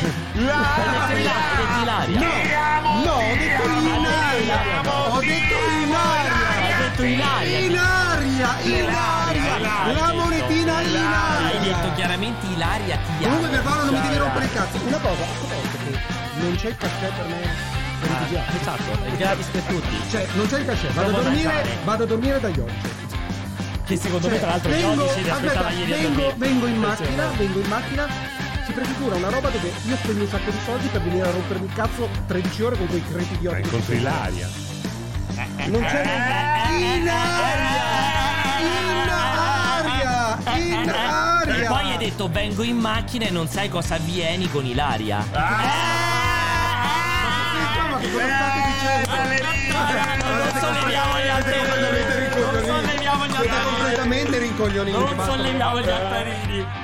Ilaria. No, no, ho detto in aria. Ho detto in aria. Hai detto Ilaria. In aria, in aria. La monetina in Hai detto aria. chiaramente Ilaria ti Comunque amo. per Paolo non mi devi rompere il cazzo. Una cosa, a proposito che non c'è il caffè per me. Per i T G A. Esatto, è gratis per tutti. Cioè, non c'è il caffè, vado a Devo dormire, mangiare. vado a dormire da Ionci. Che secondo Cioè, me, tra l'altro, vengo, Johnny si aspettava aspetta, ieri a vengo, dormire. vengo in macchina, vengo in macchina, si prefigura una roba dove io spendo un sacco di soldi per venire a rompermi il cazzo tredici ore con quei creti idioti. Ma incontri Ilaria. Non c'è in aria! In aria! In aria! E poi hai detto vengo in macchina e non sai cosa avvieni con Ilaria. Ma che cosa state dicendo? Non solleviamo gli altarini. Non solleviamo gli Siete altarini. completamente rincoglioniti. Non basta. solleviamo gli altarini.